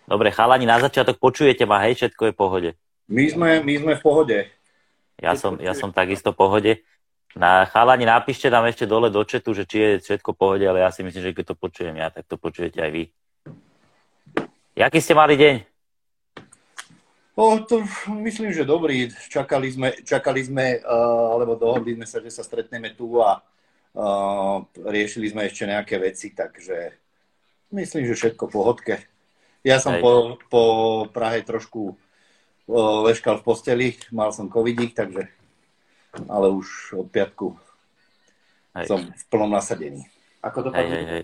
Dobre, chalani, na začiatok počujete ma, hej, všetko je v pohode. My sme v pohode. Ja som takisto v pohode. Chalani, napíšte tam ešte dole do chatu, že či je všetko v pohode, ale ja si myslím, že keď to počujem ja, tak to počujete aj vy. Jaký ste mali deň? Myslím, že dobrý. Čakali sme, alebo dohodli sme sa, že sa stretneme tu a riešili sme ešte nejaké veci, takže myslím, že všetko v pohodke. Ja som po Prahe trošku leškal v posteli, mal som covidík, takže, ale už od piatku som v plnom nasadení. Ako dopadli?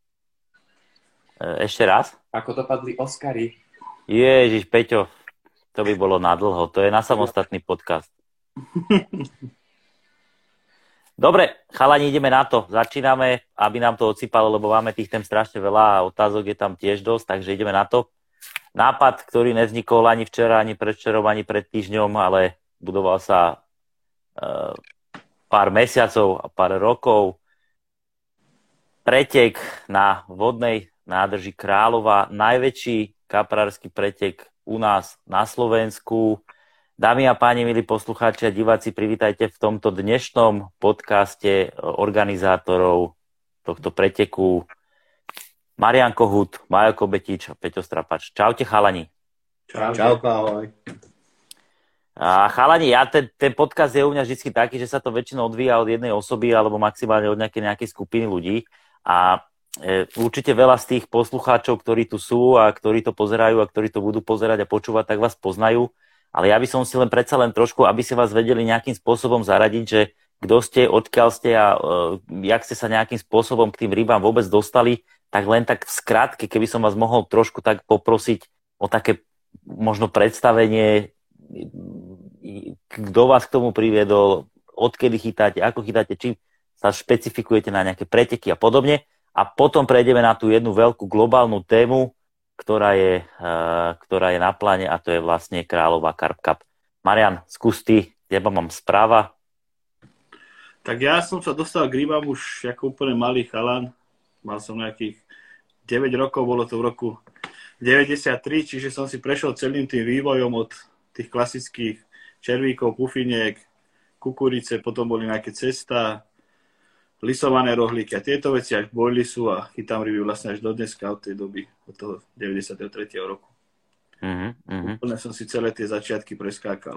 Ešte raz? Ako dopadli Oscary? Ježiš, Peťo, to by bolo nadlho. To je na samostatný podcast. Dobre, chalani, ideme na to. Začíname, aby nám to odsýpalo, lebo máme tých tém strašne veľa a otázok je tam tiež dosť, takže ideme na to. Nápad, ktorý nevznikol ani včera, ani predvčerom, ani pred týždňom, ale budoval sa pár mesiacov a pár rokov. Pretek na vodnej nádrži Králova, najväčší kaprársky pretek u nás na Slovensku. Dámy a páni, milí poslucháči a diváci, privítajte v tomto dnešnom podcaste organizátorov tohto preteku Marián Kohut, Majo Kobetič a Peťo Strapač. Čaute, chalani. Čauko, ahoj. A chalani, ten podcast je u mňa vždy taký, že sa to väčšinou odvíja od jednej osoby alebo maximálne od nejakej skupiny ľudí. A určite veľa z tých poslucháčov, ktorí tu sú a ktorí to pozerajú a ktorí to budú pozerať a počúvať, tak vás poznajú. Ale ja by som si predsa len trošku, aby si vás vedeli nejakým spôsobom zaradiť, že kto ste, odkiaľ ste a jak ste sa nejakým spôsobom k tým rybám vôbec dostali, tak len tak v skratke, keby som vás mohol trošku tak poprosiť o také možno predstavenie, kto vás k tomu priviedol, odkedy chytáte, ako chytáte, či sa špecifikujete na nejaké preteky a podobne. A potom prejdeme na tú jednu veľkú globálnu tému, ktorá je na pláne, a to je vlastne Kráľová Carp Cup. Marián, skús ty, teba mám správa. Tak ja som sa dostal k rybám už ako úplne malý chalan. Mal som nejakých 9 rokov, bolo to v roku 93, čiže som si prešiel celým tým vývojom od tých klasických červíkov, pufiniek, kukurice, potom boli nejaké cesta, lisované rohlíky a tieto veci až bojli sú a chytám ryby vlastne až do dneska od tej doby, od toho 93. roku. Úplne som si celé tie začiatky preskákal.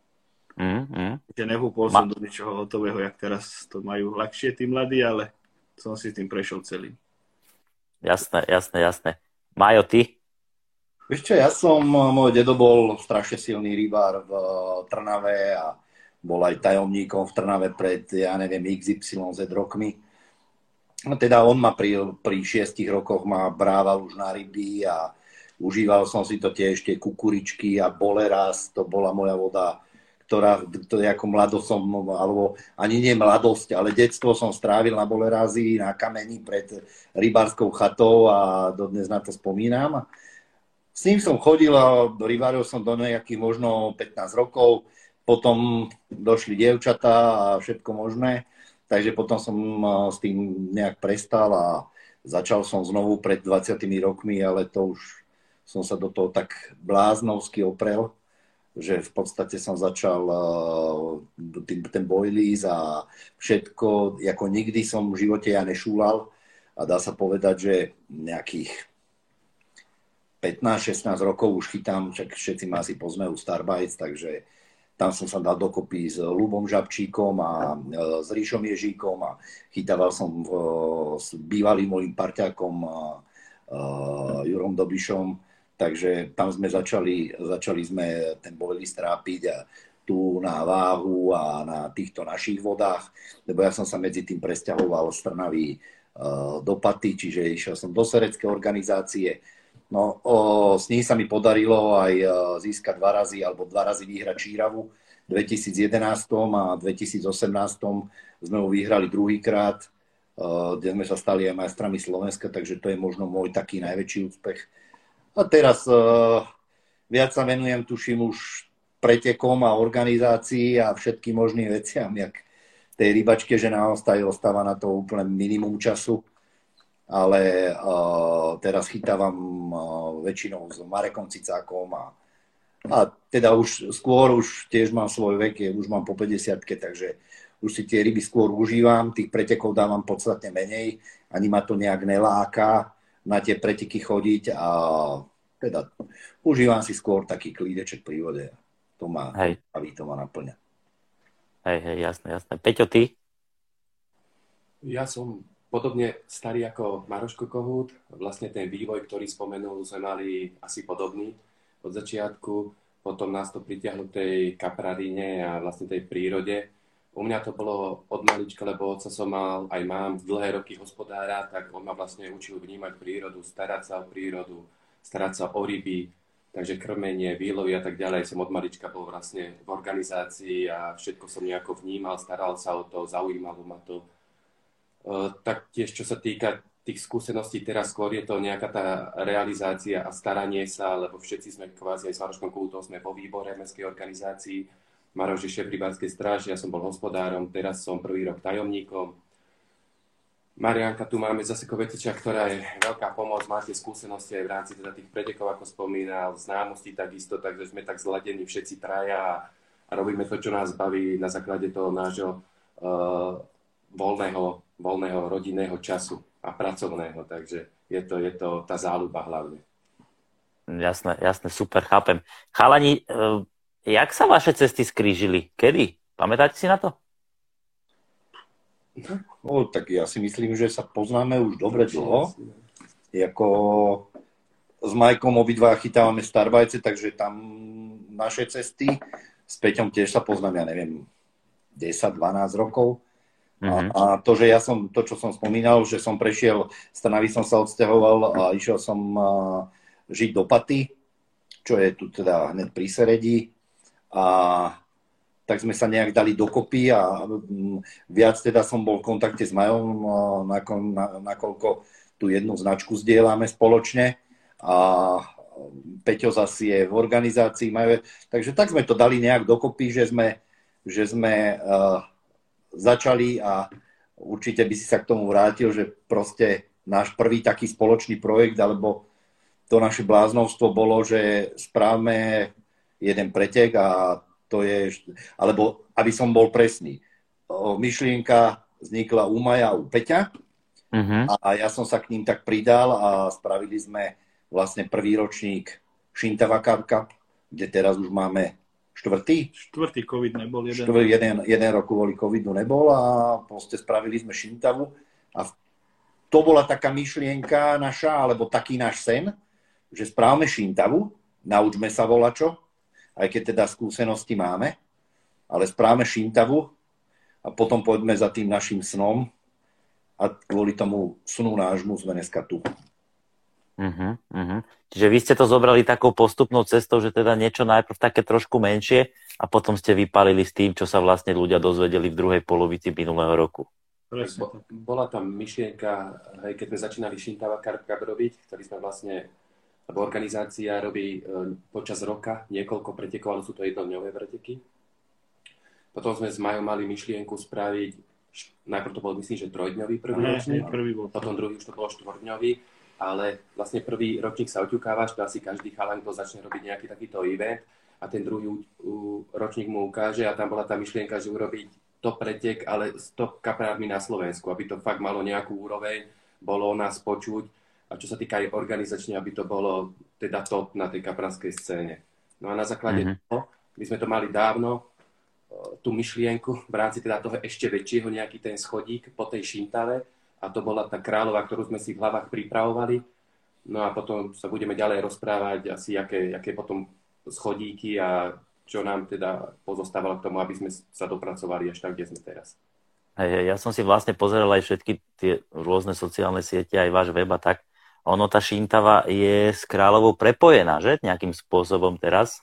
Že nevúpol som do ničoho hotového, jak teraz to majú ľahšie tí mladí, ale som si tým prešiel celý. Jasné. Majo, ty? Vieš čo, môj dedo bol strašne silný rybár v Trnave a bol aj tajomníkom v Trnave pred, ja neviem, XYZ rokmi. Teda on ma pri 6 rokoch ma brával už na ryby a užíval som si to tiež, tie kukuričky a boleraz, to bola moja voda, ktorá ako mladosť som, alebo ani nie mladosť, ale detstvo som strávil na bolerázi, na kameni pred rybárskou chatou a dodnes na to spomínam. S ním som chodil a rybáril som do nejakých možno 15 rokov, potom došli dievčatá a všetko možné, takže potom som s tým nejak prestal a začal som znovu pred 20 rokmi, ale to už som sa do toho tak bláznovsky oprel, že v podstate som začal ten boilies a všetko, ako nikdy som v živote ja nešúlal a dá sa povedať, že nejakých 15-16 rokov už chytám, všetci ma asi poznajú Starbites, takže tam som sa dal dokopy s Ľubom Žabčíkom a s Ríšom Ježíkom a chytával som s bývalým mojím parťákom Jurom Dobišom. Takže tam sme začali sme ten boilies trápiť a tu na váhu a na týchto našich vodách, lebo ja som sa medzi tým presťahoval z Trnavy do Paty, čiže išiel som do sereckej organizácie. No, s ním sa mi podarilo aj získať 2 razy alebo 2 razy vyhrať Číravu. V 2011 a 2018 sme ho vyhrali druhýkrát, kde sme sa stali aj majstrami Slovenska, takže to je možno môj taký najväčší úspech. A teraz viac sa venujem, tuším, už pretekom a organizácii a všetkým možným veciam, jak tej rybačke, že naozaj ostáva na to úplne minimum času. ale teraz chytávam väčšinou s Marekom Cicákom a teda už skôr už tiež mám svoj vek, už mám po 50-ke, takže už si tie ryby skôr užívam, tých pretekov dávam podstatne menej, ani ma to nejak neláka na tie preteky chodiť a teda užívam si skôr taký klídeček pri vode. To ma baví, to ma naplňa. Hej, jasné. Peťo, ty? Ja som podobne starý ako Maroško Kohút. Vlastne ten vývoj, ktorý spomenul, sme mali asi podobný od začiatku. Potom nás to pritiahlo k tej kapraríne a vlastne tej prírode. U mňa to bolo od malička, lebo otca som mal, aj mám dlhé roky hospodára, tak on ma vlastne učil vnímať prírodu, starať sa o prírodu, starať sa o ryby, takže krmenie, výlovy a tak ďalej. Som od malička bol vlastne v organizácii a všetko som nejako vnímal, staral sa o to, zaujímalo ma to. Taktiež, čo sa týka tých skúseností, teraz skôr je to nejaká tá realizácia a staranie sa, lebo všetci sme kvázi aj s Maroškom Kohútom sme vo výbore mestskej organizácii. Maroš je šéf rybárskej stráže, ja som bol hospodárom, teraz som prvý rok tajomníkom. Mariánka, tu máme zase Kovetiča, ktorá je veľká pomoc, máte skúsenosti aj v rámci teda tých pretekov, ako spomínal, známosti takisto, takže sme tak zladení všetci traja a robíme to, čo nás baví na základe toho nášho voľného rodinného času a pracovného, takže je to tá záľuba hlavne. Jasné, super, chápem. Chalani, jak sa vaše cesty skrížili? Kedy? Pamätáte si na to? Tak ja si myslím, že sa poznáme už dobre dlho. Jako s Majkom obidva chytávame Starbajce, takže tam naše cesty. S Peťom tiež sa poznáme, ja neviem, 10-12 rokov. A to, že ja som, to, čo som spomínal, že som prešiel, z Trnavy som sa odsťahoval a išiel som žiť do Paty, čo je tu teda hneď pri Seredi. A tak sme sa nejak dali dokopy a viac teda som bol v kontakte s Majom, nakoľko tú jednu značku zdieľame spoločne a Peťo zase je v organizácii Majo. Takže tak sme to dali nejak dokopy, že sme začali a určite by si sa k tomu vrátil, že proste náš prvý taký spoločný projekt, alebo to naše bláznovstvo bolo, že správame jeden pretek a to je, alebo aby som bol presný, myšlienka vznikla u Maja a u Peťa a ja som sa k ním tak pridal a spravili sme vlastne prvý ročník Šintava Cup, kde teraz už máme štvrtý COVID nebol, jeden rok kvôli covidu nebol a proste spravili sme Šintavu a to bola taká myšlienka naša, alebo taký náš sen, že správame Šintavu, naučme sa volačo, aj keď teda skúsenosti máme, ale správame Šintavu a potom poďme za tým našim snom a kvôli tomu snu nášmu sme dneska tu. Čiže vy ste to zobrali takou postupnou cestou, že teda niečo najprv také trošku menšie a potom ste vypálili s tým, čo sa vlastne ľudia dozvedeli v druhej polovici minulého roku. Bola tam myšlienka, keď sme začínali Šintava Cup robiť, ktorý sme vlastne, lebo organizácia robí počas roka niekoľko pretekov, ale sú to jednodňové preteky. Potom sme s Majom mali myšlienku spraviť, najprv to bol myslím, že trojdňový prvý ročník, potom druhý už to bolo štvorďňový, ale vlastne prvý ročník sa oťukávaš, to asi každý chalan, kto začne robiť nejaký takýto event a ten druhý ročník mu ukáže a tam bola tá myšlienka, že urobiť top pretek, ale s top kaprármi na Slovensku, aby to fakt malo nejakú úroveň, bolo o nás počuť a čo sa týka aj organizačne, aby to bolo teda top na tej kapránskej scéne. No a na základe toho, my sme to mali dávno, tú myšlienku v rámci teda toho ešte väčšieho, nejaký ten schodík po tej Šintave a to bola tá kráľová, ktorú sme si v hlavách pripravovali. No a potom sa budeme ďalej rozprávať asi, aké potom schodíky a čo nám teda pozostávalo k tomu, aby sme sa dopracovali až tak, kde sme teraz. Ja som si vlastne pozeral aj všetky tie rôzne sociálne siete, aj váš web a tak. Ono, tá Šintava je s Kráľovou prepojená, že? Nejakým spôsobom teraz?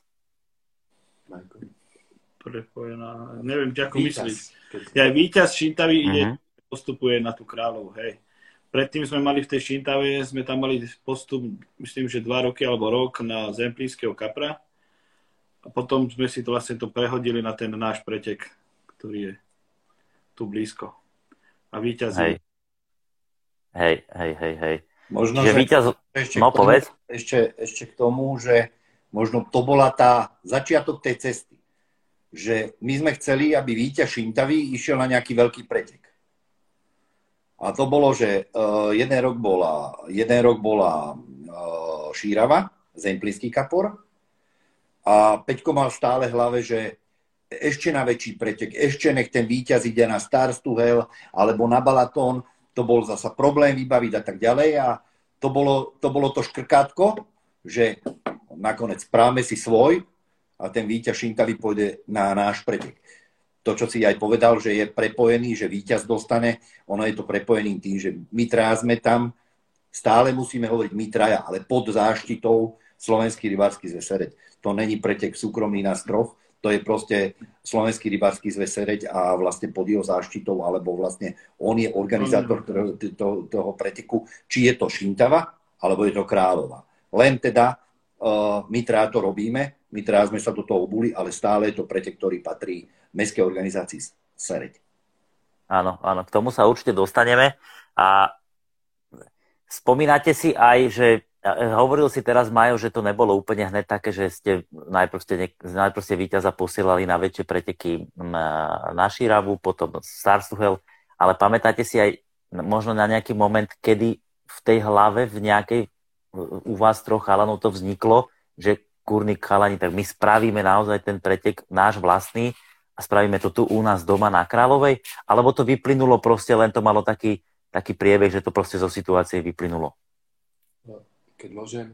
Prepojená. Neviem, ako myslíš. Ja víťaz Šintavy postupuje na tú Kráľovu, hej. Predtým sme mali v tej Šintave, sme tam mali postup, myslím, že 2 roky alebo rok na Zemplínskeho kapra. A potom sme si to vlastne prehodili na ten náš pretek, ktorý je tu blízko. A víťaz je Hej. Možno, Čiže že víťaz... ešte, No, k tomu, povedz. ešte k tomu, že možno to bola tá začiatok tej cesty. Že my sme chceli, aby víťaz Šintavy išiel na nejaký veľký pretek. A to bolo, že jeden rok bola Šírava, Zemplínsky Kapor, a Peťko mal stále v hlave, že ešte na väčší pretek, ešte nech ten víťaz ide na Starstuhel alebo na Balatón, to bol zasa problém vybaviť a tak ďalej, a to bolo to škrkátko, že nakoniec správame si svoj a ten víťaz Šintavy pôjde na náš pretek. To, čo si aj povedal, že je prepojený, že víťaz dostane, ono je to prepojený tým, že my traja sme tam, stále musíme hovoriť my traja, ale pod záštitou Slovenský rybársky zväz Sereď. To není pretek súkromný nás troch, to je proste Slovenský rybársky zväz Sereď a vlastne pod jeho záštitou, alebo vlastne on je organizátor toho preteku, či je to Šintava, alebo je to Kráľova. Len teda my traja to robíme, my traja sme sa do toho obuli, ale stále je to pretek, ktorý patrí mestskej organizácii Sereď. Áno, k tomu sa určite dostaneme. A spomínate si aj, že hovoril si teraz, Majo, že to nebolo úplne hneď také, že ste najprv ste víťaza posielali na väčšie preteky na Šíravu, potom Starstuhel, ale pamätáte si aj možno na nejaký moment, kedy v tej hlave u vás troch chalanov to vzniklo, že kurník chalani, tak my spravíme naozaj ten pretek náš vlastný a spravíme to tu u nás doma na Kráľovej, alebo to vyplynulo proste, len to malo taký priebeh, že to proste zo situácie vyplynulo? Keď môžem,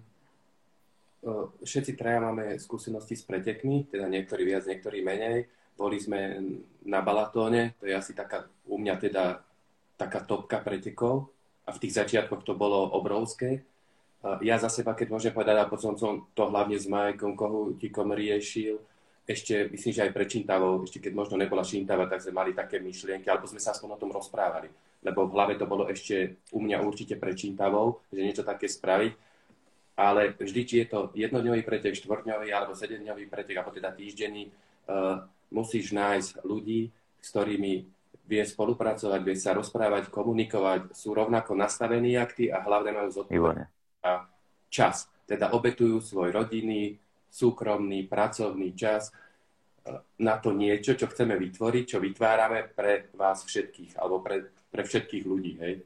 všetci traja máme skúsenosti s pretekmi, teda niektorí viac, niektorí menej. Boli sme na Balatóne, to je asi u mňa teda taká topka pretekov a v tých začiatkoch to bolo obrovské. Ja za seba, keď môžem povedať, a potom som to hlavne s Majkom Kohútikom riešil, ešte myslím, že aj pred Šintavou, ešte keď možno nebola Šintava, tak sme mali také myšlienky, alebo sme sa aspoň o tom rozprávali. Lebo v hlave to bolo ešte u mňa určite pred Šintavou, že niečo také spraviť. Ale vždy, či je to jednodňový pretek, štvorťdňový alebo 7-dňový pretek, alebo teda týždenný, musíš nájsť ľudí, s ktorými vie spolupracovať, vie sa rozprávať, komunikovať, sú rovnako nastavení jak ty a hlavne majú zodpovednosť a čas. Teda obetujú svoj rodinný, súkromný, pracovný čas na to niečo, čo chceme vytvoriť, čo vytvárame pre vás všetkých, alebo pre všetkých ľudí, hej?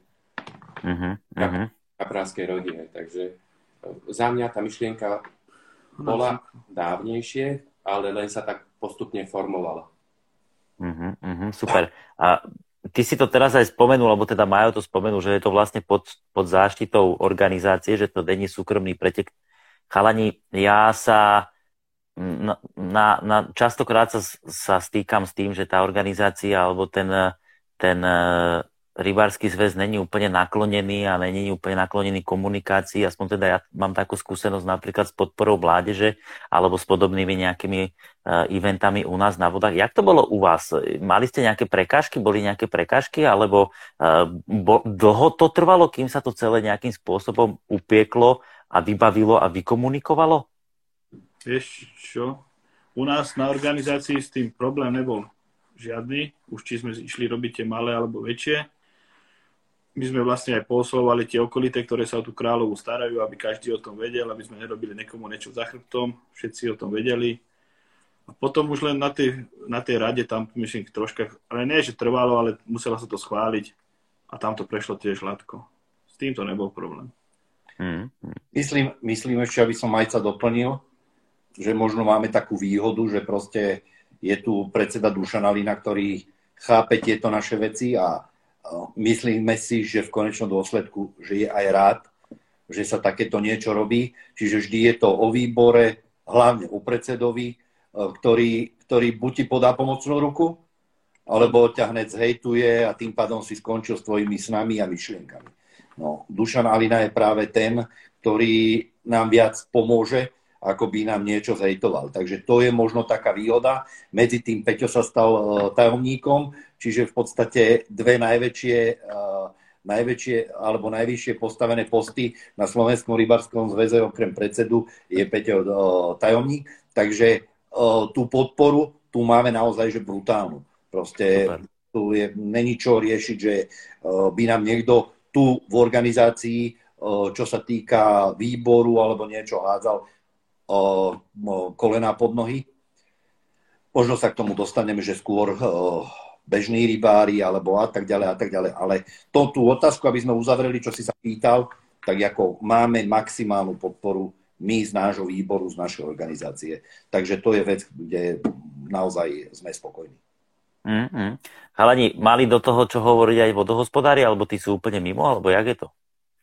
Kapránskej rodine, takže za mňa tá myšlienka bola dávnejšie, ale len sa tak postupne formovala. Super. A ty si to teraz aj spomenul, alebo teda Majo to spomenul, že je to vlastne pod záštitou organizácie, že to není súkromný pretek. Chalani, ja sa častokrát sa stýkam s tým, že tá organizácia alebo ten rybársky zväz není úplne naklonený a není úplne naklonený komunikácii, aspoň teda ja mám takú skúsenosť napríklad s podporou mládeže alebo s podobnými nejakými eventami u nás na vodách. Jak to bolo u vás? Mali ste nejaké prekážky? Boli nejaké prekážky? Alebo dlho to trvalo, kým sa to celé nejakým spôsobom upieklo a vybavilo a vykomunikovalo? Vieš čo? U nás na organizácii s tým problém nebol žiadny. Už či sme išli robiť tie malé alebo väčšie. My sme vlastne aj pooslovali tie okolité, ktoré sa o tú Kráľovú starajú, aby každý o tom vedel, aby sme nerobili niekomu niečo za chrbtom. Všetci o tom vedeli. A potom už len na tej rade tam, myslím, troška, ale nie, že trvalo, ale muselo sa to schváliť. A tam to prešlo tiež hladko. S týmto nebol problém. Myslím ešte, aby som Majca doplnil, že možno máme takú výhodu, že proste je tu predseda Dušan Alina, ktorý chápe tieto naše veci a myslíme si, že v konečnom dôsledku, že je aj rád, že sa takéto niečo robí. Čiže vždy je to o výbore, hlavne o predsedovi, ktorý buď ti podá pomocnú ruku, alebo ťa hneď zhejtuje a tým pádom si skončil s tvojimi snami a myšlienkami. No, Dušan Alina je práve ten, ktorý nám viac pomôže, ako by nám niečo zhejtoval. Takže to je možno taká výhoda. Medzi tým Peťo sa stal tajomníkom, čiže v podstate dve najväčšie alebo najvyššie postavené posty na Slovenskom rybárskom zväze okrem predsedu je Peťo tajomník. Takže tú podporu tu máme naozaj že brutálnu. Proste tu není čo riešiť, že by nám niekto tu v organizácii, čo sa týka výboru alebo niečo hádzal kolená pod nohy. Možno sa k tomu dostaneme, že skôr bežní rybári alebo a tak ďalej a tak ďalej. Ale tú otázku, aby sme uzavreli, čo si sa pýtal, tak ako máme maximálnu podporu my z nášho výboru, z našej organizácie. Takže to je vec, kde naozaj sme spokojní. Chalani, mali do toho, čo hovoriť aj vodohospodári, alebo tí sú úplne mimo, alebo jak je to?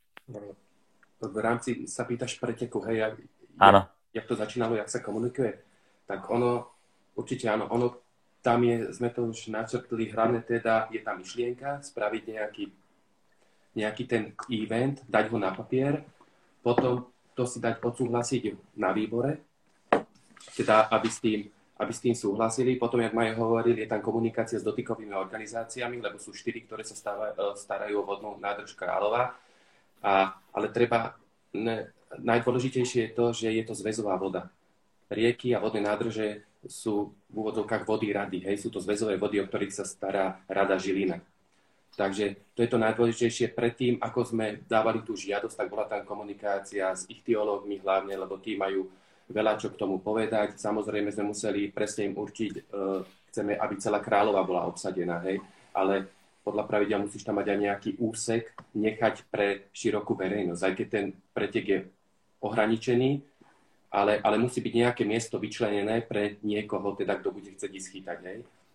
V rámci sa pýtaš preteku, hej, Áno. Jak to začínalo, jak sa komunikuje, tak určite áno, tam sme to už načrtli, hlavne teda je tá myšlienka, spraviť nejaký ten event, dať ho na papier, potom to si dať odsúhlasiť na výbore, teda aby s tým súhlasili. Potom, jak Majo hovoril, je tam komunikácia s dotykovými organizáciami, lebo sú 4, ktoré sa starajú o vodnú nádrž Králova. Ale najdôležitejšie je to, že je to zväzová voda. Rieky a vodné nádrže sú v úvodzovkách vody rady. Hej? Sú to zväzové vody, o ktorých sa stará Rada Žilina. Takže to je to najdôležitejšie. Predtým, ako sme dávali tú žiadosť, tak bola tam komunikácia s ichtiológmi hlavne, lebo tí majú veľa čo k tomu povedať. Samozrejme sme museli presne im určiť, chceme, aby celá Králova bola obsadená, hej? Ale podľa pravidel musíš tam mať aj nejaký úsek nechať pre širokú verejnosť. Aj keď ten pretek je ohraničený, ale musí byť nejaké miesto vyčlenené pre niekoho, teda kto bude chcieť ísť chytať. Hej?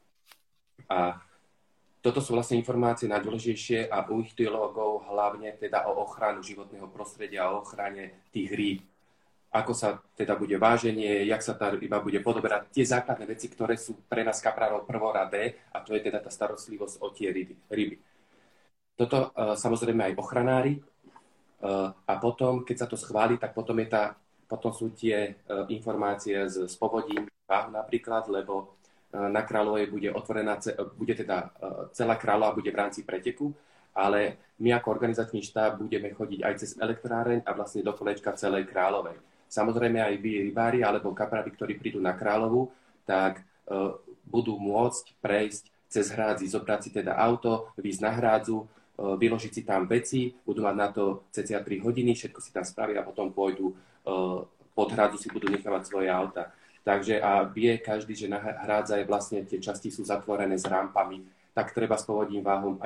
A toto sú vlastne informácie najdôležitejšie a u ichtiológov hlavne teda o ochranu životného prostredia, o ochrane tých rýb. Ako sa teda bude váženie, jak sa tá ryba bude podoberať. Tie základné veci, ktoré sú pre nás kaprárov prvoradé, a to je teda tá starostlivosť o tie ryby. Toto samozrejme aj ochranári. A potom, keď sa to schváli, tak potom sú tie informácie z povodím váhu napríklad, lebo na Kráľovej bude otvorená, bude teda celá Kráľova bude v rámci preteku, ale my ako organizačný štáb budeme chodiť aj cez elektráreň a vlastne do kolečka celej Kráľovej. Samozrejme aj vy rybári alebo kaprári, ktorí prídu na Kráľovu, tak budú môcť prejsť cez hrádzi, zobrať si teda auto, výjsť na hrádzu, vyložiť si tam veci, budú mať na to cca 3 hodiny, všetko si tam spravia a potom pôjdu pod hrádzu, si budú nechávať svoje auta. Takže a vie každý, že na hrádza je vlastne tie časti sú zatvorené s rampami, tak treba s povodím váhom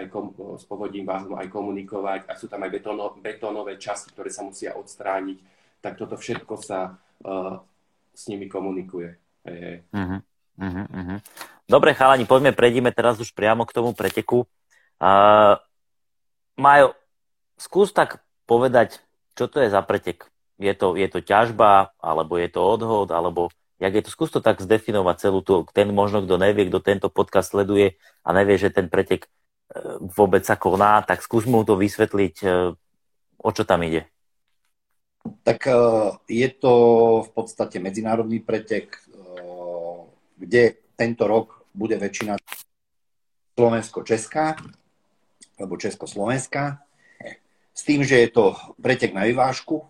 aj komunikovať a sú tam aj betónové časti, ktoré sa musia odstrániť, tak toto všetko sa s nimi komunikuje. Dobre, chalani, prejdime teraz už priamo k tomu preteku. Majo, skús tak povedať, čo to je za pretek. Je to ťažba, alebo je to odhod, alebo jak je to? Skús to tak zdefinovať celú ten možno, kto nevie, kto tento podcast sleduje a nevie, že ten pretek vôbec sa koná, tak skús mu to vysvetliť, o čo tam ide. Tak je to v podstate medzinárodný pretek, kde tento rok bude väčšina slovensko-česká, alebo československá, s tým, že je to pretek na vyvážku.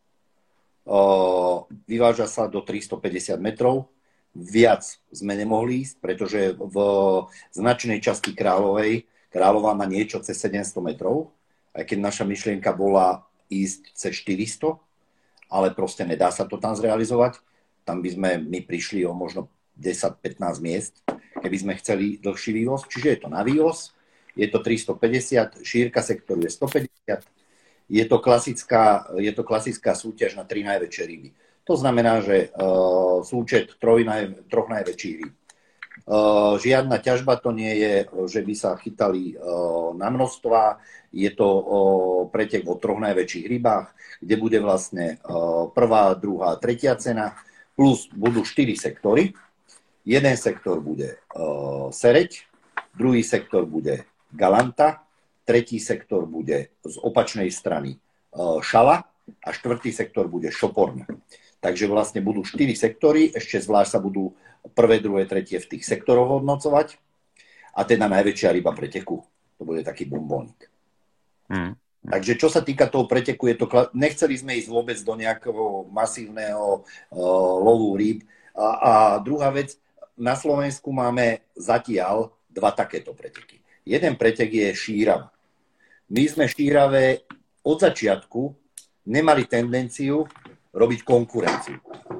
Vyváža sa do 350 metrov. Viac sme nemohli ísť, pretože v značnej časti Kráľova má niečo cez 700 metrov, aj keď naša myšlienka bola ísť cez 400, ale proste nedá sa to tam zrealizovať. Tam by sme my prišli o možno 10-15 miest, keby sme chceli dlhší vývoz. Čiže je to na vývoz, je to 350, šírka sektoru je 150. Je to klasická súťaž na 3 najväčšie ryby. To znamená, že súčet troch najväčších rýb. Žiadna ťažba to nie je, že by sa chytali na množstva. Je to pretek o 3 najväčších rybách, kde bude vlastne prvá, druhá, tretia cena, plus budú 4 sektory. Jeden sektor bude sereď, druhý sektor bude galanta, tretí sektor bude z opačnej strany šala a štvrtý sektor bude šoporn. Takže vlastne budú 4 sektory, ešte zvlášť sa budú prvé, druhé, tretie v tých sektoroch hodnocovať a teda najväčšia ryba preteku. To bude taký bombónik. Takže čo sa týka toho preteku, nechceli sme ísť vôbec do nejakého masívneho lovu rýb. A druhá vec, na Slovensku máme zatiaľ 2 takéto preteky. Jeden pretek je šírava. My sme Šírave od začiatku nemali tendenciu robiť konkurenciu.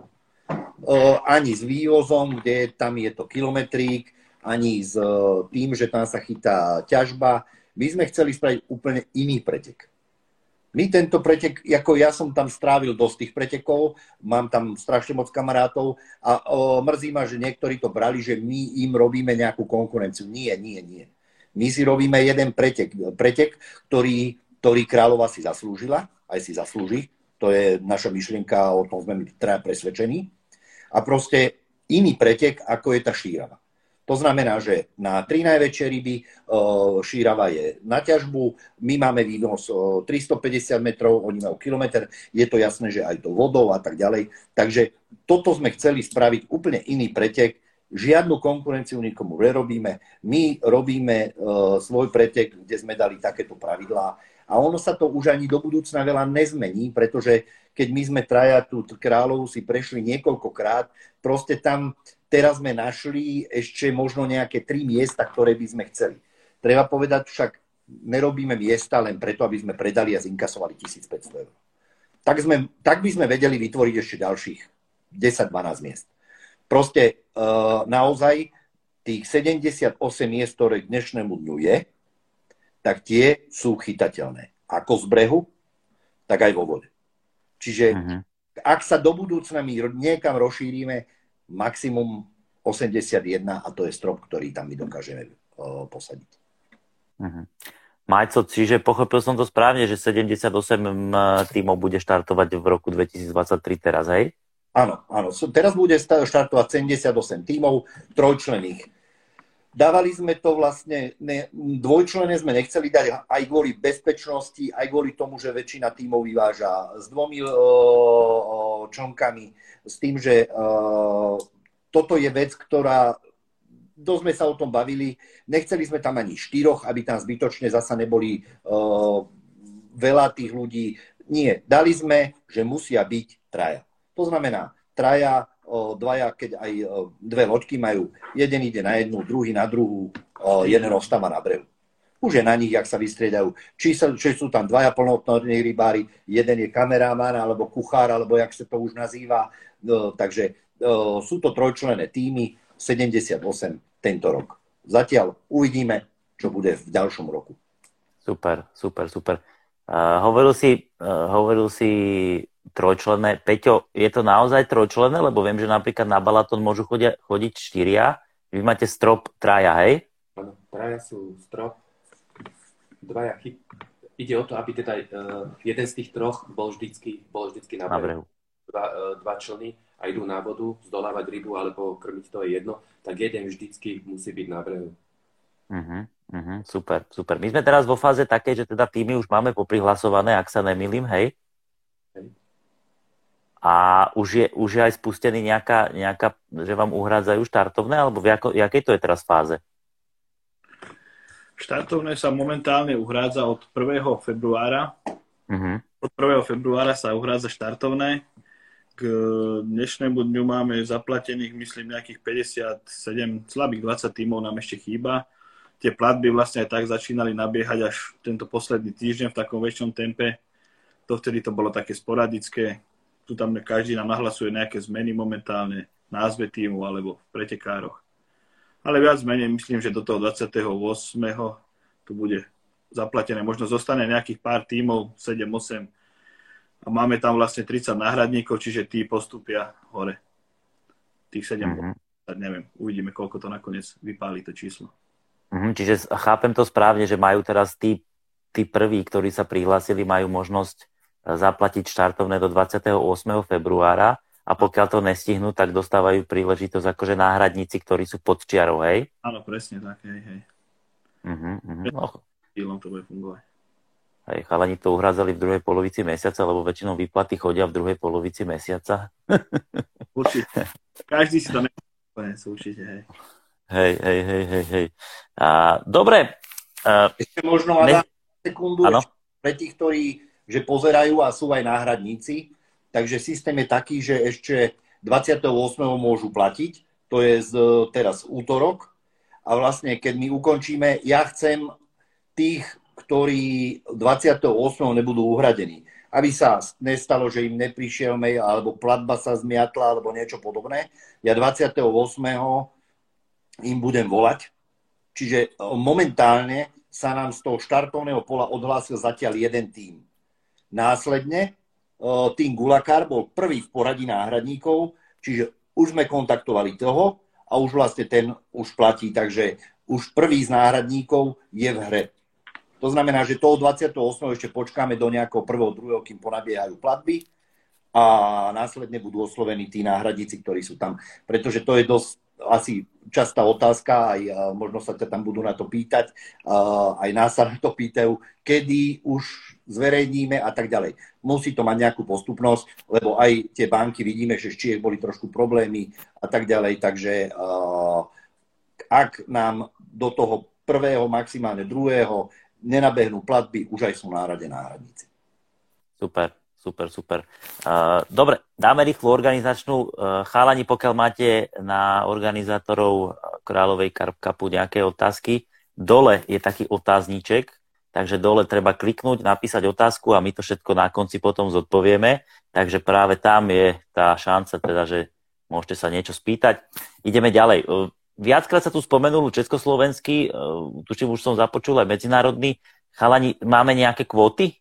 Ani s vývozom, kde tam je to kilometrík, ani s tým, že tam sa chytá ťažba. My sme chceli spraviť úplne iný pretek. My tento pretek, ako ja som tam strávil dosť tých pretekov, mám tam strašne moc kamarátov a mrzí ma, že niektorí to brali, že my im robíme nejakú konkurenciu. Nie. My si robíme jeden pretek, ktorý Kráľova si zaslúžila, aj si zaslúži. To je naša myšlienka, o tom sme teda presvedčení. A proste iný pretek, ako je tá Šírava. To znamená, že na 3 najväčšie ryby Šírava je na ťažbu, my máme výnos 350 metrov, oni majú kilometr, je to jasné, že aj to vodou a tak ďalej. Takže toto sme chceli spraviť úplne iný pretek, žiadnu konkurenciu nikomu nerobíme, my robíme svoj pretek, kde sme dali takéto pravidlá a ono sa to už ani do budúcna veľa nezmení, pretože keď my sme traja tú Kráľovu si prešli niekoľkokrát, proste tam teraz sme našli ešte možno nejaké 3 miesta, ktoré by sme chceli. Treba povedať však, nerobíme miesta len preto, aby sme predali a zinkasovali 1500 eur. Tak by sme vedeli vytvoriť ešte ďalších 10-12 miest. Proste naozaj tých 78 miest, ktoré k dnešnému dňu je, tak tie sú chytateľné. Ako z brehu, tak aj vo vode. Čiže ak sa do budúcna my niekam rozšírime, maximum 81 a to je strop, ktorý tam my dokážeme posadiť. Majco, čiže pochopil som to správne, že 78 tímov bude štartovať v roku 2023 teraz, hej? Áno. Teraz bude štartovať 78 tímov, trojčlenných. Dávali sme to vlastne, dvojčlenné sme nechceli dať aj kvôli bezpečnosti, aj kvôli tomu, že väčšina tímov vyváža s 2 členkami, s tým, že toto je vec, ktorá, dosť sme sa o tom bavili, nechceli sme tam ani 4, aby tam zbytočne zasa neboli veľa tých ľudí. Nie, dali sme, že musia byť 3. To znamená, 3, 2, keď aj 2 loďky majú, jeden ide na jednu, druhý na druhú, jeden ostáva na brehu. Už je na nich, jak sa vystriedajú. Či sú tam 2 plnohodnotní rybári, jeden je kameraman, alebo kuchár, alebo jak sa to už nazýva. Takže sú to trojčlenné týmy, 78 tento rok. Zatiaľ uvidíme, čo bude v ďalšom roku. Super. Hovoril si trojčlenné. Peťo, je to naozaj trojčlenné? Lebo viem, že napríklad na Balaton môžu chodiť 4. Vy máte strop 3, hej? Áno, 3 sú strop, 2 Ide o to, aby teda jeden z tých 3 bol vždycky na brehu. 2 člny a idú na vodu, zdolávať rybu alebo krmiť, to je jedno, tak jeden vždycky musí byť na brehu. Super. My sme teraz vo fáze takej, že teda týmy už máme poprihlasované, ak sa nemýlim, hej? A už je aj spustený nejaká, že vám uhrádzajú štartovné, alebo v jakej to je teraz fáze? Štartovné sa momentálne uhrádza od 1. februára. Od 1. februára sa uhrádza štartovné. K dnešnému dňu máme zaplatených, myslím, nejakých 57, slabých 20 tímov nám ešte chýba. Tie platby vlastne aj tak začínali nabiehať až tento posledný týždeň v takom väčšom tempe. Dovtedy to bolo také sporadické. Tu tam každý nám nahlasuje nejaké zmeny momentálne v názve tímu alebo v pretekároch. Ale viac menej myslím, že do toho 28. tu bude zaplatené. Možno zostane nejakých pár tímov, 7-8. A máme tam vlastne 30 náhradníkov, čiže tí postupia hore. Tých 7, neviem, uvidíme, koľko to nakoniec vypáli to číslo. Čiže chápem to správne, že majú teraz tí prví, ktorí sa prihlásili, majú možnosť zaplatiť štartovné do 28. februára a pokiaľ to nestihnú, tak dostávajú príležitosť akože náhradníci, ktorí sú pod čiarou, hej? Áno, presne tak, hej. To bude fungovať. Hej, chalani to uhrádzali v druhej polovici mesiaca, lebo väčšinou výplaty chodia v druhej polovici mesiaca. Určite. Každý si to nechce, určite, hej. Hej. Dobre. Ešte možno sekundu pre tých, ktorí že pozerajú a sú aj náhradníci. Takže systém je taký, že ešte 28. môžu platiť. To je teraz útorok. A vlastne, keď my ukončíme, ja chcem tých ktorí 28. nebudú uhradení. Aby sa nestalo, že im neprišiel mail, alebo platba sa zmiatla, alebo niečo podobné. Ja 28. im budem volať. Čiže momentálne sa nám z toho štartovného pola odhlásil zatiaľ jeden tím. Následne tým Gulakár bol prvý v poradí náhradníkov, čiže už sme kontaktovali toho a už vlastne ten už platí, takže už prvý z náhradníkov je v hre. To znamená, že toho 28. ešte počkáme do nejakého 1., 2., kým ponabiehajú platby a následne budú oslovení tí náhradníci, ktorí sú tam. Pretože to je dosť asi častá otázka, aj možno sa ťa tam budú na to pýtať, aj nás sa na to pýtajú, kedy už zverejníme a tak ďalej. Musí to mať nejakú postupnosť, lebo aj tie banky vidíme, že z Čiech boli trošku problémy a tak ďalej, takže ak nám do toho 1., maximálne 2. nenabehnú platby, už aj sú na rade náhradníci. Super. Dobre, dáme rýchlu organizačnú. Chalani, pokiaľ máte na organizátorov Kráľovej Carb Cupu nejaké otázky, dole je taký otázniček, takže dole treba kliknúť, napísať otázku a my to všetko na konci potom zodpovieme. Takže práve tam je tá šanca, teda, že môžete sa niečo spýtať. Ideme ďalej. Viackrát sa tu spomenul československý, tuším, už som započul aj medzinárodný. Chalani, máme nejaké kvóty?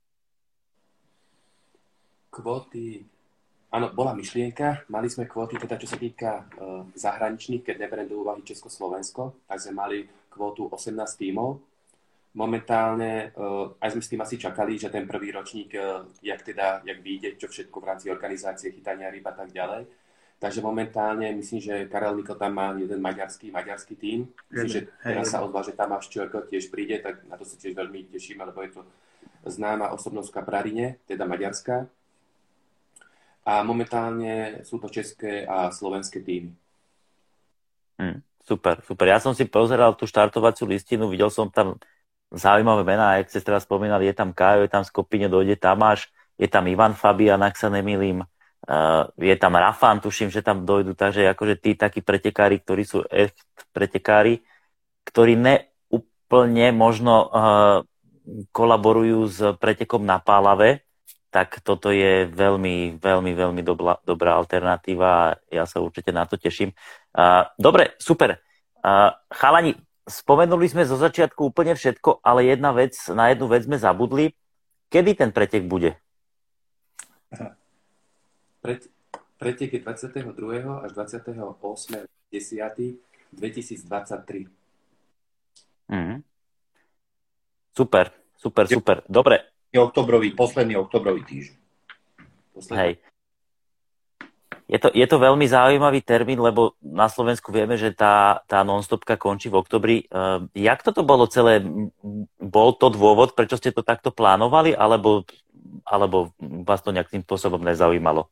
Kvóty, áno, bola myšlienka. Mali sme kvóty, teda čo sa týka zahraničných, keď neberiem do úvahy Československo, tak sme mali kvótu 18 tímov. Momentálne, aj sme s tým asi čakali, že ten prvý ročník, jak vyjde, čo všetko v rámci organizácie, chytania ryb a tak ďalej. Takže momentálne myslím, že Karel Niko tam má jeden maďarský tím. Myslím, že teraz sa ozval, že tam Ščorko tiež príde, tak na to sa tiež veľmi tešíme, lebo je to známa osobnosť v Kaprarine, teda maďarská. A momentálne sú to české a slovenské týmy. Super. Ja som si pozeral tú štartovaciu listinu, videl som tam zaujímavé mená, jak ste teraz spomínali, je tam Kajo, je tam v skupine, dojde Tamáš, je tam Ivan Fabian, ak sa nemýlim, je tam Rafan, tuším, že tam dojdu, takže akože tí takí pretekári, ktorí sú echt pretekári, ktorí neúplne možno kolaborujú s pretekom na Pálave, tak toto je veľmi dobrá alternatíva a ja sa určite na to teším. Dobre, super. Chalani, spomenuli sme zo začiatku úplne všetko, ale na jednu vec sme zabudli. Kedy ten pretek bude? Pretek je 22. až 28.10.2023. Super. Dobre. Posledný oktobrový týždeň. Hej. Je to veľmi zaujímavý termín, lebo na Slovensku vieme, že tá non-stopka končí v oktobri. Jak toto bolo celé? Bol to dôvod, prečo ste to takto plánovali, alebo vás to nejakým spôsobom nezaujímalo?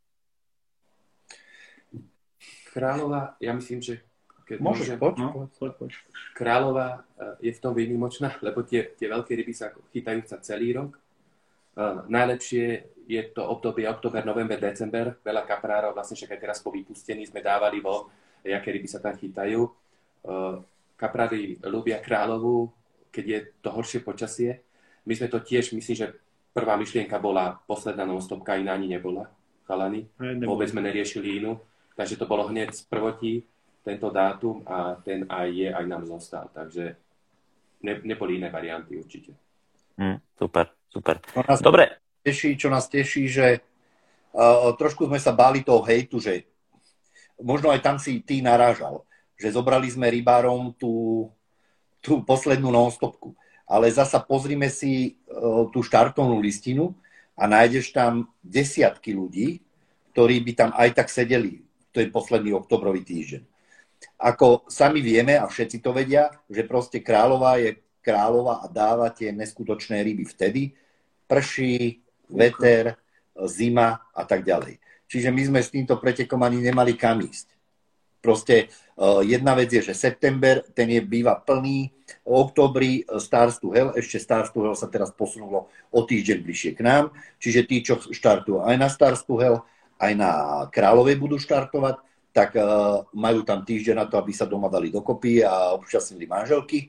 Kráľová, ja myslím, že Môžeš, poď. Kráľová je v tom výnimočná, lebo tie veľké ryby sa chytajú sa celý rok. Najlepšie je to obdobie október, november, december. Veľa kaprárov, vlastne však aj teraz po vypustení sme dávali aké ryby sa tam chytajú. Kaprári ľúbia Kráľovú, keď je to horšie počasie. My sme to tiež, myslím, že prvá myšlienka bola posledná non-stopka, iná ani nebola. Chalani, vôbec sme neriešili inú. Takže to bolo hneď z prvotí tento dátum a ten aj nám zostal. Takže neboli iné varianty určite. Super. Dobre. Čo nás teší, že trošku sme sa báli toho hejtu, že možno aj tam si ty narážal, že zobrali sme rybárom tú poslednú non-stopku. Ale zasa pozrime si tú štartovnú listinu a nájdeš tam desiatky ľudí, ktorí by tam aj tak sedeli v ten posledný oktobrový týždeň. Ako sami vieme a všetci to vedia, že proste kráľová je kráľová a dáva tie neskutočné ryby vtedy. Prší, veter, zima a tak ďalej. Čiže my sme s týmto pretekom ani nemali kam ísť. Proste jedna vec je, že september, ten býva plný, v októbri Stars to Hell, ešte Stars to Hell sa teraz posunulo o týždeň bližšie k nám, čiže tí, čo štartujú aj na Stars to Hell, aj na Kráľovej budú štartovať, tak majú tam týždeň na to, aby sa doma dali dokopy a občasnili manželky.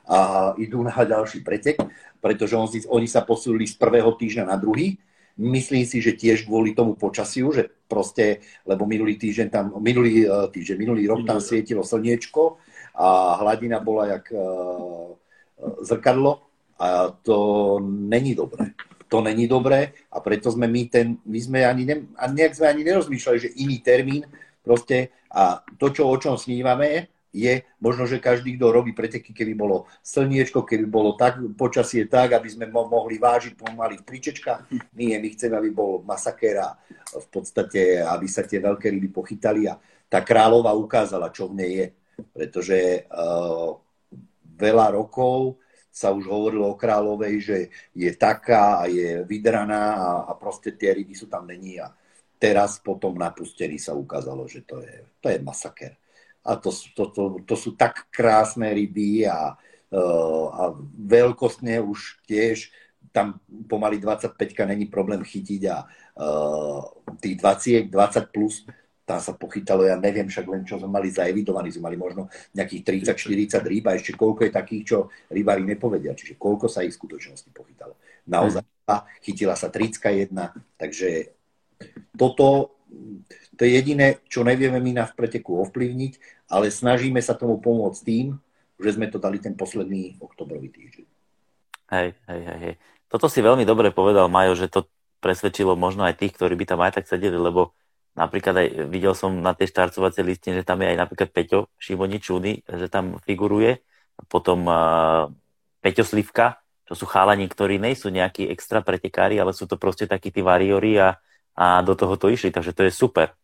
a idú na ďalší pretek, pretože oni sa posunuli z prvého týždňa na druhý. Myslím si, že tiež kvôli tomu počasiu, že proste, lebo minulý rok tam svietilo slniečko a hladina bola jak zrkadlo a to není dobré. To není dobré a preto sme my sme ani nerozmýšľali, že iný termín proste a to, o čom snívame, je možno, že každý, kto robí preteky, keby bolo slniečko, keby bolo tak počasie tak, aby sme mohli vážiť pomaly v tričečkách. My chceme, aby bol masakér a v podstate, aby sa tie veľké ryby pochytali a tá kráľová ukázala, čo v nej je. Pretože veľa rokov sa už hovorilo o kráľovej, že je taká a je vydraná a proste tie ryby sú tam není a teraz potom na pustení sa ukázalo, že to je masaker. A to sú tak krásne ryby a veľkostne už tiež tam pomaly 25-ka není problém chytiť a tých 20 plus tam sa pochytalo, ja neviem však len, čo sme mali zaevidovaní, sme mali možno nejakých 30-40 rýb a ešte koľko je takých, čo rybári nepovedia, čiže koľko sa ich v skutočnosti pochytalo. Naozaj chytila sa 31, takže toto to je jediné, čo nevieme my na preteku ovplyvniť, ale snažíme sa tomu pomôcť tým, že sme to dali ten posledný oktobrový týždeň. Hej. Toto si veľmi dobre povedal, Majo, že to presvedčilo možno aj tých, ktorí by tam aj tak sedeli, lebo napríklad aj videl som na tej štartovacej listine, že tam je aj napríklad Peťo Šimonič-Čuny, že tam figuruje. Potom Peťo Slivka, čo sú chalani, ktorí nejsú nejakí extra pretekári, ale sú to proste takí tí variori a do toho to išli. Takže to je super.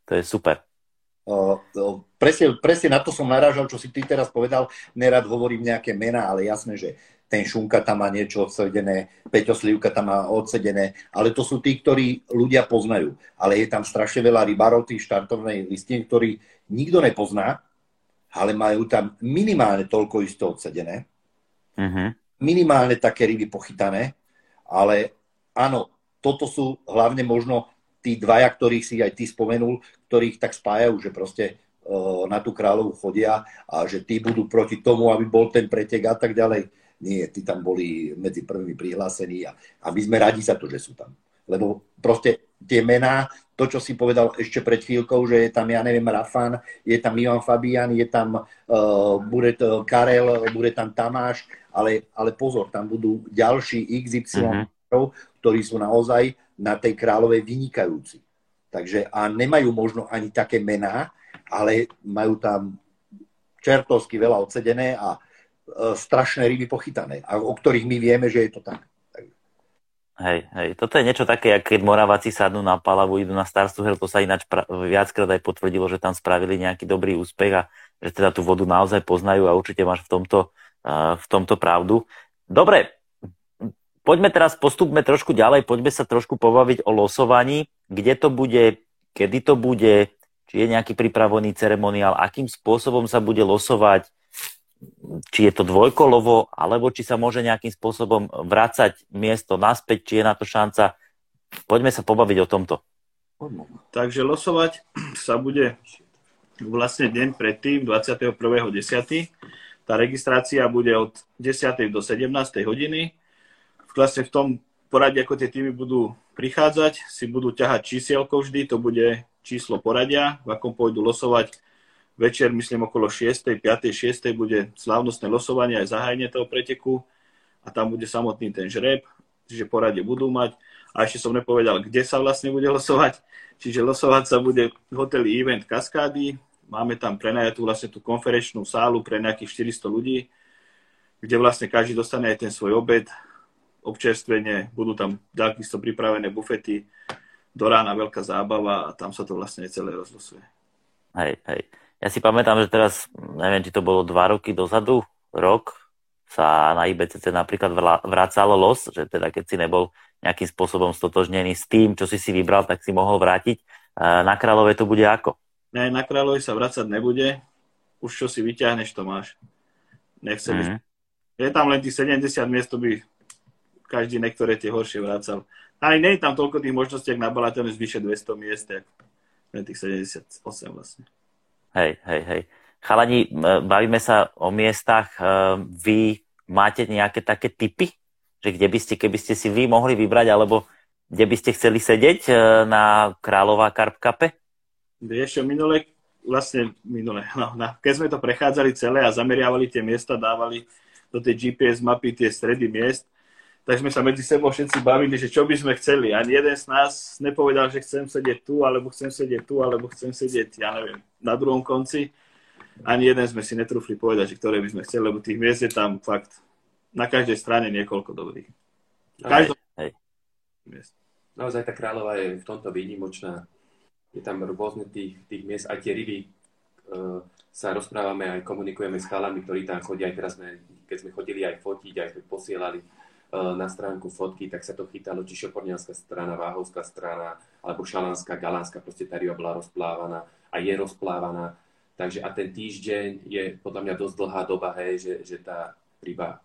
Presne na to som narážal, čo si ty teraz povedal. Nerad hovorím nejaké mená, ale jasné, že ten Šunka tam má niečo odsedené, Peťo Slivka tam má odsedené, ale to sú tí, ktorí ľudia poznajú. Ale je tam strašne veľa rybárov tých štartovnej listine, ktorí nikto nepozná, ale majú tam minimálne toľko isto odsedené. Minimálne také ryby pochytané, ale áno, toto sú hlavne možno tí dvaja, ktorých si aj ty spomenul, ktorých tak spájajú, že proste na tú kráľovú chodia a že tí budú proti tomu, aby bol ten pretek a tak ďalej. Nie, tí tam boli medzi prvými prihlásení a my sme radi za to, že sú tam. Lebo proste tie mená, to, čo si povedal ešte pred chvíľkou, že je tam, ja neviem, Rafan, je tam Ivan Fabian, je tam bude Karel, bude tam Tamáš, ale pozor, tam budú ďalší XY, ktorí sú naozaj na tej kráľovej vynikajúci. Takže a nemajú možno ani také mená, ale majú tam čertovsky veľa odsedené a strašné ryby pochytané, a o ktorých my vieme, že je to tak. Hej, toto je niečo také, jak keď Moraváci sadnú na Palavu, idú na Starstuhel, to sa ináč viackrát aj potvrdilo, že tam spravili nejaký dobrý úspech a že teda tú vodu naozaj poznajú a určite máš v tomto pravdu. Dobre, poďme teraz, postupme trošku ďalej, poďme sa trošku pobaviť o losovaní, kde to bude, kedy to bude, či je nejaký pripravený ceremoniál, akým spôsobom sa bude losovať, či je to dvojkolovo, alebo či sa môže nejakým spôsobom vracať miesto naspäť, či je na to šanca. Poďme sa pobaviť o tomto. Takže losovať sa bude vlastne deň predtým, 21.10. Tá registrácia bude od 10. do 17. hodiny. Vlastne v tom poradí, ako tie týmy budú prichádzať, si budú ťahať čísielko vždy, to bude číslo poradia, v akom pôjdu losovať. Večer, myslím, okolo 6., 5., 6. bude slávnostné losovanie, aj zahájenie toho preteku a tam bude samotný ten žreb, čiže poradie budú mať. A ešte som nepovedal, kde sa vlastne bude losovať. Čiže losovať sa bude v hoteli Event Kaskády. Máme tam prenajatú vlastne tú konferenčnú sálu pre nejakých 400 ľudí, kde vlastne každý dostane aj ten svoj obed, občerstvenie, budú tam takisto pripravené bufety, do rána veľká zábava a tam sa to vlastne celé rozlosuje. Hej. Ja si pamätám, že teraz, neviem, či to bolo 2 roky dozadu, rok, sa na IBCC napríklad vracalo los, že teda keď si nebol nejakým spôsobom stotožnený s tým, čo si vybral, tak si mohol vrátiť. Na Kráľovej to bude ako? Ne, na Kráľovej sa vracať nebude. Už čo si vyťahneš, to máš. Nechcem. Je tam len tých 70 miest, to by každý niektoré tie horšie vracal. Ale nie je tam toľko tých možností, ak na Balatone zvyše 200 miest, len tých 78 vlastne. Hej. Chalani, bavíme sa o miestach. Vy máte nejaké také tipy, že kde by ste, keby ste si vy mohli vybrať, alebo kde by ste chceli sedieť na Kráľová Carb Cupe? Vieš, minule, keď sme to prechádzali celé a zameriavali tie miesta, dávali do tej GPS mapy tie stredy miest, tak sme sa medzi sebou všetci bavili, že čo by sme chceli. Ani jeden z nás nepovedal, že chcem sedieť tu, alebo chcem sedieť tu, alebo chcem sedieť, ja neviem, na druhom konci. Ani jeden sme si netrúfli povedať, že ktoré by sme chceli, lebo tých miest je tam fakt na každej strane niekoľko dobrých. Hej. Naozaj tá Kráľová je v tomto výnimočná. Je tam rôzne tých miest, aj tie ryby sa rozprávame, aj komunikujeme s chalami, ktorí tam chodia. Aj teraz, keď sme chodili aj fotiť, aj sme posielali na stránku fotky, tak sa to chytalo, či šopornianská strana, váhovská strana, alebo šalanská, galánska, proste tá ryba bola rozplávaná a je rozplávaná. Takže a ten týždeň je podľa mňa dosť dlhá doba, hej, že tá ryba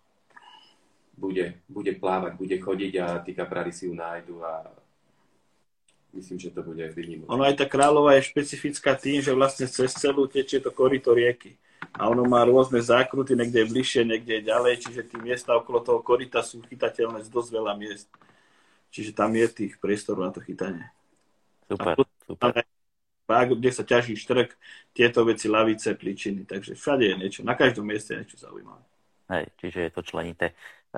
bude plávať, bude chodiť a tí kaprári si ju nájdu a myslím, že to bude výnimočné. Ono aj tá Kráľová je špecifická tým, že vlastne cez celú tečie to koryto rieky. A ono má rôzne zákruty, niekde je bližšie, niekde je ďalej, čiže tie miesta okolo toho koryta sú chytateľné z dosť veľa miest. Čiže tam je tých priestorov na to chytanie. Super. Kde sa ťaží štrk, tieto veci, lavice, pličiny, takže všade je niečo, na každom mieste je niečo zaujímavé. Hej, čiže je to členité.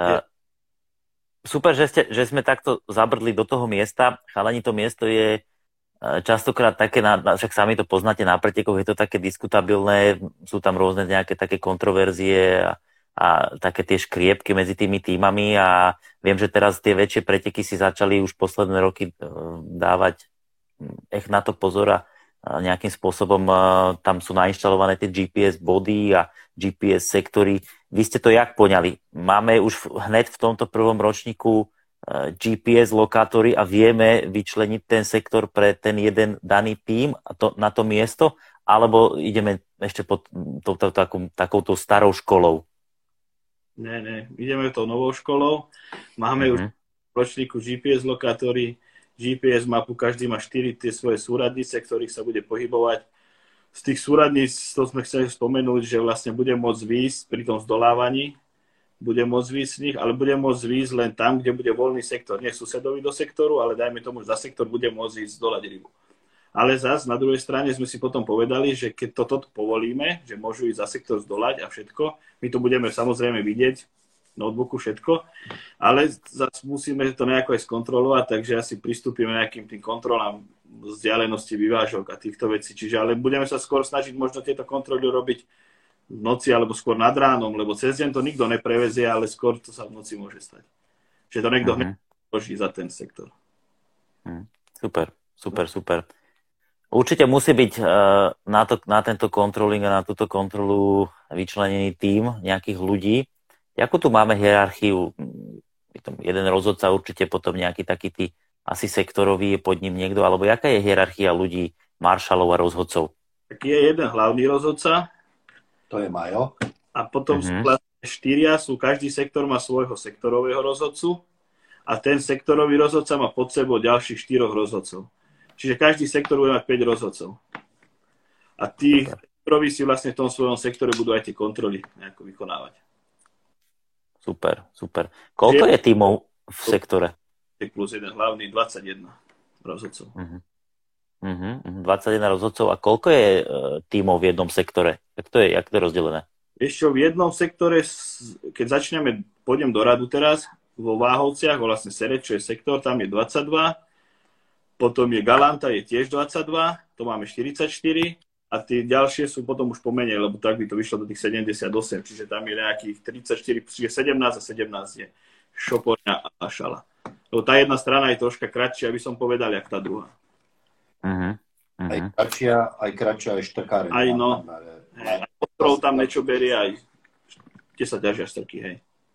Super, že sme takto zabrdli do toho miesta. Chalani, to miesto je častokrát také, však sami to poznáte na pretekoch, je to také diskutabilné, sú tam rôzne nejaké také kontroverzie a také tie škriepky medzi tými tímami a viem, že teraz tie väčšie preteky si začali už posledné roky dávať na to pozor a nejakým spôsobom tam sú nainštalované tie GPS body a GPS sektory. Vy ste to jak poňali? Máme už hneď v tomto prvom ročníku GPS lokátory a vieme vyčleniť ten sektor pre ten jeden daný tím na to miesto, alebo ideme ešte pod takouto starou školou? Ne, ideme tou novou školou. Máme už v ročníku GPS lokátory, GPS mapu, každý má 4 tie svoje súradnice, ktorých sa bude pohybovať. Z tých súradníc, to sme chceli spomenúť, že vlastne bude môcť výjsť pri tom zdolávaní, bude môcť výjsť z nich, ale bude môcť výjsť len tam, kde bude voľný sektor. Nie susedovi do sektoru, ale dajme tomu, že za sektor bude môcť ísť zdolať rybu. Ale zase na druhej strane sme si potom povedali, že keď toto povolíme, že môžu ísť za sektor zdolať a všetko, my to budeme samozrejme vidieť, notebooku všetko, ale zase musíme to nejako aj skontrolovať, takže asi pristúpime nejakým tým kontrolám vzdialenosti vyvážok a týchto vecí. Čiže ale budeme sa skôr snažiť možno tieto kontroly robiť v noci alebo skôr nad ránom, lebo cez deň to nikto neprevezie, ale skôr to sa v noci môže stať. Čiže to niekto vloží za ten sektor. Super. Určite musí byť na tento controlling a na túto kontrolu vyčlenený tím nejakých ľudí. Jakú tu máme hierarchiu? Jeden rozhodca určite, potom nejaký taký asi sektorový, je pod ním niekto, alebo jaká je hierarchia ľudí, maršalov a rozhodcov? Tak je jeden hlavný rozhodca. To je Majo. A potom sú vlastne 4, každý sektor má svojho sektorového rozhodcu a ten sektorový rozhodca má pod sebou ďalších 4 rozhodcov. Čiže každý sektor bude mať 5 rozhodcov. A tí sektoroví si vlastne v tom svojom sektore budú aj tie kontroly nejako vykonávať. Super. Koľko je tímov v sektore? Plus jeden hlavný, 21 rozhodcov. 21 rozhodcov. A koľko je tímov v jednom sektore? Jak to je rozdelené? Ešte v jednom sektore, keď pôjdem do radu teraz, vo Váhovciach, vlastne Sereď, čo je sektor, tam je 22. Potom je Galanta, je tiež 22. To máme 44. A tie ďalšie sú potom už pomenej, lebo tak by to vyšlo do tých 78. Čiže tam je nejakých 34, čiže 17 a 17 je Šoporňa a Šala. Lebo tá jedna strana je troška kratšia, aby som povedal, jak tá druhá. Aj kratšia, aj štrkáreň. Aj no. Aj ostrov tam niečo berie, aj kde sa ťažia štrky, hej.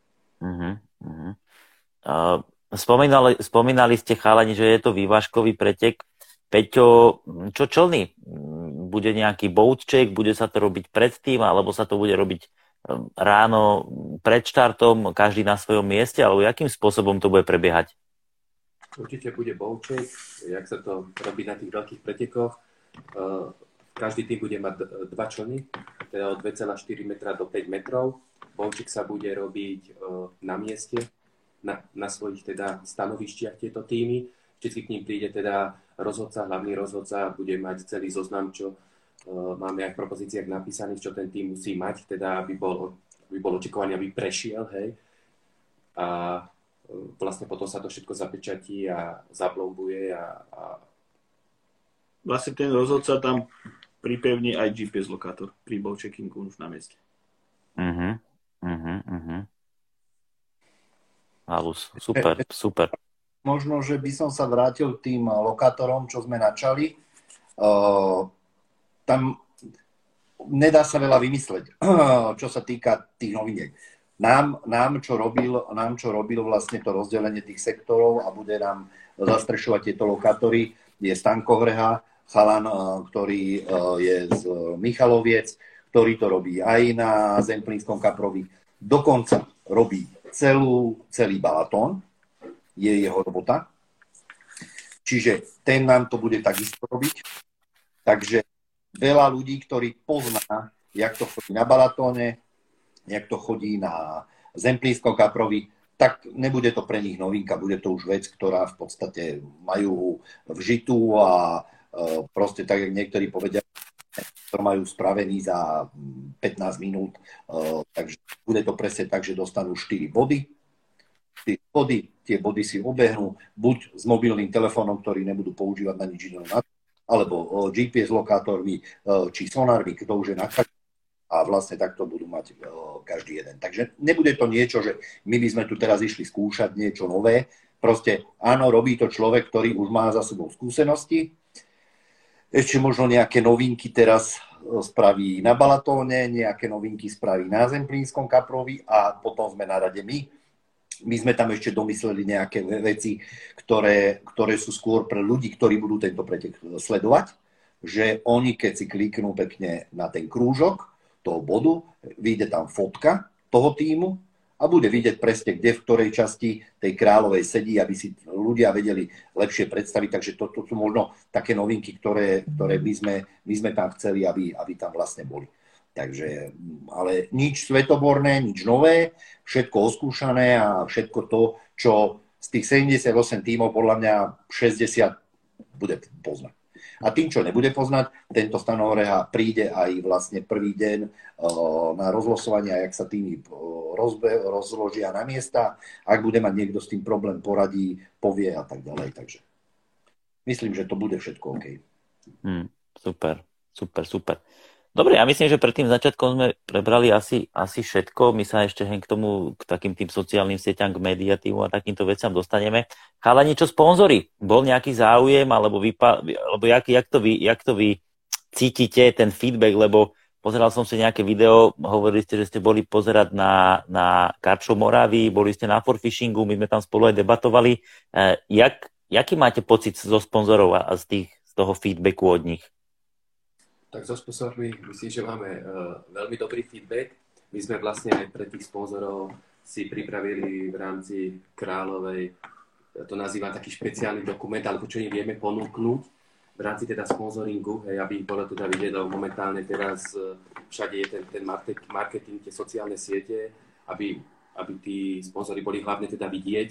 Spomínali ste, chalani, že je to vývažkový pretek. Peťo, čo člny? Bude nejaký boat check, bude sa to robiť predtým, alebo sa to bude robiť ráno pred štartom, každý na svojom mieste, alebo akým spôsobom to bude prebiehať? Určite bude boat check, jak sa to robí na tých veľkých pretekoch. Každý tým bude mať 2 člny, teda od 2,4 metra do 5 metrov. Bouček sa bude robiť na mieste, na svojich teda stanovištiach tieto týmy. Vždycky k ním príde teda rozhodca, hlavný rozhodca, bude mať celý zoznam, čo máme aj v propozíciách napísaných, čo ten tým musí mať, teda aby bol očakovaný, aby prešiel, hej. A vlastne potom sa to všetko zapečatí a zaplombuje a vlastne ten rozhodca tam pripevní aj GPS lokátor pri ball-checkingu už na mieste. Halus, super. Možno, že by som sa vrátil k tým lokátorom, čo sme načali. Tam nedá sa veľa vymysleť, čo sa týka tých noviniek. Nám, čo robil vlastne to rozdelenie tých sektorov a bude nám zastrešovať tieto lokátory, je Stanko Hreha, chalan, ktorý je z Michaloviec, ktorý to robí aj na Zemplínskom kaprovi. Dokonca robí celý Balatón, je jeho robota. Čiže ten nám to bude takisto robiť. Takže veľa ľudí, ktorí pozná, jak to chodí na Balatóne, jak to chodí na Zemplínskom kaprovi, tak nebude to pre nich novinka, bude to už vec, ktorá v podstate majú vžitú a proste tak, jak niektorí povedia, to majú spravený za 15 minút, takže bude to presne tak, že dostanú 4 body. Tie body si obehnú buď s mobilným telefónom, ktorý nebudú používať na nič iné, alebo GPS lokátormi, či sonármi, kto už je na a vlastne takto budú mať každý jeden. Takže nebude to niečo, že my by sme tu teraz išli skúšať niečo nové. Proste áno, robí to človek, ktorý už má za sebou skúsenosti. Ešte možno nejaké novinky teraz spraví na Balatóne, nejaké novinky spraví na Zemplínskom kaprovi a potom sme na rade my. My sme tam ešte domysleli nejaké veci, ktoré sú skôr pre ľudí, ktorí budú tento pretek sledovať, že oni, keď si kliknú pekne na ten krúžok toho bodu, vyjde tam fotka toho tímu a bude vidieť presne, kde v ktorej časti tej kráľovej sedí, aby si ľudia vedeli lepšie predstaviť. Takže to sú možno také novinky, ktoré my sme tam chceli, aby tam vlastne boli. Takže, ale nič svetoborné, nič nové, všetko oskúšané a všetko to, čo z tých 78 tímov podľa mňa 60 bude poznať. A tým, čo nebude poznať, tento Stano Hreha príde aj vlastne prvý deň na rozlosovanie, jak sa tými rozložia na miesta. Ak bude mať niekto s tým problém, poradí, povie a tak ďalej. Takže myslím, že to bude všetko OK. Super. Dobre, ja myslím, že pred tým začiatkom sme prebrali asi všetko. My sa ešte k takým tým sociálnym sieťam, k mediatívu a takýmto veciam dostaneme. Chalani, čo sponzori? Bol nejaký záujem, alebo jak to vy cítite, ten feedback, lebo pozeral som si nejaké video, hovorili ste, že ste boli pozerať na Karčov Moravy, boli ste na Forfishingu, my sme tam spolu aj debatovali. Jaký máte pocit zo sponzorov a z toho feedbacku od nich? Tak so sponzormi myslím, že máme veľmi dobrý feedback. My sme vlastne aj pre tých sponzorov si pripravili v rámci Kráľovej, to nazývam taký špeciálny dokument, alebo čo im vieme ponúknuť v rámci teda sponzoringu, aby ich bolo teda vidieť, lebo momentálne teraz všade je ten marketing, tie sociálne siete, aby tí sponzori boli hlavne teda vidieť,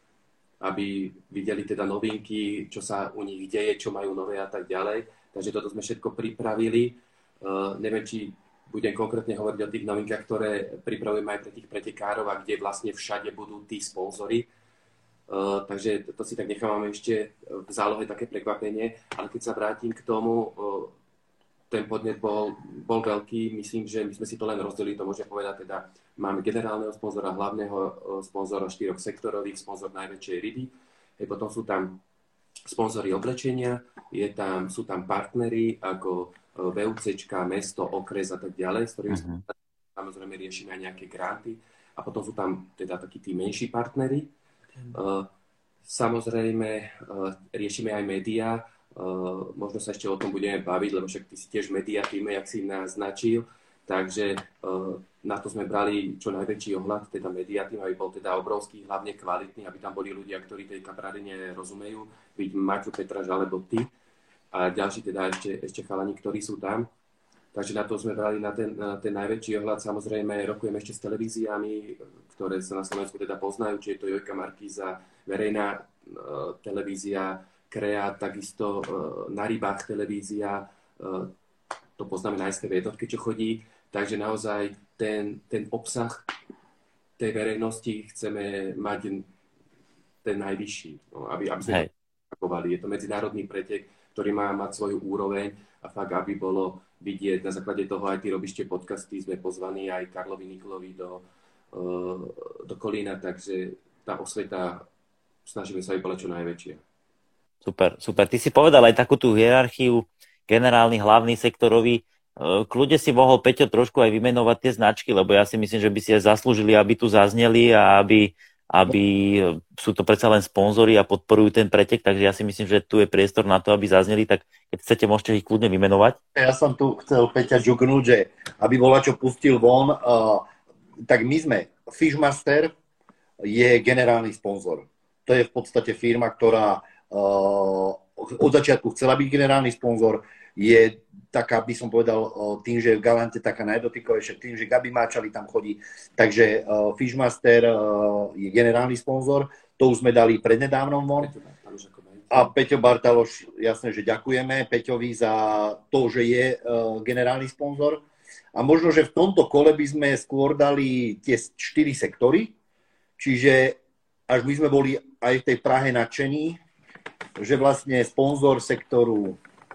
aby videli teda novinky, čo sa u nich deje, čo majú nové a tak ďalej. Takže toto sme všetko pripravili. Neviem, či budem konkrétne hovoriť o tých novinkách, ktoré pripravujeme aj pre tých pretekárov a kde vlastne všade budú tí sponzory. Takže to si tak nechávame ešte v zálohe také prekvapenie. Ale keď sa vrátim k tomu, ten podnet bol veľký. Myslím, že my sme si to len rozdelili, to môžem povedať. Teda máme generálneho sponzora, hlavného sponzora 4 sektorových, sponzor najväčšej ryby. Potom sú tam sponzori oblečenia, sú tam partneri ako VUCčka, mesto, okres a tak ďalej, s ktorými samozrejme riešime aj nejaké granty. A potom sú tam teda takí tí menší partneri. Samozrejme riešime aj médiá. Možno sa ešte o tom budeme baviť, lebo však ty si tiež médiá týme, jak si naznačil. Takže na to sme brali čo najväčší ohľad, teda médiá tým, aby bol teda obrovský, hlavne kvalitný, aby tam boli ľudia, ktorí tej kaprárine rozumejú, byť Maťo, Petraž alebo ty. A ďalší teda ešte chalani, ktorí sú tam. Takže na to sme brali na ten najväčší ohľad. Samozrejme, rokujeme ešte s televíziami, ktoré sa na Slovensku teda poznajú, či je to Jojka Markíza, verejná televízia, Kreát, takisto na rybách televízia, to poznáme na STV jednotke, čo chodí. Takže naozaj ten obsah tej verejnosti chceme mať ten najvyšší, no, aby sme opakovali. Je to medzinárodný pretek, ktorý má mať svoju úroveň a fakt, aby bolo vidieť. Na základe toho aj ty robíš tie podcasty, sme pozvaní aj Karlovi Nikolovi do Kolína, takže tá osveta, snažíme sa vypálať čo najväčšie. Super, super. Ty si povedal aj takú tú hierarchiu, generálny, hlavný, sektorový. Kľudne si mohol, Peťo, trošku aj vymenovať tie značky, lebo ja si myslím, že by si aj zaslúžili, aby tu zazneli a aby sú to predsa len sponzori a podporujú ten pretek, takže ja si myslím, že tu je priestor na to, aby zazneli, tak keď chcete, môžete ich kľudne vymenovať. Ja som tu chcel Peťa žuknúť, že aby bola čo pustil von, tak my sme, Fishmaster je generálny sponzor. To je v podstate firma, ktorá od začiatku chcela byť generálny sponzor, je taká, by som povedal, tým, že v Galante taká najdotykovejšia, tým, že Gabi Máčali tam chodí. Takže Fishmaster je generálny sponzor, to už sme dali prednedávnom von. A Peťo Bartaloš, jasné, že ďakujeme Peťovi za to, že je generálny sponzor. A možno, že v tomto kole by sme skôr dali tie 4 sektory, čiže až my sme boli aj v tej Prahe nadšení, že vlastne sponzor sektoru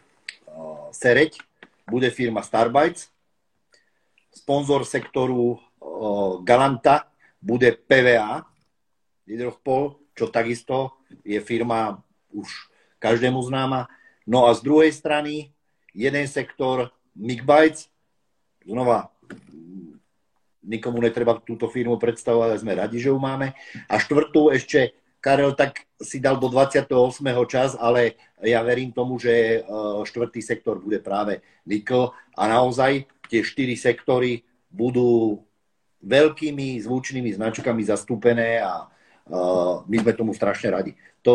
Sereď bude firma Starbites, sponzor sektoru Galanta bude PVA, Hydrospol, čo takisto je firma už každému známa. No a z druhej strany jeden sektor Migbites, znova nikomu netreba túto firmu predstavovať, ale sme radi, že ju máme. A štvrtú ešte Karel tak si dal do 28. čas, ale ja verím tomu, že štvrtý sektor bude práve Nikl a naozaj tie 4 sektory budú veľkými zvučnými značkami zastúpené a my sme tomu strašne radi.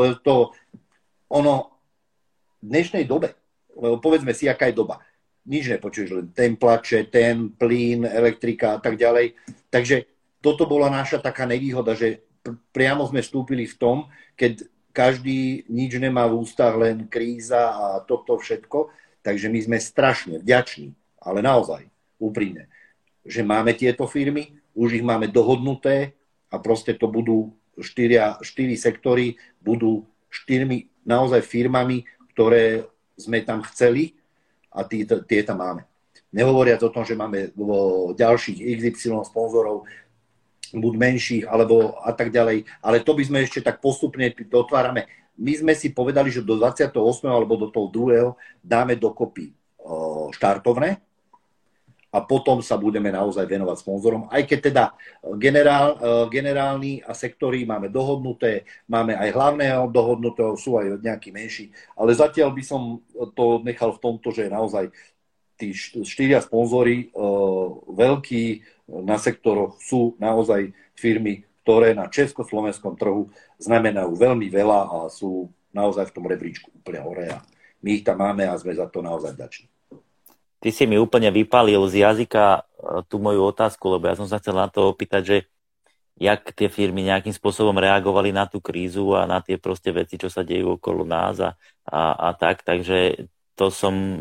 Ono v dnešnej dobe, lebo povedzme si, aká je doba, nič nepočuješ, len ten plače, ten plyn, elektrika a tak ďalej. Takže toto bola naša taká nevýhoda, že priamo sme vstúpili v tom, keď každý nič nemá v ústach, len kríza a toto všetko. Takže my sme strašne vďační, ale naozaj úprimne, že máme tieto firmy, už ich máme dohodnuté a proste to budú 4 sektory, budú 4 naozaj firmami, ktoré sme tam chceli a tie tam máme. Nehovoriac o tom, že máme ďalších XY sponzorov, buď menších, alebo a tak ďalej. Ale to by sme ešte tak postupne dotvárame. My sme si povedali, že do 28. alebo do toho 2. dáme dokopy štartovné a potom sa budeme naozaj venovať sponzorom. Aj keď teda generálny a sektory máme dohodnuté, máme aj hlavného dohodnutého, sú aj nejaký menší, ale zatiaľ by som to nechal v tomto, že naozaj tí 4 sponzori veľkí na sektoroch sú naozaj firmy, ktoré na československom trhu znamenajú veľmi veľa a sú naozaj v tom rebríčku úplne hore a my ich tam máme a sme za to naozaj vďační. Ty si mi úplne vypálil z jazyka tú moju otázku, lebo ja som sa chcel na to opýtať, že jak tie firmy nejakým spôsobom reagovali na tú krízu a na tie proste veci, čo sa dejú okolo nás a tak, takže to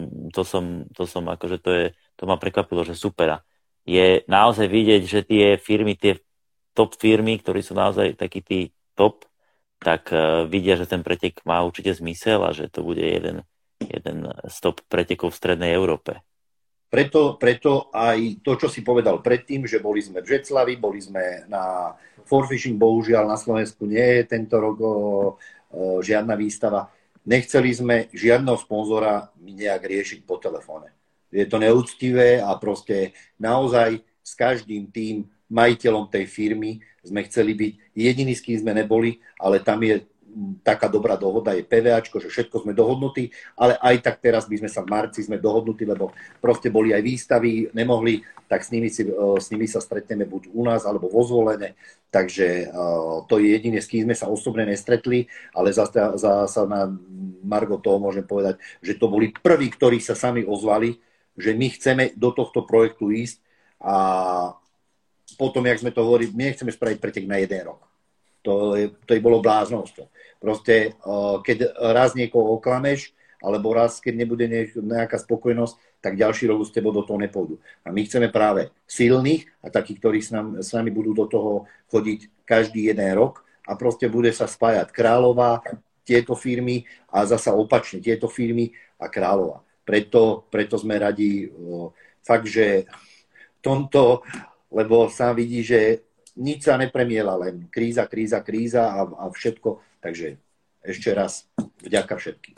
ma prekvapilo, že super. Je naozaj vidieť, že tie firmy, tie top firmy, ktorí sú naozaj takí tí top, tak vidia, že ten pretek má určite zmysel a že to bude jeden z top pretekov v strednej Európe. Preto aj to, čo si povedal predtým, že boli sme v Žeclavi, boli sme na Forfishing, bohužiaľ na Slovensku nie je tento rok žiadna výstava. Nechceli sme žiadneho sponzora nejak riešiť po telefóne. Je to neúctivé a proste naozaj s každým tým majiteľom tej firmy sme chceli byť jediní, s kým sme neboli, ale tam je taká dobrá dohoda, je PVAčko, že všetko sme dohodnutí, ale aj tak teraz by sme sa v marci sme dohodnutí, lebo proste boli aj výstavy, nemohli, tak s nimi sa stretneme buď u nás, alebo vo Zvolene, takže to je jediné, s kým sme sa osobne nestretli, ale zasa na margo toho môžem povedať, že to boli prví, ktorí sa sami ozvali, že my chceme do tohto projektu ísť a potom, jak sme to hovorili, my nechceme spraviť pretek na 1 rok. To je bolo bláznostvo. Proste, keď raz niekoho oklameš, alebo raz, keď nebude nejaká spokojnosť, tak ďalší rok s tebou do toho nepôjdu. A my chceme práve silných a takých, ktorí s nami budú do toho chodiť každý 1 rok a proste bude sa spájať Kráľová, tieto firmy a zasa opačne tieto firmy a Kráľová. Preto sme radi fakt, že tomto, lebo sám vidí, že nič sa nepremiela, len kríza a všetko. Takže ešte raz vďaka všetkým.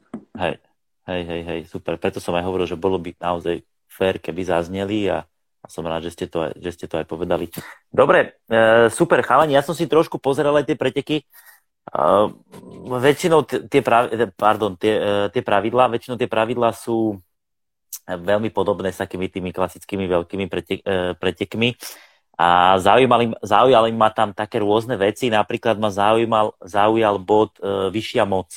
Hej, super. Preto som aj hovoril, že bolo by naozaj fér, keby zazneli a som rád, že ste to aj povedali. Dobre, super, chalani, ja som si trošku pozeral aj tie preteky. Väčšinou tie pravidlá sú veľmi podobné s takými tými klasickými veľkými pretekmi a zaujali ma tam také rôzne veci. Napríklad ma zaujal bod vyššia moc.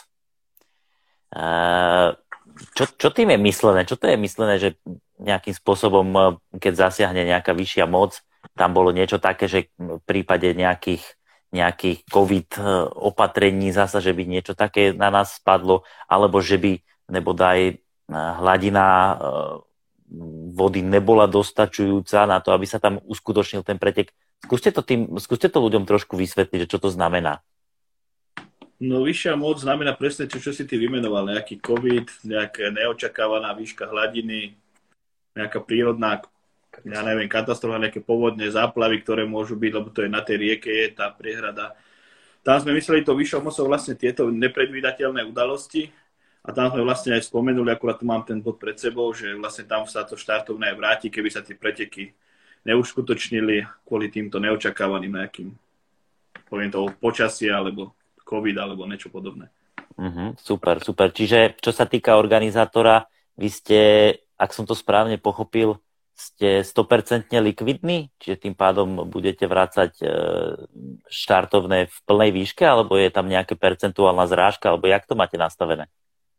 Čo tým je myslené? Čo to je myslené, že nejakým spôsobom, keď zasiahne nejaká vyššia moc, tam bolo niečo také, že v prípade nejakých COVID opatrení zasa, že by niečo také na nás spadlo, alebo že by nebodaj hladina vody nebola dostačujúca na to, aby sa tam uskutočnil ten pretek. Skúste to ľuďom trošku vysvetliť, že čo to znamená. No vyššia moc znamená presne čo si ty vymenoval. Nejaký COVID, nejaká neočakávaná výška hladiny, nejaká prírodná, ja neviem, katastrofa, nejaké povodne, záplavy, ktoré môžu byť, lebo to je na tej rieke, je tá priehrada. Tam sme mysleli to vyššou mocou vlastne tieto nepredvídateľné udalosti a tam sme vlastne aj spomenuli, akurát tu mám ten bod pred sebou, že vlastne tam sa to štartovné aj vráti, keby sa tie preteky neuskutočnili kvôli týmto neočakávaným nejakým, poviem to, počasia alebo COVID alebo niečo podobné. Super. Čiže čo sa týka organizátora, vy ste, ak som to správne pochopil, ste 100% likvidní? Čiže tým pádom budete vrácať štartovné v plnej výške, alebo je tam nejaká percentuálna zrážka, alebo jak to máte nastavené?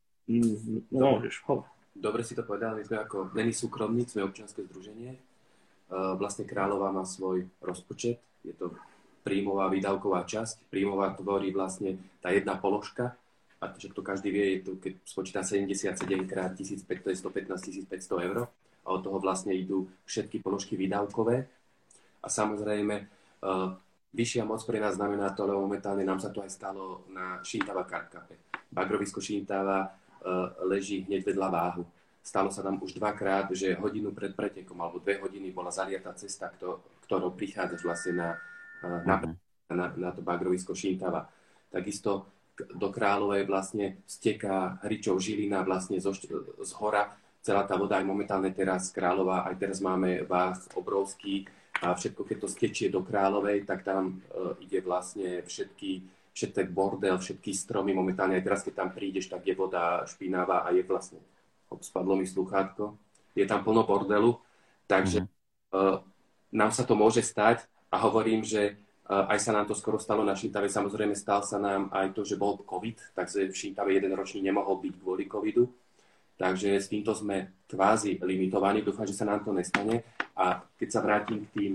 Dobre si to povedal, my sme ako není súkromník, sme občianske združenie. Vlastne Kráľová má svoj rozpočet, je to príjmová výdavková časť. Príjmová tvorí vlastne tá jedna položka, a to každý vie, je to, keď spočíta 77 krát 1500, to je 115 500 eur. A od toho vlastne idú všetky položky výdavkové. A samozrejme, vyššia moc pre nás znamená to, lebo momentálne nám sa to aj stalo na Šíntava Kartkape. Bagrovisko Šíntava leží hneď vedľa Váhu. Stalo sa nám už 2-krát, že hodinu pred pretekom alebo 2 hodiny bola zaliatá cesta, ktorou prichádzaš vlastne na to Bagrovisko Šíntava. Takisto do Kráľovej vlastne steká Hričov Žilina vlastne z hora. Celá tá voda aj momentálne teraz Kráľová, aj teraz máme vás obrovský a všetko, keď to stečie do Kráľovej, tak tam ide vlastne všetky bordel, všetky stromy. Momentálne aj teraz, keď tam prídeš, tak je voda špinavá a je vlastne, spadlo mi slúchátko, je tam plno bordelu, takže nám sa to môže stať. A hovorím, že aj sa nám to skoro stalo na Šíntave. Samozrejme, stal sa nám aj to, že bol COVID, takže v Šíntave jeden ročník nemohol byť kvôli covidu. Takže s týmto sme kvázi limitovaní. Dúfam, že sa nám to nestane. A keď sa vrátim k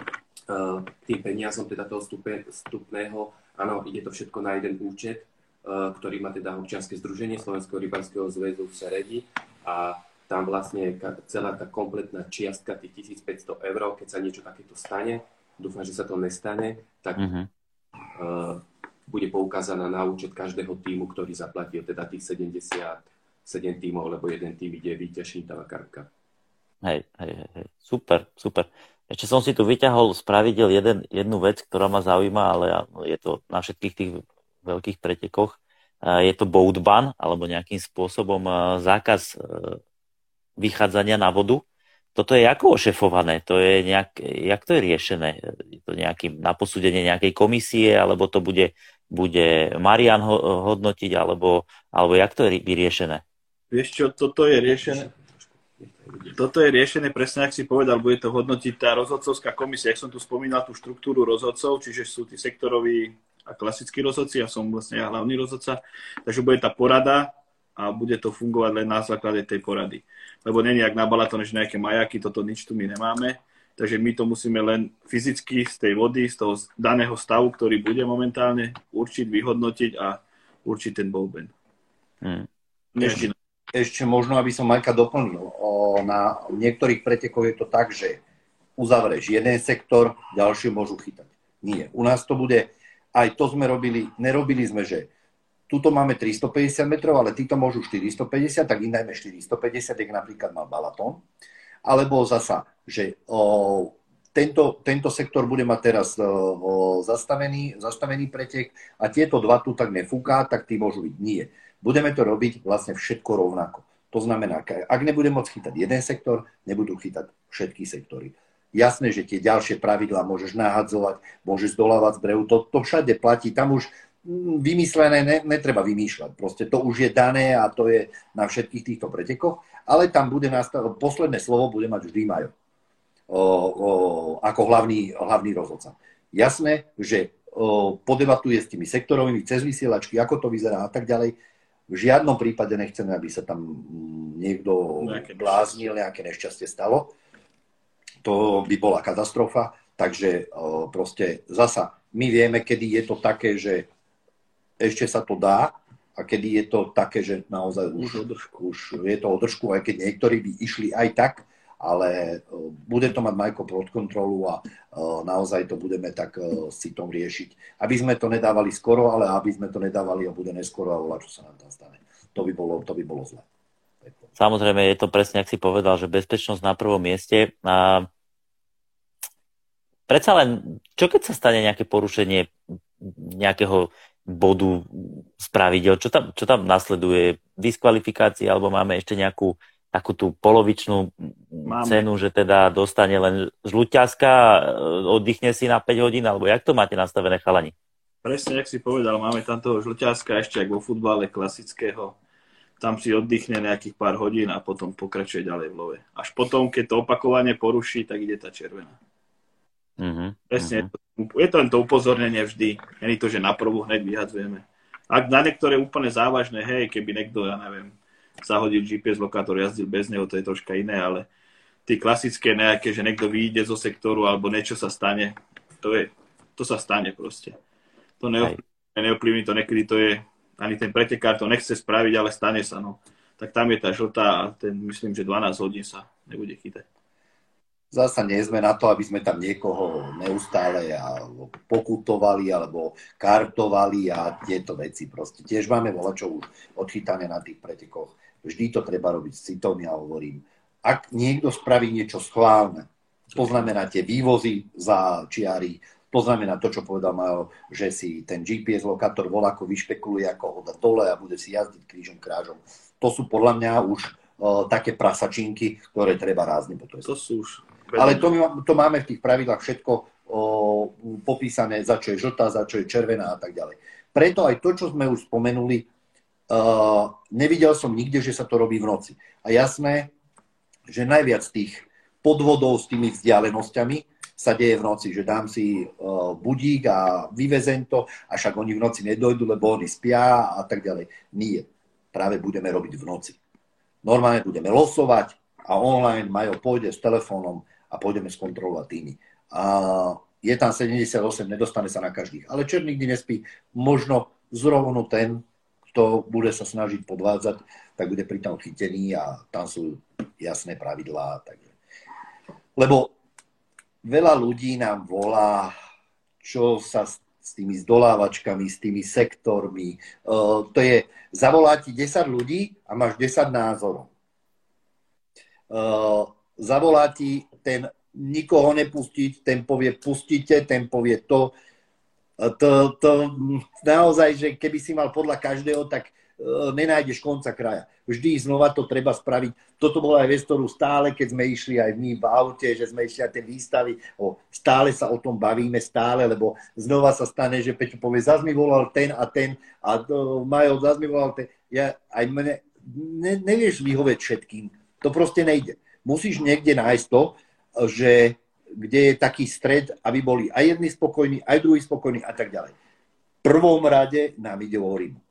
tým peniazom teda toho vstupného, áno, ide to všetko na jeden účet, ktorý má teda občianske združenie Slovenského rybárskeho zväzu v Seredi. A tam vlastne celá tá kompletná čiastka tých 1500 eur, keď sa niečo takéto stane, dúfam, že sa to nestane, tak bude poukázaná na účet každého tímu, ktorý zaplatil teda tých 77 tímov, lebo jeden tým ide víťaz Šíntava Kartka. Hej. Super. Ešte som si tu vyťahol z pravidel jednu vec, ktorá ma zaujíma, ale je to na všetkých tých veľkých pretekoch. Je to boat ban, alebo nejakým spôsobom zákaz vychádzania na vodu. Toto je ako ošefované? Jak to je riešené? Je to na posúdenie nejakej komisie, alebo to bude Marian hodnotiť, alebo jak to je vyriešené? Vieš čo, toto je riešené presne, ak si povedal, bude to hodnotiť tá rozhodcovská komisia. Jak som tu spomínal tú štruktúru rozhodcov, čiže sú tí sektoroví a klasickí rozhodci, ja som vlastne hlavný rozhodca, takže bude tá porada a bude to fungovať len na základe tej porady. Lebo nie je jak na Balatone, že nejaké majaky, toto nič tu my nemáme. Takže my to musíme len fyzicky z tej vody, z toho daného stavu, ktorý bude momentálne, určiť, vyhodnotiť a určiť ten boben. Ešte možno, aby som Majka doplnil. Na niektorých pretekoch je to tak, že uzavrieš jeden sektor, ďalšie môžu chytať. Nie. U nás to bude, aj to sme robili, nerobili sme, že tuto máme 350 metrov, ale títo môžu 450, tak im dajme 450, jak napríklad mal Balaton. Alebo zasa, že tento sektor bude mať teraz zastavený pretek a tieto dva tu tak nefúká, tak tí môžu byť. Nie. Budeme to robiť vlastne všetko rovnako. To znamená, ak nebude môcť chytať jeden sektor, nebudú chytať všetky sektory. Jasné, že tie ďalšie pravidlá môžeš nahadzovať, môžeš zdolávať z brehu, to všade platí, tam už vymyslené netreba vymýšľať. Proste to už je dané a to je na všetkých týchto pretekoch, ale tam bude posledné slovo bude mať vždy Majo ako hlavný rozhodca. Jasné, že podebatuje s tými sektorovými cez vysielačky, ako to vyzerá a tak ďalej. V žiadnom prípade nechceme, aby sa tam niekto bláznil, nejaké nešťastie stalo. To by bola katastrofa. Takže proste zasa my vieme, kedy je to také, že ešte sa to dá a kedy je to také, že naozaj už je to o držku, aj keď niektorí by išli aj tak, ale bude to mať Majko pod kontrolu a naozaj to budeme tak si tom riešiť. Aby sme to nedávali skoro, ale aby sme to nedávali a bude neskoro a volá, čo sa nám tam stane. To by bolo zle. Samozrejme, je to presne, ak si povedal, že bezpečnosť na prvom mieste. A predsa len, čo keď sa stane nejaké porušenie nejakého bodu z pravidel? Čo tam nasleduje? Diskvalifikácia, alebo máme ešte nejakú takú tú polovičnú cenu, že teda dostane len žluťaska, oddychne si na 5 hodín, alebo jak to máte nastavené, chalani? Presne, jak si povedal, máme tam toho žluťaska ešte ako vo futbale klasického. Tam si oddychne nejakých pár hodín a potom pokračuje ďalej v love. Až potom, keď to opakovane poruší, tak ide tá červená. Presne, je to len to upozornenie vždy. Nie je to, že na prvú hneď vyhadzujeme. Ak na niektoré úplne závažné, hej, keby niekto, ja neviem, zahodil GPS lokátor, jazdil bez neho, to je troška iné, ale tí klasické nejaké, že niekto vyjde zo sektoru alebo niečo sa stane, to sa stane proste. To neovplyvní to, niekedy to je, ani ten pretekár to nechce spraviť, ale stane sa, no. Tak tam je tá žltá a myslím, že 12 hodín sa nebude chytať. Zasa nie sme na to, aby sme tam niekoho neustále pokutovali alebo kartovali a tieto veci. Proste tiež máme volačov už odchytané na tých pretekoch. Vždy to treba robiť s citom, ja hovorím. Ak niekto spraví niečo schválne, to znamená tie vývozy za čiary, to znamená to, čo povedal Majo, že si ten GPS lokátor voľako vyšpekuluje, ako ho dá dole a bude si jazdiť krížom krážom. To sú podľa mňa už také prasačinky, ktoré treba rázne potrestať. To sú už... Ale to máme v tých pravidlách všetko popísané, za čo je žltá, za čo je červená a tak ďalej. Preto aj to, čo sme už spomenuli, nevidel som nikde, že sa to robí v noci. A jasné, že najviac tých podvodov s tými vzdialenosťami sa deje v noci, že dám si budík a vyvezeň to, a však oni v noci nedojdu, lebo oni spia a tak ďalej. Nie. Práve budeme robiť v noci. Normálne budeme losovať a online Majo pôjde s telefónom a pôjdeme skontrolovať týmy. A je tam 78, nedostane sa na každých. Ale Čer nikdy nespí. Možno zrovna ten, kto bude sa snažiť podvádzať, tak bude pri tom chytený a tam sú jasné pravidlá. Takže. Lebo veľa ľudí nám volá, čo sa s tými zdolávačkami, s tými sektormi. To je, zavolá ti 10 ľudí a máš 10 názorov. Zavolá ti ten nikoho nepustiť, ten povie pustite, ten povie to. Naozaj, že keby si mal podľa každého, tak nenájdeš konca kraja. Vždy znova to treba spraviť. Toto bola aj vec, ktorú stále, keď sme išli aj my v aute, že sme išli aj tie výstavy, stále sa o tom bavíme, stále, lebo znova sa stane, že Peťo povie, zas mi volal ten a Majo, zas mi volal ten. Aj mne, nevieš vyhovieť všetkým. To proste nejde. Musíš niekde nájsť to, že kde je taký stred, aby boli aj jedni spokojní, aj druhí spokojní a tak ďalej. V prvom rade nám ide o rybu.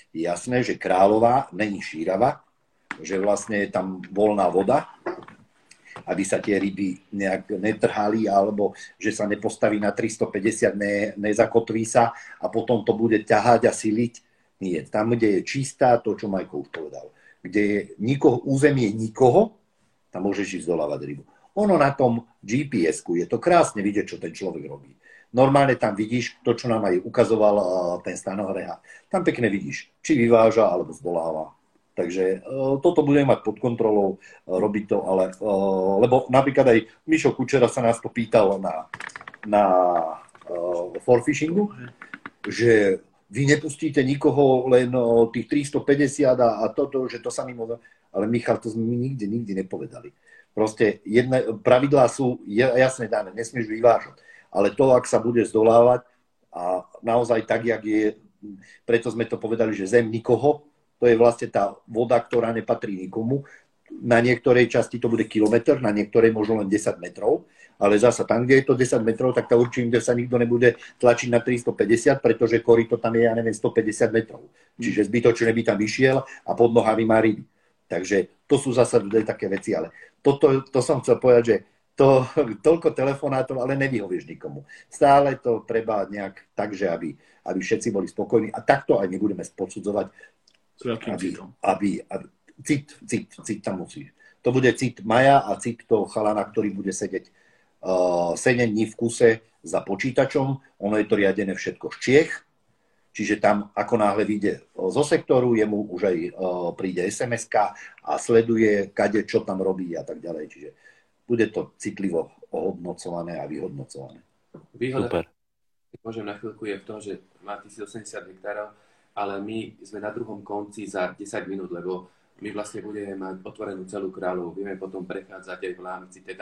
je jasné, že Kráľová není šírava, že vlastne je tam voľná voda, aby sa tie ryby nejak netrhali, alebo že sa nepostaví na 350, nezakotví sa a potom to bude ťahať a siliť. Nie, tam, kde je čistá, to, čo Majko už povedal, kde je územie nikoho, tam môžeš ísť dolávať rybu. Ono na tom GPS-ku je to krásne vidieť, čo ten človek robí. Normálne tam vidíš to, čo nám aj ukazoval ten stanohreha. Tam pekne vidíš, či vyváža, alebo zdoláva. Takže toto budeme mať pod kontrolou, robiť to, ale, lebo napríklad aj Mišo Kučera sa nás to pýtal na forfishingu, že vy nepustíte nikoho, len tých 350 a toto, že to sa mimo... Ale Michal, to sme nikdy nepovedali. Proste pravidlá sú jasne dané, nesmieš vyvážať. Ale to, ak sa bude zdolávať a naozaj tak, jak je, preto sme to povedali, že zem nikoho, to je vlastne tá voda, ktorá nepatrí nikomu. Na niektorej časti to bude kilometr, na niektorej možno len 10 metrov, ale zasa tam, kde je to 10 metrov, tak tam určite sa nikto nebude tlačiť na 350, pretože koryto tam je, ja neviem, 150 metrov. Čiže zbytočne by tam vyšiel a pod nohami má ryby. Takže to sú zasa také veci, ale to som chcel povedať, že toľko telefonátov, ale nevyhovieš nikomu. Stále to treba nejak tak, že aby všetci boli spokojní a takto aj nebudeme posudzovať, aby cit tam musí. To bude cit Maja a cit toho chalana, ktorý bude sedieť 7 dní v kuse za počítačom. Ono je to riadené všetko z Čiech, čiže tam ako náhle vyjde zo sektoru, jemu už aj príde SMS-ka a sleduje, kade, čo tam robí a tak ďalej. Čiže bude to citlivo ohodnocované a vyhodnocované. Výhoda, môžem na chvíľku, je v tom, že má 1080 hektárov, ale my sme na druhom konci za 10 minút, lebo my vlastne budeme mať otvorenú celú Kráľovú. Vieme potom prechádzať aj v rámci teda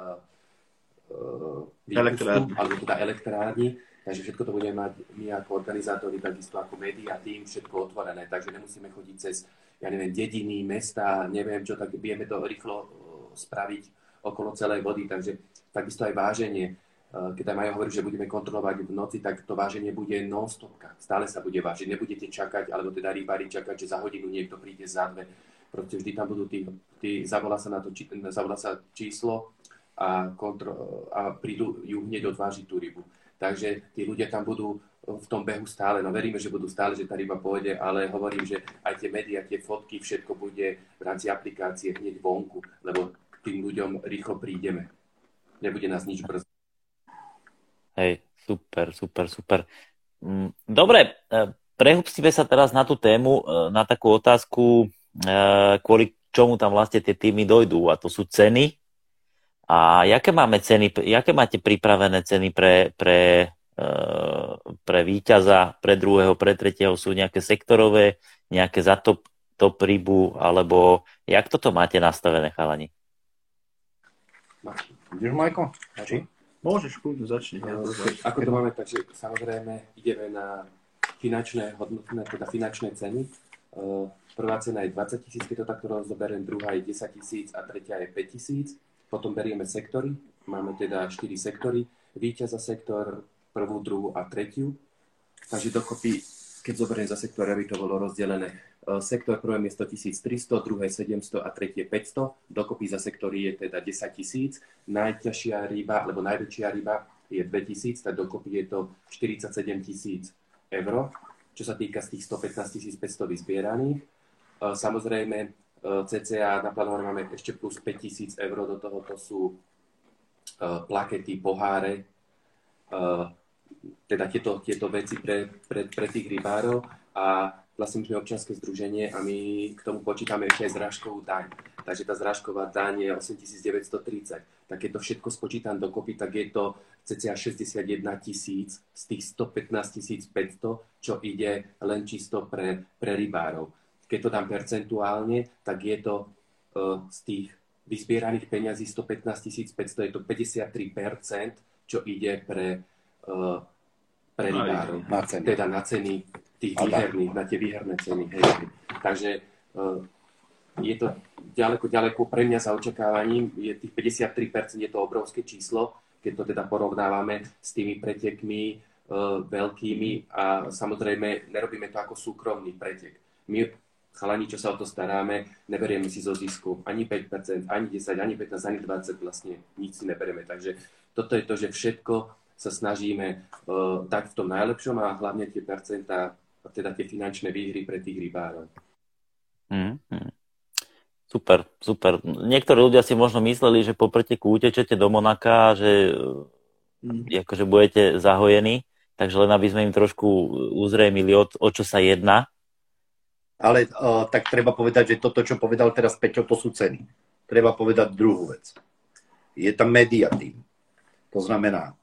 elektrárni. Takže všetko to budeme mať my ako organizátori, takisto ako média, tým všetko otvorené. Takže nemusíme chodiť cez, ja neviem, dediny, mesta, neviem čo, tak vieme to rýchlo spraviť okolo celej vody. Takže takisto aj váženie. Keď aj Majo hovorí, že budeme kontrolovať v noci, tak to váženie bude non-stopka. Stále sa bude vážiť. Nebudete čakať, alebo teda rybári čakať, že za hodinu niekto príde za dve. Proste vždy tam budú zavolá sa číslo a prídu ju hneď odvážiť tú rybu. Takže tí ľudia tam budú v tom behu stále. No veríme, že budú stále, že tá ryba pôjde, ale hovorím, že aj tie médiá, tie fotky, všetko bude v rámci aplikácie hneď vonku, lebo k tým ľuďom rýchlo prídeme. Nebude nás nič brzdiť. Hej, super. Dobre, prehúpstime sa teraz na tú tému, na takú otázku, kvôli čomu tam vlastne tie týmy dojdú, a to sú ceny. A jaké máte pripravené ceny pre víťaza, pre druhého, pre tretieho? Sú nejaké sektorové, nejaké za top rybu, alebo jak toto máte nastavené, chalani? Ideš, Majko? Môžeš, kľudne začni. Ako to máme, takže samozrejme ideme na finančné ceny. Prvá cena je 20 000, keď to takto rozoberiem, druhá je 10 000 a tretia je 5 000. Potom berieme sektory, máme teda 4 sektory, víťaza sektor, prvú, druhú a tretiu. Takže dokopy, keď zoberiem za sektor, aby to bolo rozdelené, sektor prvé miesto 1300, druhé 700 a tretie 500, dokopy za sektory je teda 10 000, najťažšia ryba, alebo najväčšia ryba je 2000, tak dokopy je to 47 000 eur, čo sa týka z tých 115 500 vyzbieraných. Samozrejme, cca naplánované máme ešte plus 5 000 eur, do toho to sú plakety, poháre, teda tieto veci pre tých rybárov a vlastne my sme občianske združenie a my k tomu počítame ešte aj zrážkovú daň. Takže tá zrážková daň je 8 930. Tak keď to všetko spočítam dokopy, tak je to cca 61 000 z tých 115 500, čo ide len čisto pre rybárov. Keď to dám percentuálne, tak je to z tých vyzbieraných peňazí 115 500, je to 53%, čo ide pre rybárov. Teda na ceny tých výherných, na tie výherné ceny. Hej. Takže je to ďaleko pre mňa za očakávaním. Je tých 53%, je to obrovské číslo, keď to teda porovnávame s tými pretekmi veľkými a samozrejme nerobíme to ako súkromný pretek. My, chalani, čo sa o to staráme, neberieme si zo zisku ani 5%, ani 10, ani 15, ani 20, vlastne nič si neberieme. Takže toto je to, že všetko sa snažíme dať v tom najlepšom a hlavne tie percentá, teda tie finančné výhry pre tých rybárov. Super, super. Niektorí ľudia si možno mysleli, že po preteku utečete do Monaka, že akože budete zahojení, takže len aby sme im trošku uzrejmili, o čo sa jedná. Ale tak treba povedať, že toto, čo povedal teraz Peťo, to sú ceny. Treba povedať druhú vec. Je tam media team. To znamená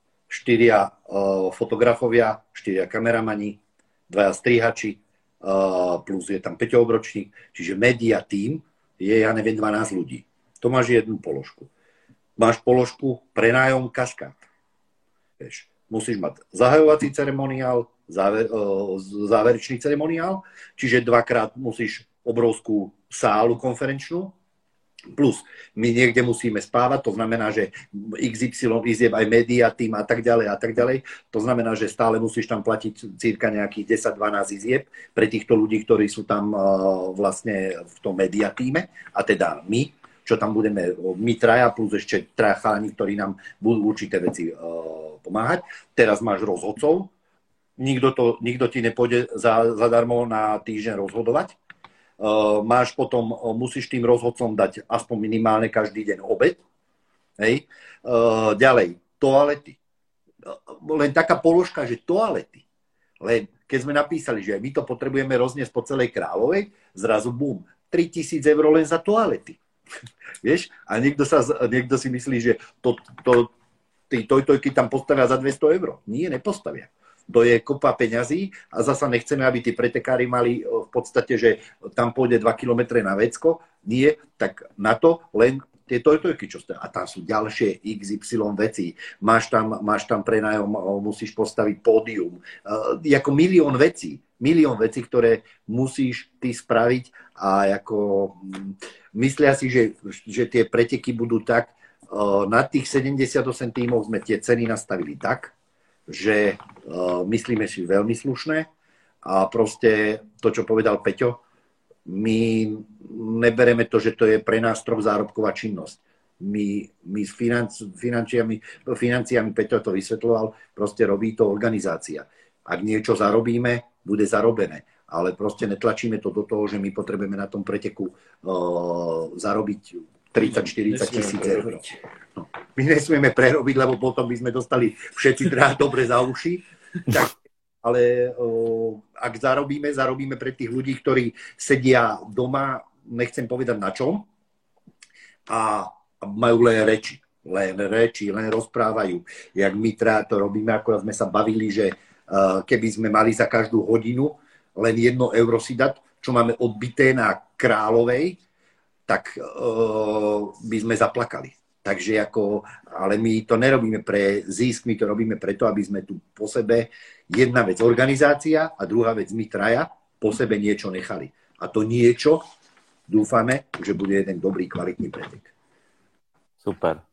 4 fotografovia, 4 kameramani, 2 strihači, plus je tam Peťo Obročník, čiže media team je, ja neviem, 12 ľudí. To máš jednu položku. Máš položku prenájom kaskád. Vieš, musíš mať zahajovací ceremoniál, záverečný ceremoniál, čiže 2-krát musíš obrovskú sálu konferenčnú, plus my niekde musíme spávať, to znamená, že XY izieb aj média, tým a tak ďalej. To znamená, že stále musíš tam platiť cirka nejakých 10-12 izieb pre týchto ľudí, ktorí sú tam vlastne v tom média týme, a teda my, čo tam budeme, my traja, plus ešte 3 chalani, ktorí nám budú určité veci pomáhať. Teraz máš rozhodcov, nikto ti nepôjde zadarmo na týždeň rozhodovať. Máš potom, musíš tým rozhodcom dať aspoň minimálne každý deň obed. Hej. Ďalej, toalety. Len taká položka, že toalety. Len keď sme napísali, že my to potrebujeme rozniesť po celej Kráľovej, zrazu bum, 3 000 eur len za toalety. Vieš? A niekto si myslí, že tí tojtojky tam postavia za 200 eur. Nie, nepostavia. To je kopa peňazí a zasa nechceme, aby tí pretekári mali v podstate, že tam pôjde 2 kilometre na vecko. Nie, tak na to len tie tojtojky, čo stojí. A tam sú ďalšie XY veci. Máš tam prenájom, musíš postaviť pódium. Ako milión vecí, ktoré musíš ty spraviť a ako myslia si, že tie preteky budú tak. Na tých 78 tímov sme tie ceny nastavili tak, že myslíme si veľmi slušné a proste to, čo povedal Peťo, my nebereme to, že to je pre nás strop zárobková činnosť. My s financiami, Peťo to vysvetľoval, proste robí to organizácia. Ak niečo zarobíme, bude zarobené. Ale proste netlačíme to do toho, že my potrebujeme na tom preteku zarobiť 30-40 tisíc eur. No. My nesmieme prerobiť, lebo potom by sme dostali všetci dobre za uši. Tak, ale ak zarobíme pre tých ľudí, ktorí sedia doma, nechcem povedať na čom, a majú len reči, len rozprávajú. Jak my to robíme, akorát sme sa bavili, že keby sme mali za každú hodinu len 1 euro si dať, čo máme odbité na Kráľovej, tak by sme zaplakali. Takže ale my to nerobíme pre zisk, my to robíme preto, aby sme tu po sebe, jedna vec organizácia a druhá vec my traja, po sebe niečo nechali. A to niečo, dúfame, že bude jeden dobrý, kvalitný pretek. Super.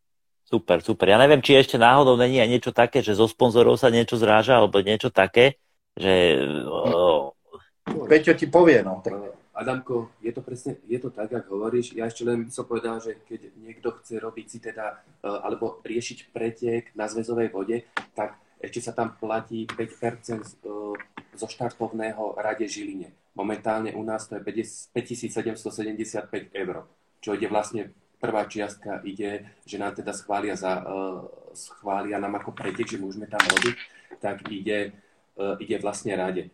Ja neviem, či ešte náhodou není aj niečo také, že zo sponzorov sa niečo zráža, alebo niečo také, že... Peťo ti povie, no. Adamko, je to tak, ako hovoríš. Ja ešte len som povedal, že keď niekto chce robiť si teda, alebo riešiť pretek na zväzovej vode, tak ešte sa tam platí 5% zo štartovného Rade Žiline. Momentálne u nás to je 5775 eur, čo ide vlastne, prvá čiastka ide, že nám teda schvália nám ako pretek, že môžeme tam robiť, tak ide vlastne Rade.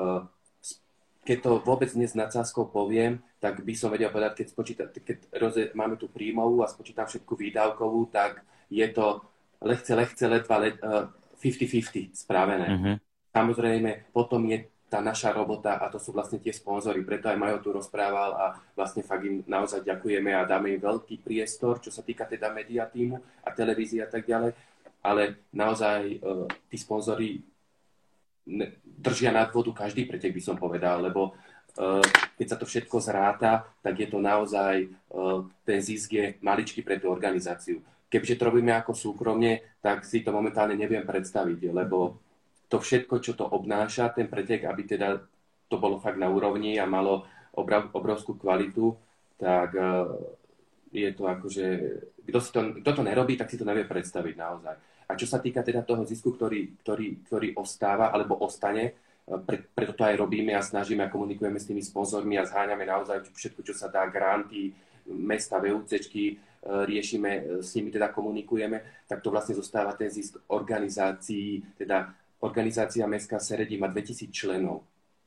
Keď to vôbec dnes s nadsázkou poviem, tak by som vedel povedať, keď máme tu príjmovú a spočítam všetku výdavkovú, tak je to ledva 50-50 spravené. Mm-hmm. Samozrejme, potom je tá naša robota a to sú vlastne tie sponzory. Preto aj Majo tu rozprával a vlastne fakt im naozaj ďakujeme a dáme im veľký priestor, čo sa týka teda media tímu a televízie a tak ďalej. Ale naozaj tí sponzory držia nad vodu každý pretek, by som povedal, lebo keď sa to všetko zráta, tak je to naozaj, ten zisk je maličký pre tú organizáciu. Keďže to robíme ako súkromne, tak si to momentálne neviem predstaviť, lebo to všetko, čo to obnáša, ten pretek, aby teda to bolo fakt na úrovni a malo obrovskú kvalitu, tak je to akože, kto to nerobí, tak si to nevie predstaviť naozaj. A čo sa týka teda toho zisku, ktorý ostáva alebo ostane, preto to aj robíme a snažíme a komunikujeme s tými sponzormi a zháňame naozaj všetko, čo sa dá, granty, mesta, VUCčky, riešime, s nimi teda komunikujeme, tak to vlastne zostáva ten zisk organizácií, teda organizácia Mestská Seredí má 2000 členov.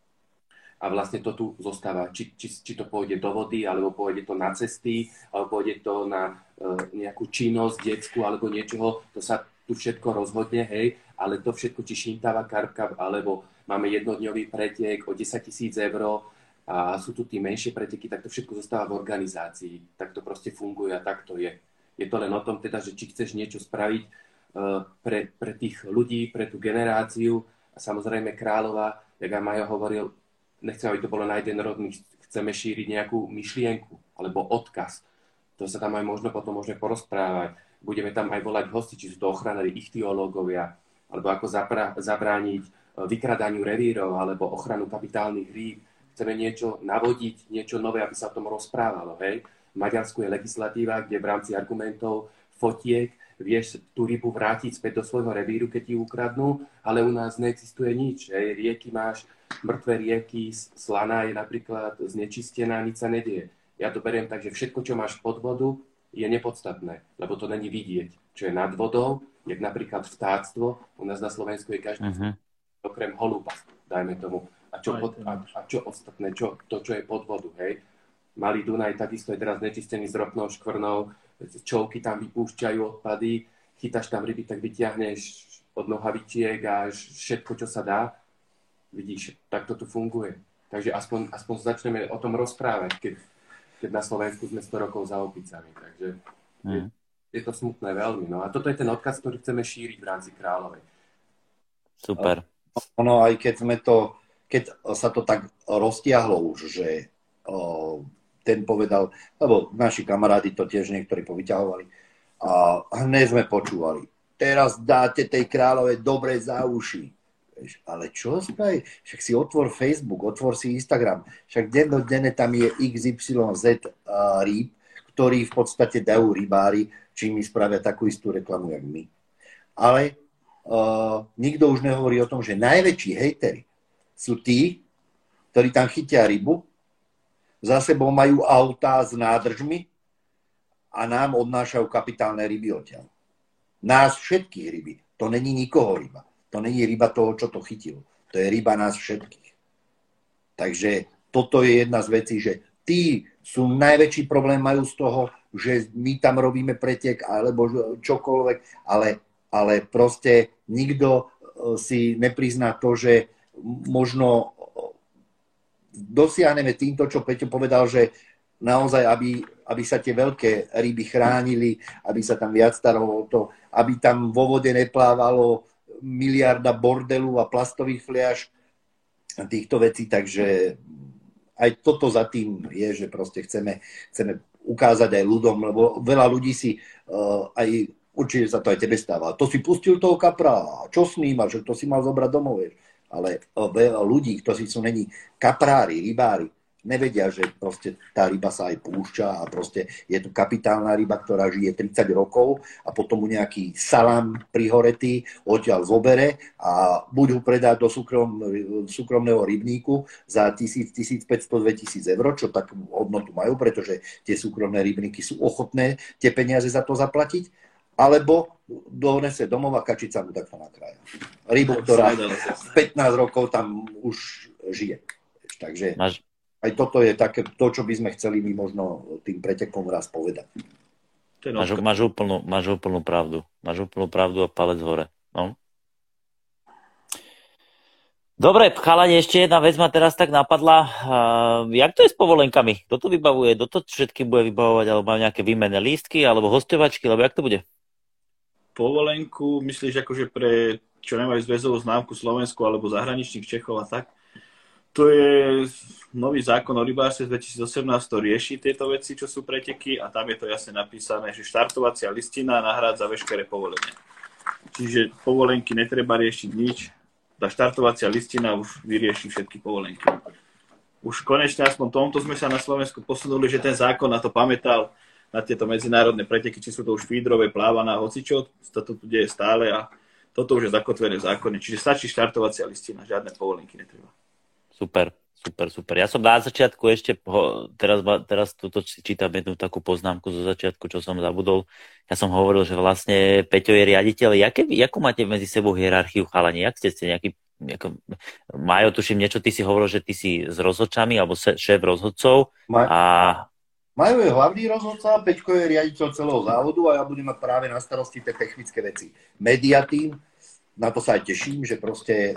A vlastne to tu zostáva, či to pôjde do vody, alebo pôjde to na cesty, alebo pôjde to na nejakú činnosť detskú, alebo niečoho, to sa tu všetko rozhodne, hej, ale to všetko, či Šintava, Karpka, alebo máme jednodňový pretek o 10 000 eur a sú tu tí menšie preteky, tak to všetko zostáva v organizácii. Tak to proste funguje a tak to je. Je to len o tom teda, že či chceš niečo spraviť pre tých ľudí, pre tú generáciu a samozrejme Kráľova, jak aj Majo hovoril, nechcem, aby to bolo na jeden rod, my chceme šíriť nejakú myšlienku alebo odkaz. To sa tam aj možno potom môžeme porozprávať. Budeme tam aj volať hosti, či sú to ochranári, ichtiológovia, alebo ako zabrániť vykradaniu revírov, alebo ochranu kapitálnych rýb. Chceme niečo navodiť, niečo nové, aby sa o tom rozprávalo. Hej? V Maďarsku je legislatíva, kde v rámci argumentov, fotiek, vieš tú rybu vrátiť späť do svojho revíru, keď ti ukradnú, ale u nás neexistuje nič. Hej? Rieky máš, mŕtve rieky, slaná je napríklad znečistená, nič sa nedieje. Ja to beriem tak, že všetko, čo máš pod vodu, je nepodstatné, lebo to není vidieť. Čo je nad vodou, jak napríklad vtáctvo, u nás na Slovensku je každý okrem holúba, dajme tomu. A čo ostatné, čo je pod vodu, hej? Malý Dunaj takisto je teraz nečistený s ropnou škvrnou, čovky tam vypúšťajú odpady, chytáš tam ryby, tak vyťahneš od nohavičiek a všetko, čo sa dá. Vidíš, tak to tu funguje. Takže aspoň začneme o tom rozprávať, keď na Slovensku sme 100 rokov za opicami. Takže je to smutné veľmi. No a toto je ten odkaz, ktorý chceme šíriť v rámci Kráľovej. Super. Ono, aj keď sa to tak roztiahlo už, že ten povedal, lebo naši kamarádi to tiež niektorí povyťahovali a hneď sme počúvali. Teraz dáte tej Kráľovej dobre za uši. Ale čo spraví? Však si otvor Facebook, otvor si Instagram. Však dennodenne tam je XYZ rýb, ktorí v podstate dajú rybári, či mi spravia takú istú reklamu, jak my. Ale nikto už nehovorí o tom, že najväčší hejteri sú tí, ktorí tam chytia rybu, za sebou majú autá s nádržmi a nám odnášajú kapitálne ryby odtiaľ. Nás všetkých ryby. To není nikoho ryba. To není ryba toho, čo to chytilo. To je ryba nás všetkých. Takže toto je jedna z vecí, že tí sú najväčší problém, majú z toho, že my tam robíme pretek alebo čokoľvek, ale proste nikto si neprizná to, že možno dosiahneme týmto, čo Peťo povedal, že naozaj, aby sa tie veľké ryby chránili, aby sa tam viac staralo o to, aby tam vo vode neplávalo miliarda bordelu a plastových fliaž a týchto vecí, takže aj toto za tým je, že proste chceme ukázať aj ľuďom, lebo veľa ľudí si aj, určite sa to aj tebe stáva, to si pustil toho kapra, čo snímaš, že to si mal zobrať domov, vieš. Ale veľa ľudí, ktorí sú není kaprári, rybári, nevedia, že proste tá ryba sa aj púšťa a proste je to kapitálna ryba, ktorá žije 30 rokov a potom mu nejaký salám prihoretý odtiaľ zobere a buď ho predá do súkromného rybníku za 1000, 1500, 2000 eur, čo takú hodnotu majú, pretože tie súkromné rybníky sú ochotné tie peniaze za to zaplatiť, alebo donese domov a kačica mu takto nakrája. Rybu, ktorá 15 rokov tam už žije. Takže aj toto je také, to, čo by sme chceli my možno tým pretekom raz povedať. Máš úplnú pravdu. Máš úplnú pravdu a palec hore. No. Dobre, chalani, ešte jedna vec ma teraz tak napadla. Jak to je s povolenkami? Kto to vybavuje? Kto to všetky bude vybavovať? Alebo má nejaké výmenné lístky? Alebo hostovačky? Alebo jak to bude? Povolenku, myslíš akože pre, čo nemajú zväzovú známku Slovensku alebo zahraničných Čechov a tak? To je nový zákon o rybárstve z 2018, to rieši tieto veci, čo sú preteky a tam je to jasne napísané, že štartovacia listina nahrádza veškeré povolenie. Čiže povolenky netreba riešiť nič, tá štartovacia listina už vyrieši všetky povolenky. Už konečne aspoň tomto sme sa na Slovensku posunuli, že ten zákon na to pamätal, na tieto medzinárodné preteky, či sú to už feederové, plávaná, hocičo, sa to tu deje stále a toto už je zakotvené v zákone. Čiže stačí štartovacia listina, žiadne povolenky netreba. Super. Ja som na začiatku ešte, teraz tuto čítam jednu takú poznámku zo začiatku, čo som zabudol. Ja som hovoril, že vlastne Peťo je riaditeľ. Jakú máte medzi sebou hierarchiu chalani? Jak ste nejaký, Majo, tuším niečo, ty si hovoril, že ty si s rozhodčami, alebo šéf rozhodcov. Majo je hlavný rozhodca, Peťko je riaditeľ celého závodu a ja budem mať práve na starosti tie technické veci. Media team, na to sa aj teším, že proste...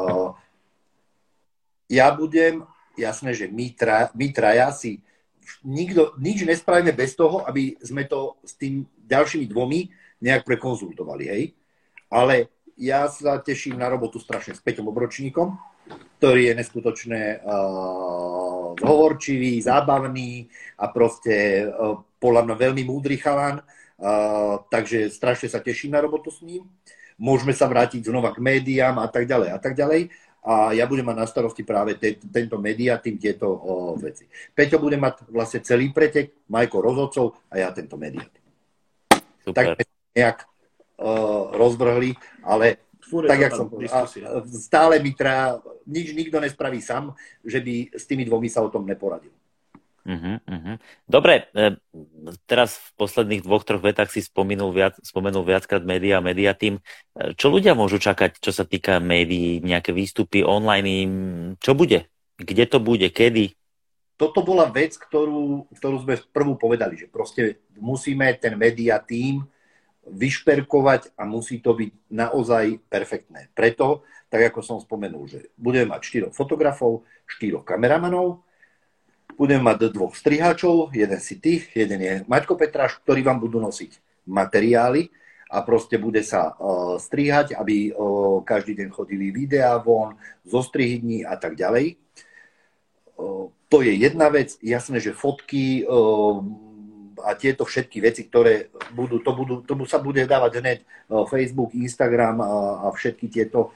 Ja budem, jasné, že my traja si nič nespravíme bez toho, aby sme to s tým ďalšími dvomi nejak prekonzultovali, hej. Ale ja sa teším na robotu strašne s Peťom Obročníkom, ktorý je neskutočne zhovorčivý, zábavný a proste podľa mňa veľmi múdry chalan, takže strašne sa teším na robotu s ním. Môžeme sa vrátiť znova k médiám a tak ďalej a tak ďalej. A ja budem mať na starosti práve tento média, tým tieto veci. Peťo bude mať vlastne celý pretek, Majko rozhodcov a ja tento média. Tak nejak rozvrhli, ale tak, jak som stále mi nikto nespraví sám, že by s tými dvomi sa o tom neporadil. Dobre, teraz v posledných 2-3 vetách si spomenul viackrát média tým. Čo ľudia môžu čakať, čo sa týka médií, nejaké výstupy online, čo bude? Kde to bude, kedy? Toto bola vec, ktorú sme prvú povedali, že proste musíme ten média tím vyšperkovať a musí to byť naozaj perfektné. Preto, tak ako som spomenul, že budeme mať 4 fotografov, 4 kameramanov, budeme mať 2 strihačov, jeden si tých, jeden je Maťko Petráš, ktorí vám budú nosiť materiály a proste bude sa strihať, aby každý deň chodili videá von, zo strihní a tak ďalej. To je jedna vec. Jasné, že fotky a tieto všetky veci, ktoré to sa bude dávať hneď Facebook, Instagram a všetky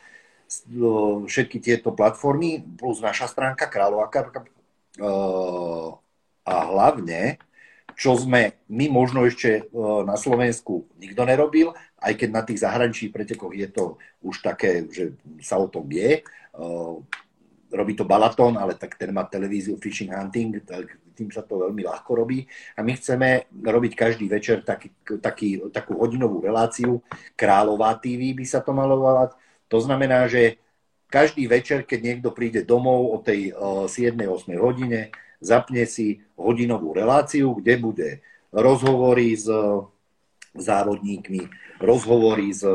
tieto platformy, plus naša stránka Kráľová Kapka. A hlavne, čo sme my možno ešte na Slovensku nikto nerobil, aj keď na tých zahraničných pretekoch je to už také, že sa o tom vie. Robí to Balaton, ale tak ten má televíziu Fishing Hunting, tak tým sa to veľmi ľahko robí. A my chceme robiť každý večer takú hodinovú reláciu. Kráľová TV by sa to malo volať. To znamená, že každý večer, keď niekto príde domov o tej 7-8 hodine, zapne si hodinovú reláciu, kde bude rozhovory s závodníkmi, rozhovory s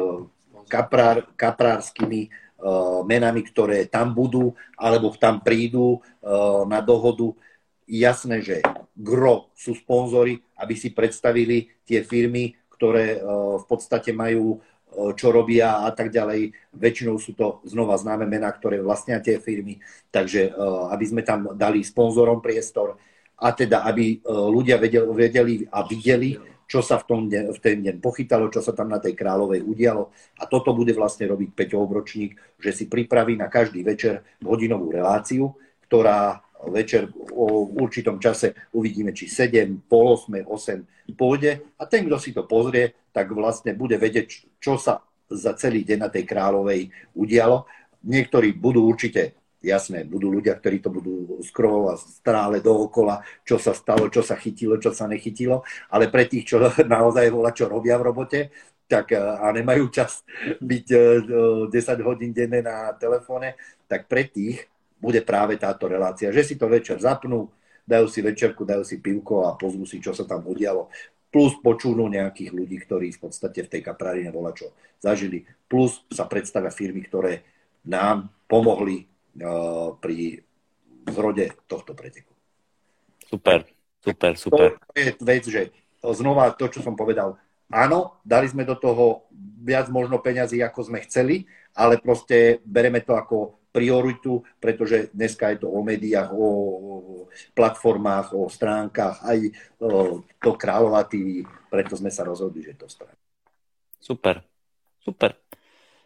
kaprárskymi menami, ktoré tam budú, alebo tam prídu na dohodu. Jasné, že gro sú sponzori, aby si predstavili tie firmy, ktoré v podstate majú čo robia a tak ďalej. Väčšinou sú to znova známe mená, ktoré vlastnia tie firmy, takže aby sme tam dali sponzorom priestor a teda, aby ľudia vedeli a videli, čo sa v ten deň pochytalo, čo sa tam na tej Kráľovej udialo. A toto bude vlastne robiť Peťo Obročník, že si pripraví na každý večer hodinovú reláciu, ktorá večer o určitom čase uvidíme, či 7, pol 8, 8 pôjde a ten, kto si to pozrie, tak vlastne bude vedieť, čo sa za celý deň na tej Kráľovej udialo. Niektorí budú určite, jasné, budú ľudia, ktorí to budú scrollovať stále dookola, čo sa stalo, čo sa chytilo, čo sa nechytilo, ale pre tých, čo naozaj čo robia v robote, tak a nemajú čas byť 10 hodín denne na telefóne, tak pre tých bude práve táto relácia, že si to večer zapnú, dajú si večerku, dajú si pivko a pozrú si, čo sa tam udialo. Plus počúvnu nejakých ľudí, ktorí v podstate v tej kaprárine volačo zažili. Plus sa predstavia firmy, ktoré nám pomohli pri zrode tohto preteku. Super. To je vec, že znova to, čo som povedal, áno, dali sme do toho viac možno peňazí, ako sme chceli, ale proste bereme to ako prioritu, pretože dneska je to o médiách, o platformách, o stránkach, aj to Kráľová TV, preto sme sa rozhodli, že to stránka. Super.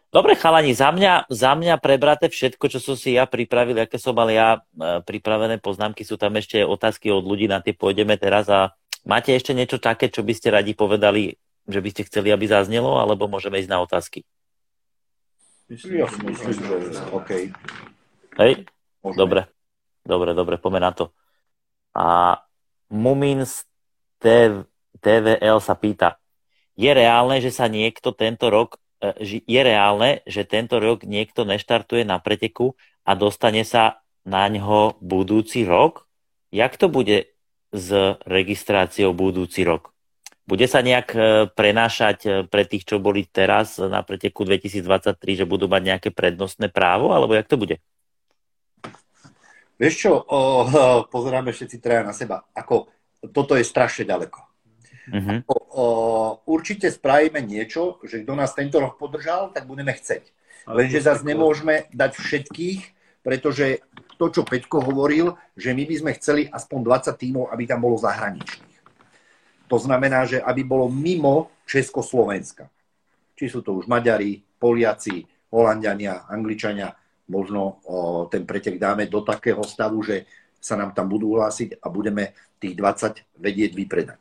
Dobre, chalani, za mňa prebraté všetko, čo som si ja pripravil, aké som mal ja pripravené poznámky, sú tam ešte otázky od ľudí, na tie pôjdeme teraz a máte ešte niečo také, čo by ste radi povedali, že by ste chceli, aby zaznelo, alebo môžeme ísť na otázky? Ja si myslím, že OK. Hej? Môžeme. Dobre, poďme na to. A Mumins TVL sa pýta, je reálne, že tento rok niekto neštartuje na preteku a dostane sa na ňo budúci rok? Jak to bude s registráciou budúci rok? Bude sa nejak prenášať pre tých, čo boli teraz na preteku 2023, že budú mať nejaké prednostné právo, alebo jak to bude? Vieš čo, pozeráme všetci traja na seba. Toto je strašne ďaleko. Uh-huh. Určite spravíme niečo, že kto nás tento rok podržal, tak budeme chceť. Lenže zase nemôžeme dať všetkých, pretože to, čo Peťko hovoril, že my by sme chceli aspoň 20 tímov, aby tam bolo zahraničných. To znamená, že aby bolo mimo Československa. Či sú to už Maďari, Poliaci, Holanďania, Angličania, možno ten pretek dáme do takého stavu, že sa nám tam budú hlásiť a budeme tých 20 vedieť vypredať.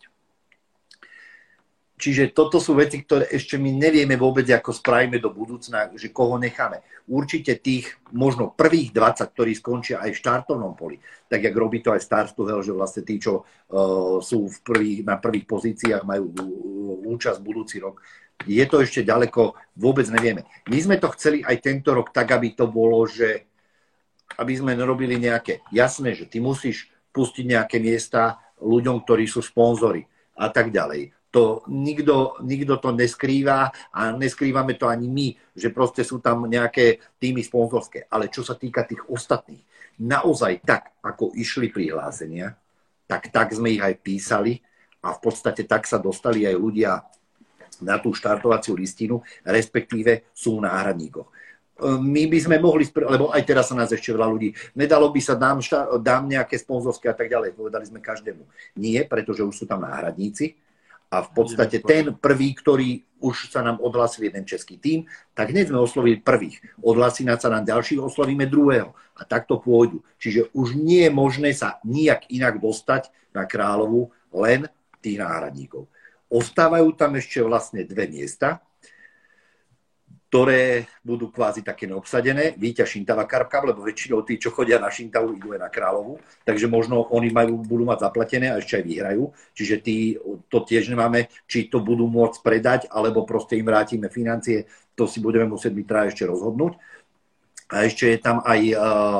Čiže toto sú veci, ktoré ešte my nevieme vôbec, ako spravíme do budúcna, že koho necháme. Určite tých možno prvých 20, ktorí skončia aj v štartovnom poli, tak jak robí to aj Starstuhel, že vlastne tí, čo sú na prvých pozíciách, majú účasť budúci rok. Je to ešte ďaleko, vôbec nevieme. My sme to chceli aj tento rok tak, aby to bolo, že aby sme nerobili nejaké, jasné, že ty musíš pustiť nejaké miesta ľuďom, ktorí sú sponzori a tak ďalej. To nikto to neskrýva a neskrývame to ani my, že proste sú tam nejaké týmy sponzorské. Ale čo sa týka tých ostatných, naozaj tak, ako išli prihlásenia, tak sme ich aj písali a v podstate tak sa dostali aj ľudia na tú štartovaciu listinu, respektíve sú v náhradníkoch. My by sme mohli, lebo aj teraz sa nás ešte veľa ľudí, nedalo by sa dám nejaké sponzorské a tak ďalej, povedali sme každému. Nie, pretože už sú tam náhradníci. A v podstate ten prvý, ktorý už sa nám odhlásil jeden český tím, tak hneď sme oslovili prvých. Odhlási sa nám ďalších, oslovíme druhého. A takto pôjdu. Čiže už nie je možné sa nijak inak dostať na Kráľovu, len tých náhradníkov. Ostávajú tam ešte vlastne 2 miesta, ktoré budú kvázi také neobsadené. Víťaz Šintava Carb Cup, lebo väčšinou tí, čo chodia na Šintavu, idú aj na Kráľovu. Takže možno oni budú mať zaplatené a ešte aj vyhrajú. Čiže to tiež nemáme, či to budú môcť predať, alebo proste im vrátime financie. To si budeme musieť my traja ešte rozhodnúť. A ešte je tam aj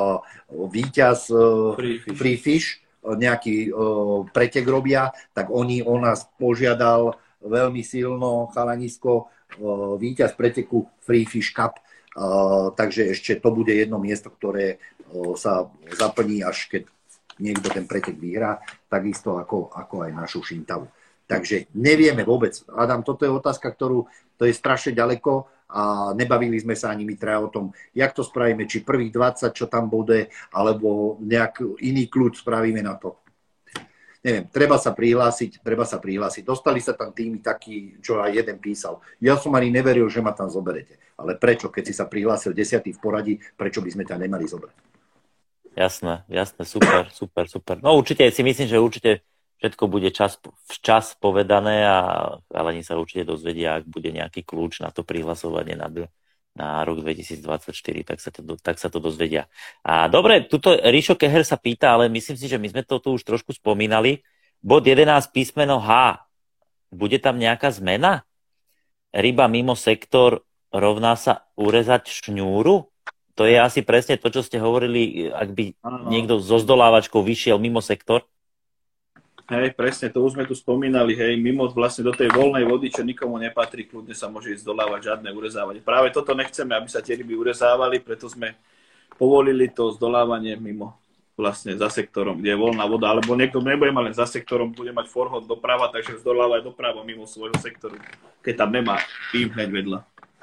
víťaz Free Fish, nejaký pretek robia, tak on nás požiadal veľmi silno, chalanisko, víťaz preteku Free Fish Cup, takže ešte to bude jedno miesto, ktoré sa zaplní, až keď niekto ten pretek vyhrá, takisto ako aj našu Šintavu. Takže nevieme vôbec. Adam, toto je otázka, to je strašne ďaleko a nebavili sme sa ani my traja o tom, jak to spravíme, či prvých 20, čo tam bude, alebo nejak iný kľúč spravíme na to. Neviem, treba sa prihlásiť. Dostali sa tam týmy takí, čo aj jeden písal. Ja som ani neveril, že ma tam zoberete. Ale prečo, keď si sa prihlásil 10. v poradí, prečo by sme ťa nemali zobrať? Jasné, super. No určite si myslím, že určite všetko bude včas povedané a chalani sa určite dozvedia, ak bude nejaký kľúč na to prihlasovanie na rok 2024, tak sa to dozvedia. A dobre, tuto Ríšo Keher sa pýta, ale myslím si, že my sme to tu už trošku spomínali. Bod 11 písmeno H. Bude tam nejaká zmena? Ryba mimo sektor rovná sa urezať šňúru? To je asi presne to, čo ste hovorili, ak by niekto so zdolávačkou vyšiel mimo sektor. Hej, presne, to už sme tu spomínali, mimo vlastne do tej voľnej vody, čo nikomu nepatrí, kľudne sa môže ísť dolávať, žiadne urezávanie. Práve toto nechceme, aby sa tie ryby urezávali, preto sme povolili to zdolávanie mimo vlastne za sektorom, kde je voľná voda, alebo niekto nebude mať len za sektorom, bude mať forhod doprava, takže zdoláva aj doprava mimo svojho sektoru, keď tam nemá tým hneď vedľa.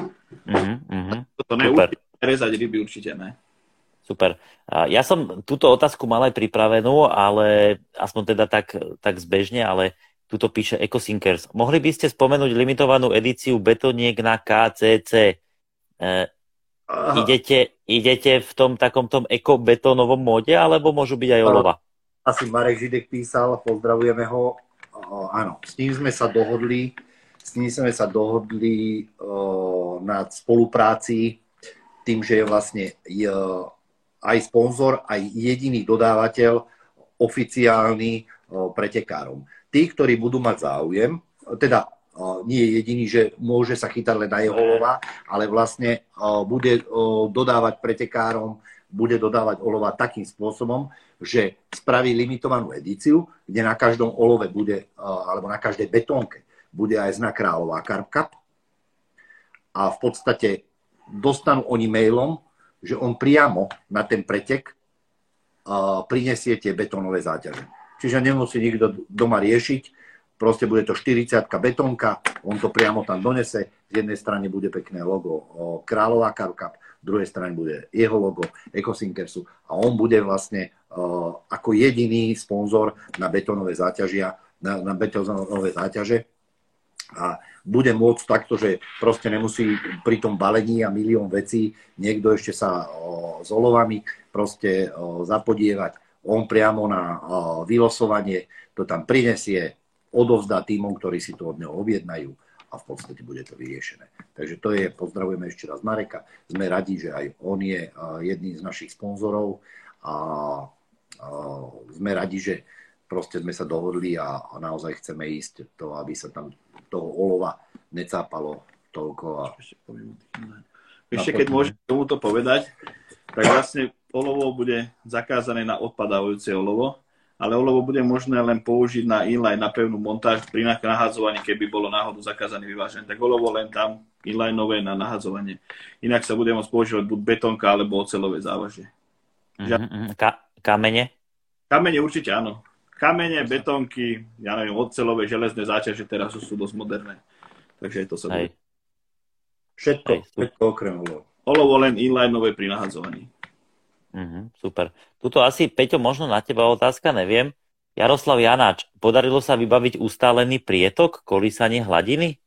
Toto rezať ryby určite ne. Super. Ja som túto otázku mal aj pripravenú, ale aspoň teda tak zbežne, ale tuto píše Ecosinkers. Mohli by ste spomenúť limitovanú edíciu betoniek na KCC? Idete v tom takom tom ekobetónovom móde, alebo môžu byť aj olova? Asi Marek Židek písal, pozdravujeme ho. Áno, s ním sme sa dohodli na spolupráci tým, že je vlastne aj sponzor, aj jediný dodávateľ oficiálny pretekárom. Tí, ktorí budú mať záujem, teda nie je jediný, že môže sa chytať len na jeho olova, ale vlastne bude dodávať pretekárom, bude dodávať olova takým spôsobom, že spraví limitovanú edíciu, kde na každom olove bude, alebo na každej betónke bude aj znak Kráľová Carb Cup. A v podstate dostanú oni mailom, že on priamo na ten pretek prinesie tie betónové záťaže. Čiže nemusí nikto doma riešiť, proste bude to 40 betónka, on to priamo tam donese, z jednej strany bude pekné logo Kráľová Carb Cup, z druhej strany bude jeho logo Ecosinkersu a on bude vlastne ako jediný sponzor na betónové záťaže a bude môcť takto, že proste nemusí pri tom balení a milión vecí niekto ešte sa s olovami proste zapodievať. On priamo na vylosovanie to tam prinesie, odovzdá týmom, ktorí si to od neho objednajú a v podstate bude to vyriešené. Takže to je, pozdravujeme ešte raz Mareka. Sme radi, že aj on je jedným z našich sponzorov a sme radi, že proste sme sa dohodli a naozaj chceme ísť to, aby sa tam toho olova necápalo toľko. Ešte keď môžem tomuto povedať, tak vlastne olovo bude zakázané na odpadávajúce olovo, ale olovo bude možné len použiť na inline, na pevnú montáž pri nahadzovaní, keby bolo náhodou zakázané vyvážené. Tak olovo len tam inlineové na nahadzovanie. Inak sa bude môcť používať buď betónka alebo oceľové závažie. Kamene? Kamene určite áno. Kamene, betónky, ja neviem, oceľové, železné záťaže teraz sú dosť moderné. Takže to sa bude. Všetko okrem olovo. Olovo len inlineové pri nahadzovaní. Super. Tuto asi, Peťo, možno na teba otázka, neviem. Jaroslav Janáč, podarilo sa vybaviť ustálený prietok, kolísanie hladiny?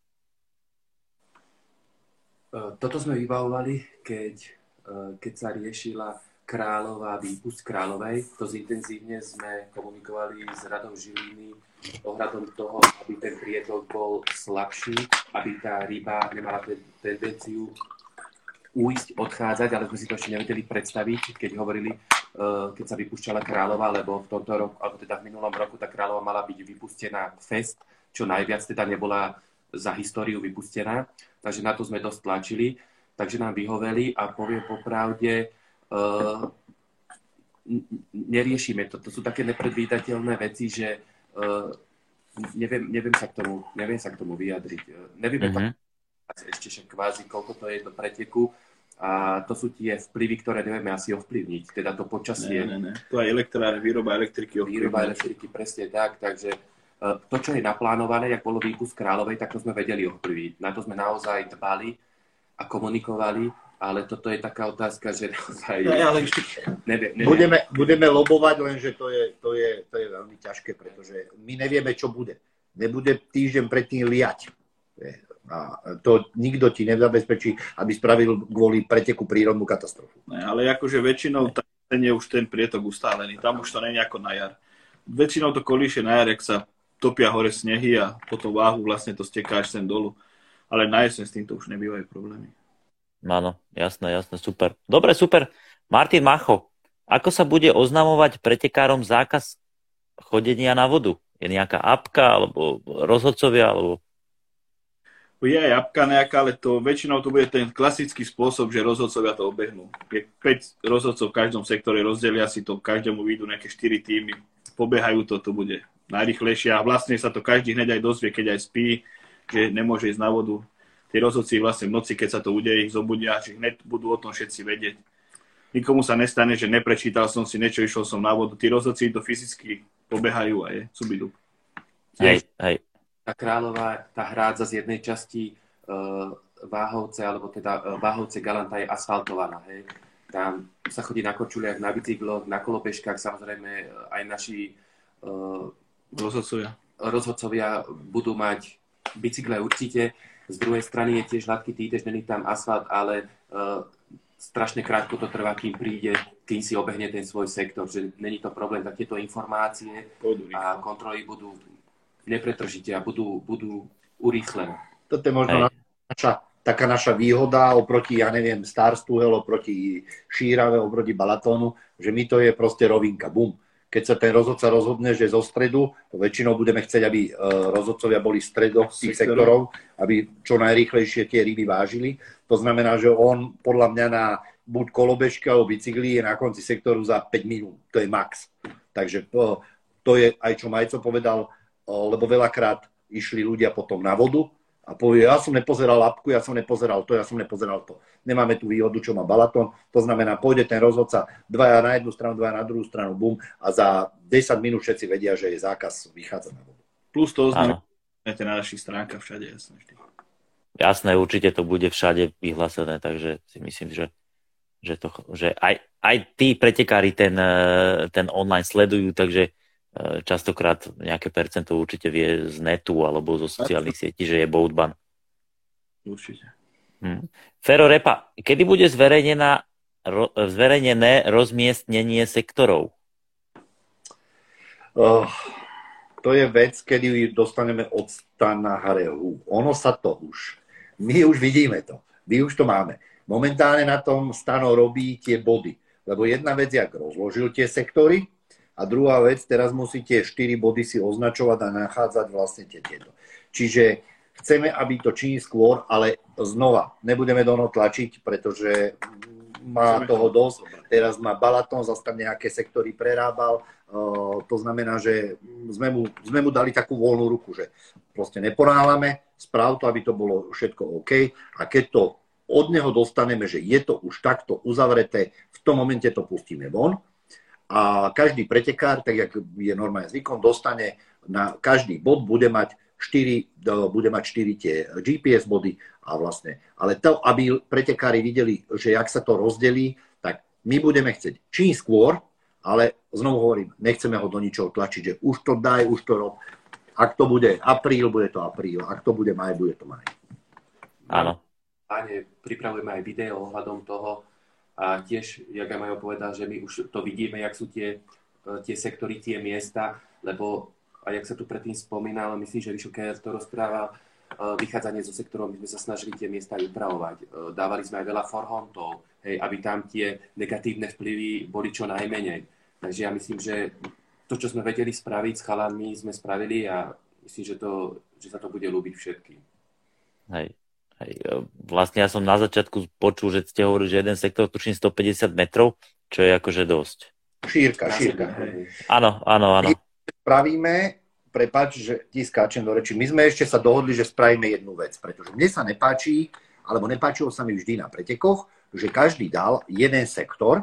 Toto sme vybavovali, keď sa riešila Kráľová, výpust Kráľovej. To zintenzívne sme komunikovali s Radom Žiliny ohľadom toho, aby ten prietok bol slabší, aby tá ryba nemala tendenciu újsť, odchádzať, ale sme si to ešte nevedeli predstaviť, keď hovorili, keď sa vypúšťala Kráľová, lebo v tomto roku, alebo teda v minulom roku tá Kráľová mala byť vypustená fest, čo najviac teda nebola za históriu vypustená, takže na to sme dosť tlačili, takže nám vyhoveli a poviem popravde, neriešime to. To sú také nepredvídateľné veci, že neviem sa k tomu vyjadriť. Nevieme ešte však kvázi, koľko to je do preteku a to sú tie vplyvy, ktoré nevieme asi ovplyvniť. Teda to počasie. Ne. To je výroba elektriky. Výroba elektriky, presne tak. Takže to, čo je naplánované, jak bolo výpust Kráľovej, tak to sme vedeli ovplyvniť. Na to sme naozaj dbali a komunikovali, ale toto je taká otázka, že naozaj... Neviem. Budeme lobovať, lenže to je veľmi ťažké, pretože my nevieme, čo bude. Nebude týždeň predtým liať. A to nikto ti nezabezpečí, aby spravil kvôli preteku prírodnú katastrofu. Ne, ale akože väčšinou ten je už ten prietok ustálený. Tam už to nie je ako na jar. Väčšinou to kolíše na jar, ak sa topia hore snehy a potom váhu vlastne to steká až sem dolu. Ale na jeseň s týmto už nebývajú problémy. Áno, jasné, super. Dobre, super. Martin Macho, ako sa bude oznamovať pretekárom zákaz chodenia na vodu? Je nejaká apka, alebo rozhodcovia, alebo... Je aj apka nejaká, ale to väčšinou to bude ten klasický spôsob, že rozhodcovia to obehnú. Je 5 rozhodcov v každom sektore, rozdelia si to, každému výjdu nejaké 4 týmy, pobehajú to bude najrýchlejšie a vlastne sa to každý hneď aj dozvie, keď aj spí, že nemôže ísť na vodu. Tí rozhodci vlastne v noci, keď sa to udeje, ich zobudia, že hneď budú o tom všetci vedieť. Nikomu sa nestane, že neprečítal som si niečo, išiel som na vodu. Tí rozhodci to fyzicky pobehajú a je cubidup. Hej. Tá Kráľová, tá hrádza z jednej časti Váhovce, alebo teda Váhovce Galanta je asfaltovaná. Hej. Tam sa chodí na kočuliach, na bicykloch, na kolobežkách, samozrejme aj naši rozhodcovia budú mať bicykle určite. Z druhej strany je tiež hladký týdež, není tam asfalt, ale strašne krátko to trvá, kým príde, kým si obehne ten svoj sektor, že není to problém, tak tieto informácie a kontroly budú nepretržite a budú urýchlené. Toto je možno taká naša výhoda oproti, ja neviem, Starstuhel, oproti Šírave, oproti Balatónu, že my to je proste rovinka, bum. Keď sa ten rozhodca rozhodne, že zo stredu, väčšinou budeme chcieť, aby rozhodcovia boli v stredoch tých sektorov, aby čo najrýchlejšie tie ryby vážili. To znamená, že on podľa mňa na buď kolobežke alebo bicykli je na konci sektoru za 5 minút. To je max. Takže to je aj čo Majco povedal, lebo veľakrát išli ľudia potom na vodu a povie, ja som nepozeral apku, ja som nepozeral to, ja som nepozeral to. Nemáme tú výhodu, čo má Balaton. To znamená, pôjde ten rozhodca dvaja na jednu stranu, dvaja na druhú stranu, bum, a za 10 minút všetci vedia, že je zákaz vychádzať na vodu. Plus to oznamujete na našich stránkach všade, jasné. Jasné, určite to bude všade vyhlásené, takže si myslím, že aj tí pretekári ten online sledujú, takže častokrát nejaké percento určite vie z netu alebo zo sociálnych sietí, že je boatban. Určite. Fero Repa, kedy bude zverejnené rozmiestnenie sektorov? To je vec, kedy dostaneme od Stana Harehu. Ono sa to už. My už vidíme to. My už to máme. Momentálne na tom Stano robí tie body. Lebo jedna vec, jak rozložil tie sektory, a druhá vec, teraz musíte 4 body si označovať a nachádzať vlastne tieto. Čiže chceme, aby to čím skôr, ale znova, nebudeme do toho tlačiť, pretože má toho dosť. Teraz má Balaton, zase tam nejaké sektory prerábal. To znamená, že sme mu dali takú voľnú ruku, že proste neponáhľame, správ to, aby to bolo všetko OK. A keď to od neho dostaneme, že je to už takto uzavreté, v tom momente to pustíme von. A každý pretekár, tak jak je normálne zvykom, dostane na každý bod, bude mať 4 tie GPS body a vlastne. Ale to, aby pretekári videli, že jak sa to rozdelí, tak my budeme chcieť čím skôr, ale znovu hovorím, nechceme ho do ničoho tlačiť, že už to daj, už to rob. Ak to bude apríl, bude to apríl. Ak to bude maj, bude to maj. Áno. Pripravujeme aj video ohľadom toho, a tiež, jak aj Majo povedal, že my už to vidíme, jak sú tie sektory, tie miesta, lebo, a jak sa tu predtým spomínal, myslím, že Rišo Keller to rozprával, vychádzanie zo sektorov, my sme sa snažili tie miesta upravovať. Dávali sme aj veľa forhontov, aby tam tie negatívne vplyvy boli čo najmenej. Takže ja myslím, že to, čo sme vedeli spraviť s chalanmi, sme spravili a myslím, že sa to bude ľúbiť všetkým. Hej. Vlastne ja som na začiatku počul, že ste hovorili, že jeden sektor tuším 150 metrov, čo je akože dosť. Šírka. Áno. Spravíme, prepáč, že ti skáčem do reči, my sme ešte sa dohodli, že spravíme jednu vec, pretože mne sa nepáči, alebo nepáčilo sa mi vždy na pretekoch, že každý dal jeden sektor,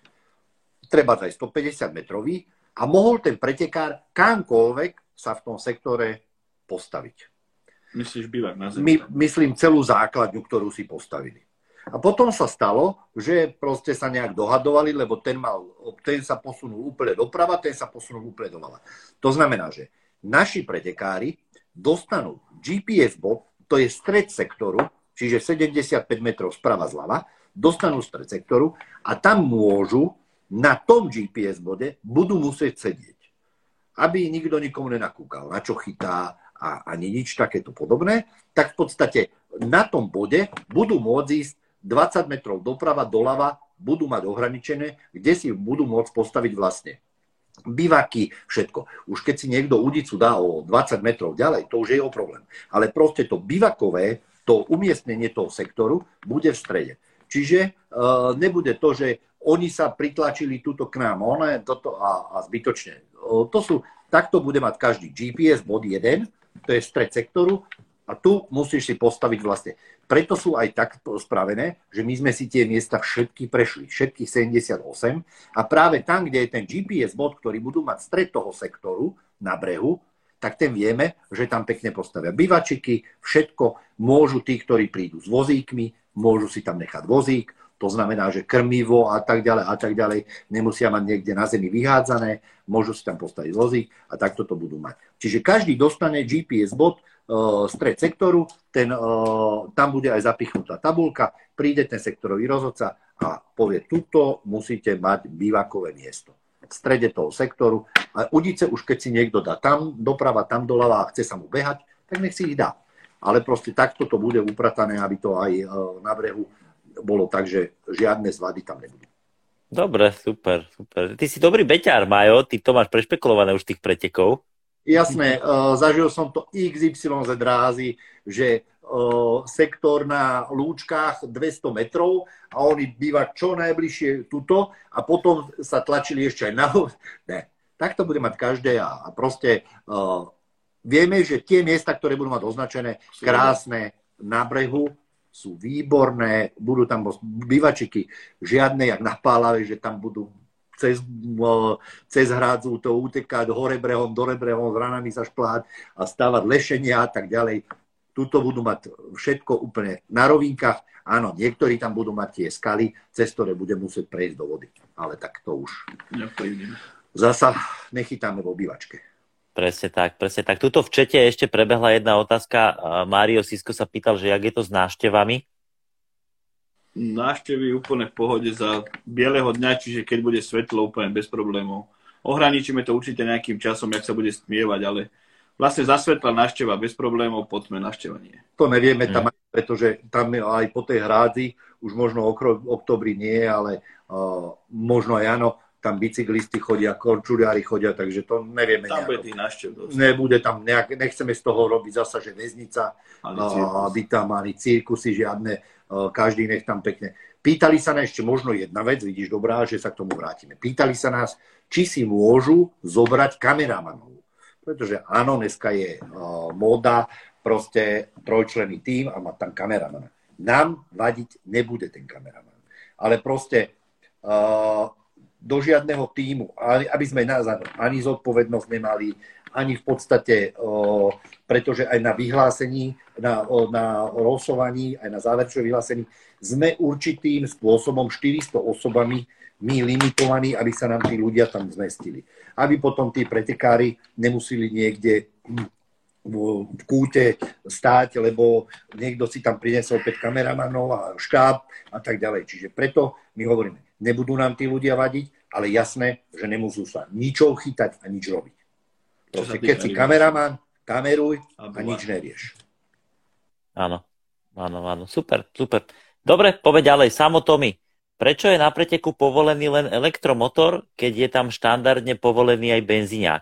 treba aj 150 metrový, a mohol ten pretekár kamkoľvek sa v tom sektore postaviť. Myslíš bivak na zemi? Myslím celú základňu, ktorú si postavili. A potom sa stalo, že proste sa nejak dohadovali, lebo ten sa posunul úplne doprava, ten sa posunul úplne doľava. To znamená, že naši pretekári dostanú GPS bod, to je stred sektoru, čiže 75 metrov sprava zľava, dostanú stred sektoru a tam môžu na tom GPS bode budú musieť sedieť. Aby nikto nikomu nenakúkal, na čo chytá, a ani nič takéto podobné, tak v podstate na tom bode budú môcť ísť 20 metrov doprava, doľava, budú mať ohraničené, kde si budú môcť postaviť vlastne bivaky, všetko. Už keď si niekto udicu dá o 20 metrov ďalej, to už je jeho problém. Ale proste to bivakové, to umiestnenie toho sektoru bude v strede. Čiže nebude to, že oni sa pritlačili túto k nám, toto a zbytočne. Takto bude mať každý GPS bod 1, to je stred sektoru a tu musíš si postaviť vlastne. Preto sú aj tak spravené, že my sme si tie miesta všetky prešli, všetkých 78 a práve tam, kde je ten GPS bod, ktorý budú mať stred toho sektoru na brehu, tak ten vieme, že tam pekne postavia bivačiky, všetko, môžu tí, ktorí prídu s vozíkmi, môžu si tam nechať vozík, to znamená, že krmivo a tak ďalej, nemusia mať niekde na zemi vyhádzané, môžu si tam postaviť vozík a takto to budú mať. Čiže každý dostane GPS bod stred sektoru, tam bude aj zapichnutá tabuľka, príde ten sektorový rozhodca a povie, tuto musíte mať bývakové miesto v strede toho sektoru. A udice už keď si niekto dá tam doprava, tam doľava a chce sa mu behať, tak nech si ich dá. Ale proste takto to bude upratané, aby to aj na brehu bolo tak, že žiadne zvady tam nebudú. Dobre, super. Ty si dobrý beťár, Majo, ty to máš prešpekulované už tých pretekov. Jasné, zažil som to XYZ rázy, že sektor na lúčkách 200 metrov a oni býva čo najbližšie tuto a potom sa tlačili ešte aj na... Ne, tak to bude mať každé a proste vieme, že tie miesta, ktoré budú mať označené krásne na brehu, sú výborné, budú tam bývačiky, žiadne jak na Pálave, že tam budú cez hrádzu to utekať hore brehom, dole brehom, s ranami sa šplhať a stávať lešenia a tak ďalej. Tuto budú mať všetko úplne na rovinkách. Áno, niektorí tam budú mať tie skaly, cez ktoré bude musieť prejsť do vody. Ale tak to už zasa nechytáme v obývačke. Presne tak. Tuto v čete ešte prebehla jedna otázka. Mário Sisko sa pýtal, že jak je to s návštevami? Návštevy úplne v pohode za bieleho dňa, čiže keď bude svetlo, úplne bez problémov. Ohraničíme to určite nejakým časom, jak sa bude stmievať, ale vlastne za svetla návšteva bez problémov, pod tme návšteva nie. To nevieme tam, pretože tam aj po tej hrádzi, už možno oktobri nie, ale možno aj áno, tam bicyklisti chodia, korčuliári chodia, takže to nevieme. Tam bude tých návštev dosť. Nebude tam nechceme z toho robiť zasa, že väznica, aby tam ani cirkusy žiadne, každý nech tam pekne. Pýtali sa nás ešte možno jedna vec, vidíš dobrá, že sa k tomu vrátime. Pýtali sa nás, či si môžu zobrať kameramanov. Pretože áno, dneska je móda, proste trojčlenný tím a má tam kameramana. Nám vadiť nebude ten kameraman. Ale proste do žiadneho tímu, aby sme ani zodpovednosť nemali, ani v podstate, pretože aj na vyhlásení, na losovaní, aj na záverčnom vyhlásení sme určitým spôsobom 400 osobami my limitovaní, aby sa nám tí ľudia tam zmestili. Aby potom tí pretekári nemuseli niekde v kúte stáť, lebo niekto si tam prinesol 5 kameramanov a štáb a tak ďalej. Čiže preto my hovoríme, nebudú nám tí ľudia vadiť, ale jasné, že nemusú sa ničo chytať a nič robiť. Proste, keď si kameraman, kameruj a nič nerieš. Áno. Super. Dobre, povedz ďalej. Samo Tomi, prečo je na preteku povolený len elektromotor, keď je tam štandardne povolený aj benzíňák?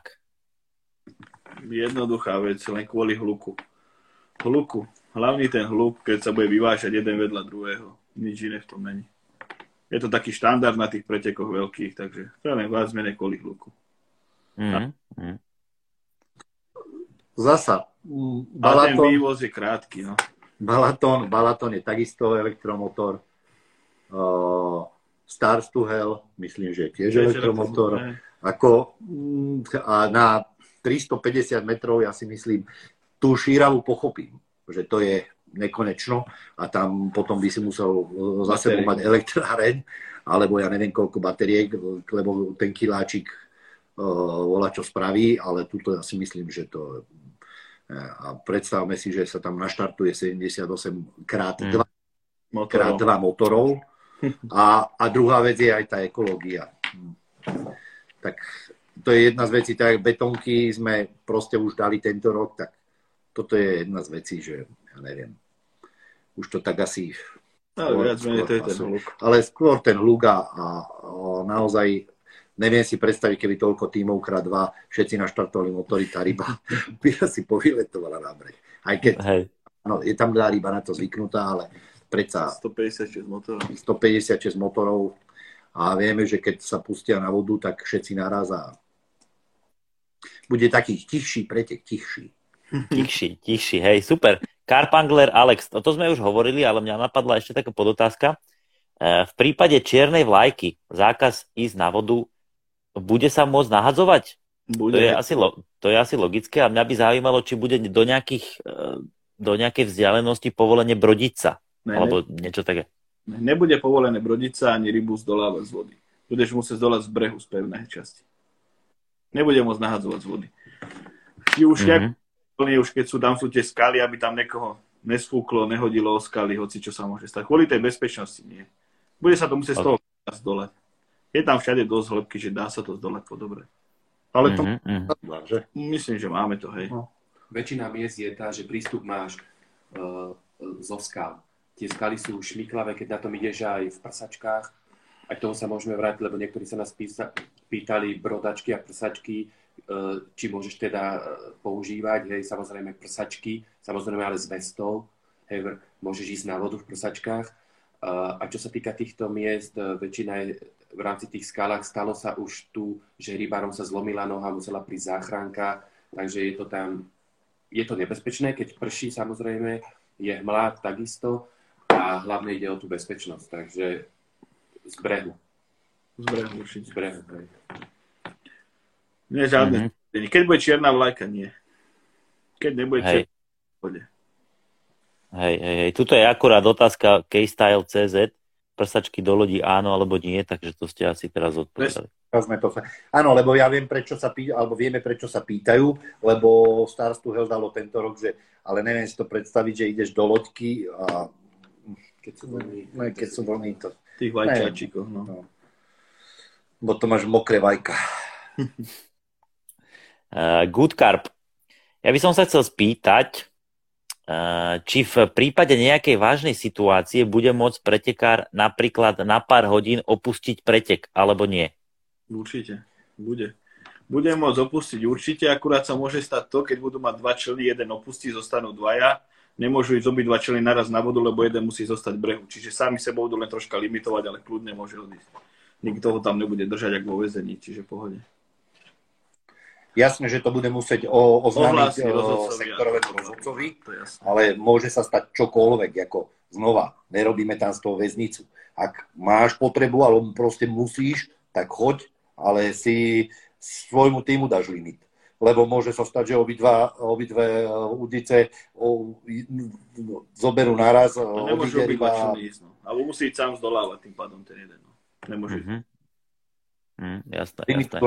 Jednoduchá vec, len kvôli hluku. Hlavný ten hluk, keď sa bude vyvážať jeden vedľa druhého. Nič iné v tom není. Je to taký štandard na tých pretekoch veľkých, takže to je len viac menej kvôli hluku. Zasa, Balaton, a ten vývoz je krátky. No. Balaton je takisto elektromotor. Stars to Hell, myslím, že je tiež elektromotor. A na 350 metrov, ja si myslím, tú šíravu pochopím, že to je nekonečno a tam potom by si musel zase mať elektráreň, alebo ja neviem koľko batériek, lebo ten kiláčik volá čo spraví, ale tuto ja si myslím, že to... A predstavme si, že sa tam naštartuje 78 krát 2 motorov. A druhá vec je aj tá ekológia. Tak to je jedna z vecí, tak betonky sme proste už dali tento rok, tak toto je jedna z vecí, že ja neviem, už to tak asi... Ale skôr ten hluk a naozaj neviem si predstaviť, keby toľko tímov krát 2 všetci naštartovali motory, tá ryba by asi povyletovala na breh. Aj keď je tam tá ryba na to zvyknutá, ale predsa 156 motorov a vieme, že keď sa pustia na vodu, tak všetci naraz a bude taký tichší pretek, tichší. Tichší, hej, super. Carpangler Alex, to sme už hovorili, ale mňa napadla ešte taká podotázka. V prípade čiernej vlajky, zákaz ísť na vodu, bude sa môcť nahadzovať? Bude. To je asi logické a mňa by zaujímalo, či bude do nejakej vzdialenosti povolenie brodiť sa. Alebo niečo také. Nebude povolené brodiť sa ani rybu zdolávať z vody. Budeš musieť zdolať z brehu, z pevnej časti. Nebude môcť nahadzovať z vody. Či už plný už keď tam sú tie skaly, aby tam niekoho nesfúklo, nehodilo o skaly, hoci čo sa môže stať. Kvôli tej bezpečnosti nie. Bude sa to musieť z toho zdolať. Je tam všade dosť hĺbky, že dá sa to zdolať po dobre. Ale to že? Myslím, že máme to, hej. No. Väčšina miest je tá, že prístup máš zo skal. Tie skaly sú šmiklavé, keď na tom ideš aj v prsačkách. Aj k tomu sa môžeme vrátiť, lebo niektorí sa nás pýtali brodačky a prsačky, či môžeš teda používať, hej, samozrejme prsačky, samozrejme ale s vestou, hej, môžeš ísť na vodu v prsačkách. A čo sa týka týchto miest, väčšina je v rámci tých skalách, stalo sa už tu, že rybárom sa zlomila noha, musela prísť záchranka, takže je to tam, je to nebezpečné, keď prší samozrejme, je hmla takisto a hlavne ide o tú bezpečnosť, takže z brehu. Z brehu určite. Z brehu, hej. Nie, žiadne. Keď bude čierna vlajka, nie. Keď nebude čierna vlajka, Hej. Tuto je akurát otázka K-Style.cz. Prsačky do lodí áno alebo nie, takže to ste asi teraz odpovedali. Áno, lebo ja viem, vieme, prečo sa pýtajú, lebo Stars to Hell dalo tento rok, že, ale neviem si to predstaviť, že ideš do loďky a keď sú vlny to... Tých vajčáčikov, no. Bo to máš mokré vajka. Good Carp. Ja by som sa chcel spýtať, či v prípade nejakej vážnej situácie bude môcť pretekár napríklad na pár hodín opustiť pretek, alebo nie? Určite. Bude môcť opustiť určite, akurát sa môže stať to, keď budú mať dva člny, jeden opustí, zostanú dvaja, nemôžu ísť obidva člny naraz na vodu, lebo jeden musí zostať v brehu. Čiže sami sebou budú len troška limitovať, ale kľudne môže odísť. Nikto ho tam nebude držať, ako vo väzení, čiže pohode. Jasné, že to bude musieť oznámiť sektorovému rozhodcovi, ale môže sa stať čokoľvek, ako znova, nerobíme tam z toho väznicu. Ak máš potrebu, alebo proste musíš, tak choď, ale si svojmu týmu dáš limit. Lebo môže sa stať, že obidve udice zoberú naraz. Nemôžu obidva člny ísť, no. Alebo musí ísť sám zdolávať tým pádom ten jeden. No. Nemôže ísť. Jasné.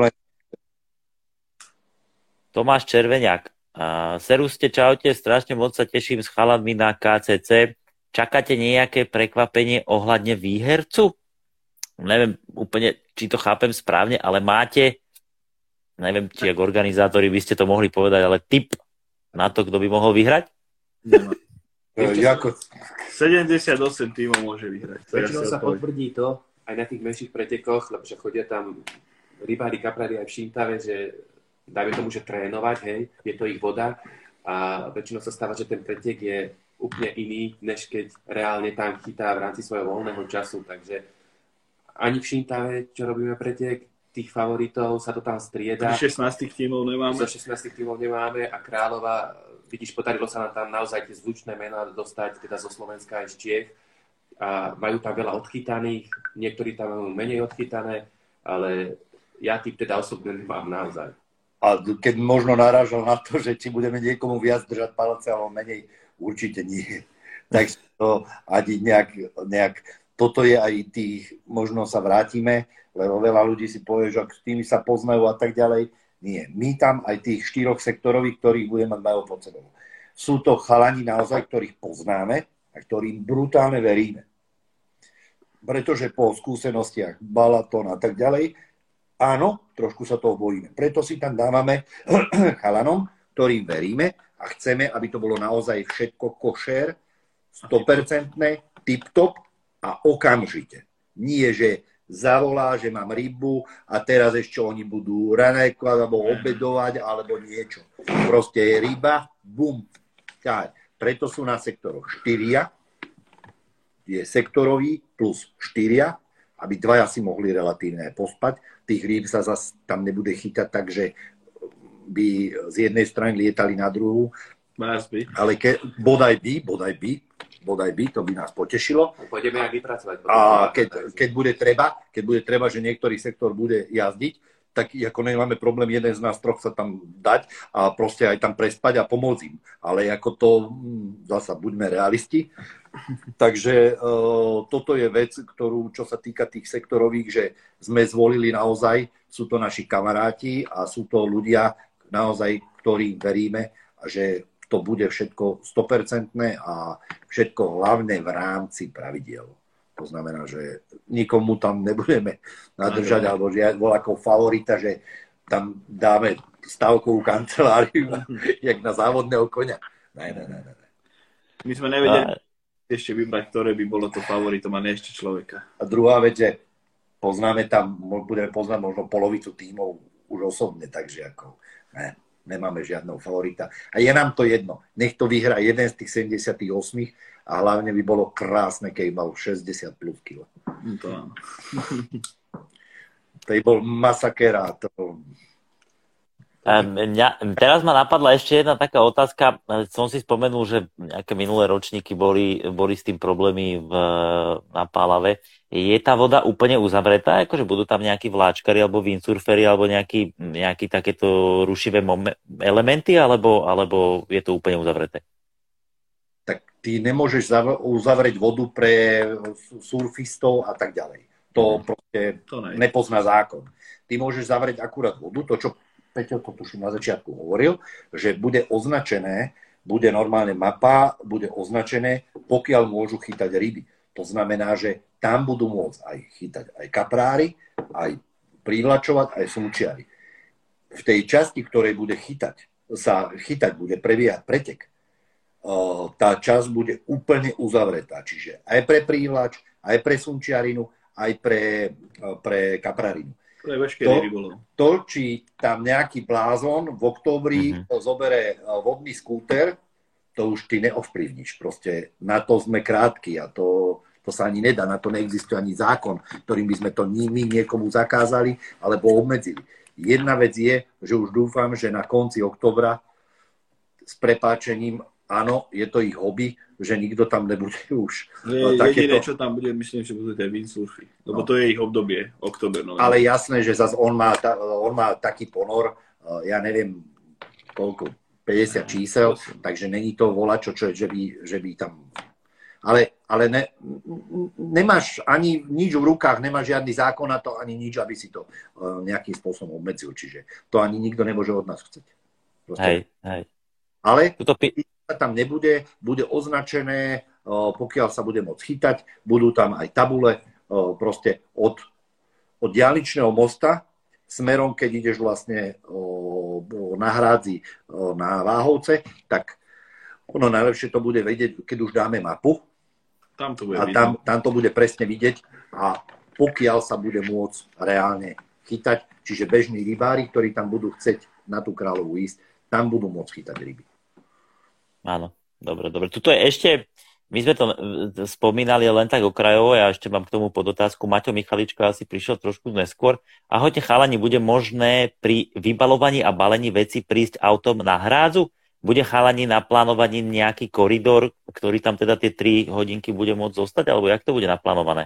Tomáš Červeňák. Seruste, čaute, strašne moc sa teším s chalanmi na KCC. Čakáte nejaké prekvapenie ohľadne výhercu? Neviem úplne, či to chápem správne, ale máte, neviem, či ako organizátori by ste to mohli povedať, ale tip na to, kto by mohol vyhrať? 78 tímov môže vyhrať. Väčšinou sa potvrdí to aj na tých menších pretekoch, lebo chodia tam rybári, kaprári aj v Šíntave, že dajme tomu, že trénovať, hej, je to ich voda a väčšinou sa stáva, že ten pretek je úplne iný, než keď reálne tam chytá v rámci svojho voľného času, takže ani v Šíntave, čo robíme pretek, tých favoritov sa to tam strieda. 16 tímov nemáme. Zo 16 tímov nemáme a Králova, vidíš, podarilo sa nám tam naozaj tie zvučné mená dostať, teda zo Slovenska aj z Čiech a majú tam veľa odchytaných, niektorí tam majú menej odchytané, ale ja tým teda osobne nemám naozaj. A keď možno narážal na to, že či budeme niekomu viac držať palce, alebo menej, určite nie. Takže to ani nejak toto je aj tých, možno sa vrátime, lebo veľa ľudí si povie, že s tými sa poznajú a tak ďalej. Nie. My tam aj tých 4 sektorových, ktorých budeme mať majú pod sebou. Sú to chalani naozaj, ktorých poznáme a ktorým brutálne veríme. Pretože po skúsenostiach Balaton a tak ďalej, áno, trošku sa toho bojíme. Preto si tam dávame chalanom, ktorým veríme a chceme, aby to bolo naozaj všetko košer, 100%, tip-top a okamžite. Nie, že zavolá, že mám rybu a teraz ešte oni budú ranejkovať alebo obedovať alebo niečo. Proste je ryba, bum. Preto sú na sektoroch 4, je sektorový plus 4, aby dvaja si mohli relatívne pospať. Tých rýb sa zase tam nebude chytať tak, že by z jednej strany lietali na druhú. Ale bodaj by, to by nás potešilo. Pôjdeme aj vypracovať. A keď bude treba, že niektorý sektor bude jazdiť, tak ako nemáme problém jeden z nás troch sa tam dať a proste aj tam prespať a pomôcť im. Ale ako to, zasa buďme realisti. Takže toto je vec, čo sa týka tých sektorových, že sme zvolili naozaj, sú to naši kamaráti a sú to ľudia naozaj, ktorým veríme že to bude všetko 100% a všetko hlavne v rámci pravidiel. To znamená, že nikomu tam nebudeme nadržať alebo ako favorita, že tam dáme stavkovú kanceláriu jak na závodného koňa. Ne. My sme nevedeli ešte vybrať, ktoré by bolo to favoritom a ne ešte človeka. A druhá vec, že budeme poznať možno polovicu tímov už osobne, takže ako nemáme žiadneho favorita. A je nám to jedno. Nech to vyhrá jeden z tých 78 a hlavne by bolo krásne, keď mal 60 plus kg. To áno. To by bol masaker a to... Teraz ma napadla ešte jedna taká otázka. Som si spomenul, že nejaké minulé ročníky boli s tým problémy na Pálave. Je tá voda úplne uzavretá? Akože budú tam nejakí vláčkari alebo windsurferi alebo nejaké takéto rušivé elementy? Alebo je to úplne uzavreté? Tak ty nemôžeš uzavrieť vodu pre surfistov a tak ďalej. To proste nepozná zákon. Ty môžeš zavrieť akurát vodu, to čo Peťo to tuším na začiatku hovoril, že bude označené, bude normálne mapa, bude označené, pokiaľ môžu chytať ryby. To znamená, že tam budú môcť aj chytať aj kaprári, aj privlačovať, aj sumčiari. V tej časti, ktorej bude chytať, bude prebiehať pretek, tá časť bude úplne uzavretá. Čiže aj pre prívlač, aj pre sumčiarinu, aj pre kaprarinu. To, či tam nejaký blázon v októbri zobere vodný skúter, to už ty neovplyvníš. Proste na to sme krátki a to sa ani nedá, na to neexistuje ani zákon, ktorým by sme to my niekomu zakázali alebo obmedzili. Jedna vec je, že už dúfam, že na konci októbra s prepáčením, áno, je to ich hobby, že nikto tam nebude už. Jediné, čo tam bude, myslím, že budú tie windsurfy. Lebo to je ich obdobie, október. Ale jasné, že zase on má taký ponor, ja neviem koľko, 50 čísel, takže není to volačo, že by tam... Ale nemáš ani nič v rukách, nemáš žiadny zákon na to, ani nič, aby si to nejakým spôsobom obmedzil. Čiže to ani nikto nemôže od nás chcieť. Hej. Ale tam nebude, bude označené, pokiaľ sa bude môcť chytať, budú tam aj tabule, proste od diaľničného mosta smerom, keď ideš vlastne na Hrádzi na Váhovce, tak ono najlepšie to bude vedieť, keď už dáme mapu. Tam to bude tam to bude presne vidieť a pokiaľ sa bude môcť reálne chytať, čiže bežní rybári, ktorí tam budú chcieť na tú Kráľovú ísť, tam budú môcť chytať ryby. Áno, dobre. Tuto je ešte, my sme to spomínali len tak okrajovo, ja ešte mám k tomu podotázku. Maťo Michaličko asi prišiel trošku neskôr. Ahojte chalani, bude možné pri vybalovaní a balení veci prísť autom na Hrádzu? Bude chalani naplánovaní nejaký koridor, ktorý tam teda tie 3 hodinky bude môcť zostať, alebo jak to bude naplánované?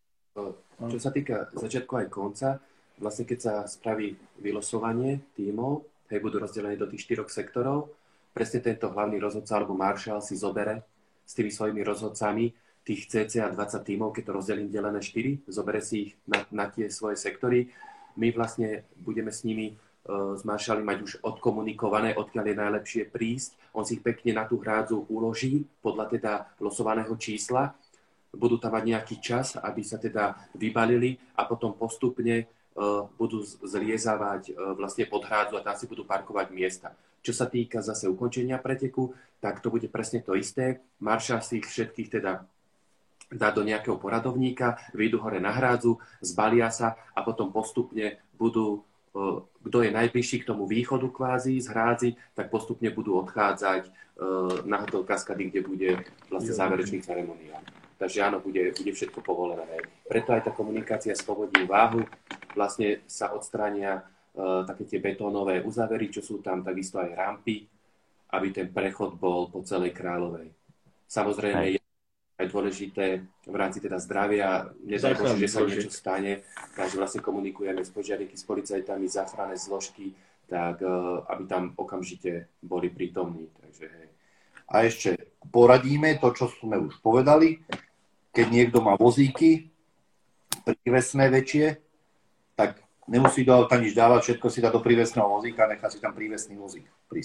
Čo sa týka začiatku aj konca, vlastne keď sa spraví vylosovanie tímov, budú rozdelené do tých 4 sektorov, presne tento hlavný rozhodca alebo maršál si zobere s tými svojimi rozhodcami tých cca 20 tímov, keď to rozdelím delené 4, zobere si ich na tie svoje sektory. My vlastne budeme s nimi s maršálmi mať už odkomunikované, odkiaľ je najlepšie prísť. On si ich pekne na tú Hrádzu uloží podľa teda losovaného čísla. Budú tam mať nejaký čas, aby sa teda vybalili a potom postupne budú zliezavať vlastne pod Hrádzu a tam si budú parkovať miesta. Čo sa týka zase ukončenia preteku, tak to bude presne to isté. Maršál si ich všetkých teda dá do nejakého poradovníka, vyjdú hore na Hrádzu, zbalia sa a potom postupne budú, kto je najbližší k tomu východu kvázi z Hrádzy, tak postupne budú odchádzať na hotel Kaskady, kde bude vlastne záverečný ceremoniál. Takže áno, bude všetko povolené. Preto aj tá komunikácia s povodím Váhu, vlastne sa odstránia také tie betónové uzávery, čo sú tam, takisto aj rampy, aby ten prechod bol po celej Kráľovej. Samozrejme je aj dôležité v rámci teda zdravia, nedaj Bože, že sa niečo stane, takže vlastne komunikujeme s požiarníky, s policajtami, záchranné zložky, tak aby tam okamžite boli prítomní. Takže, a ešte poradíme to, čo sme už povedali, keď niekto má vozíky, prívesné väčšie, tak nemusí do auta nič dávať, všetko si dá do prívesného vozíka, nechá si tam prívesný vozík pri sebe.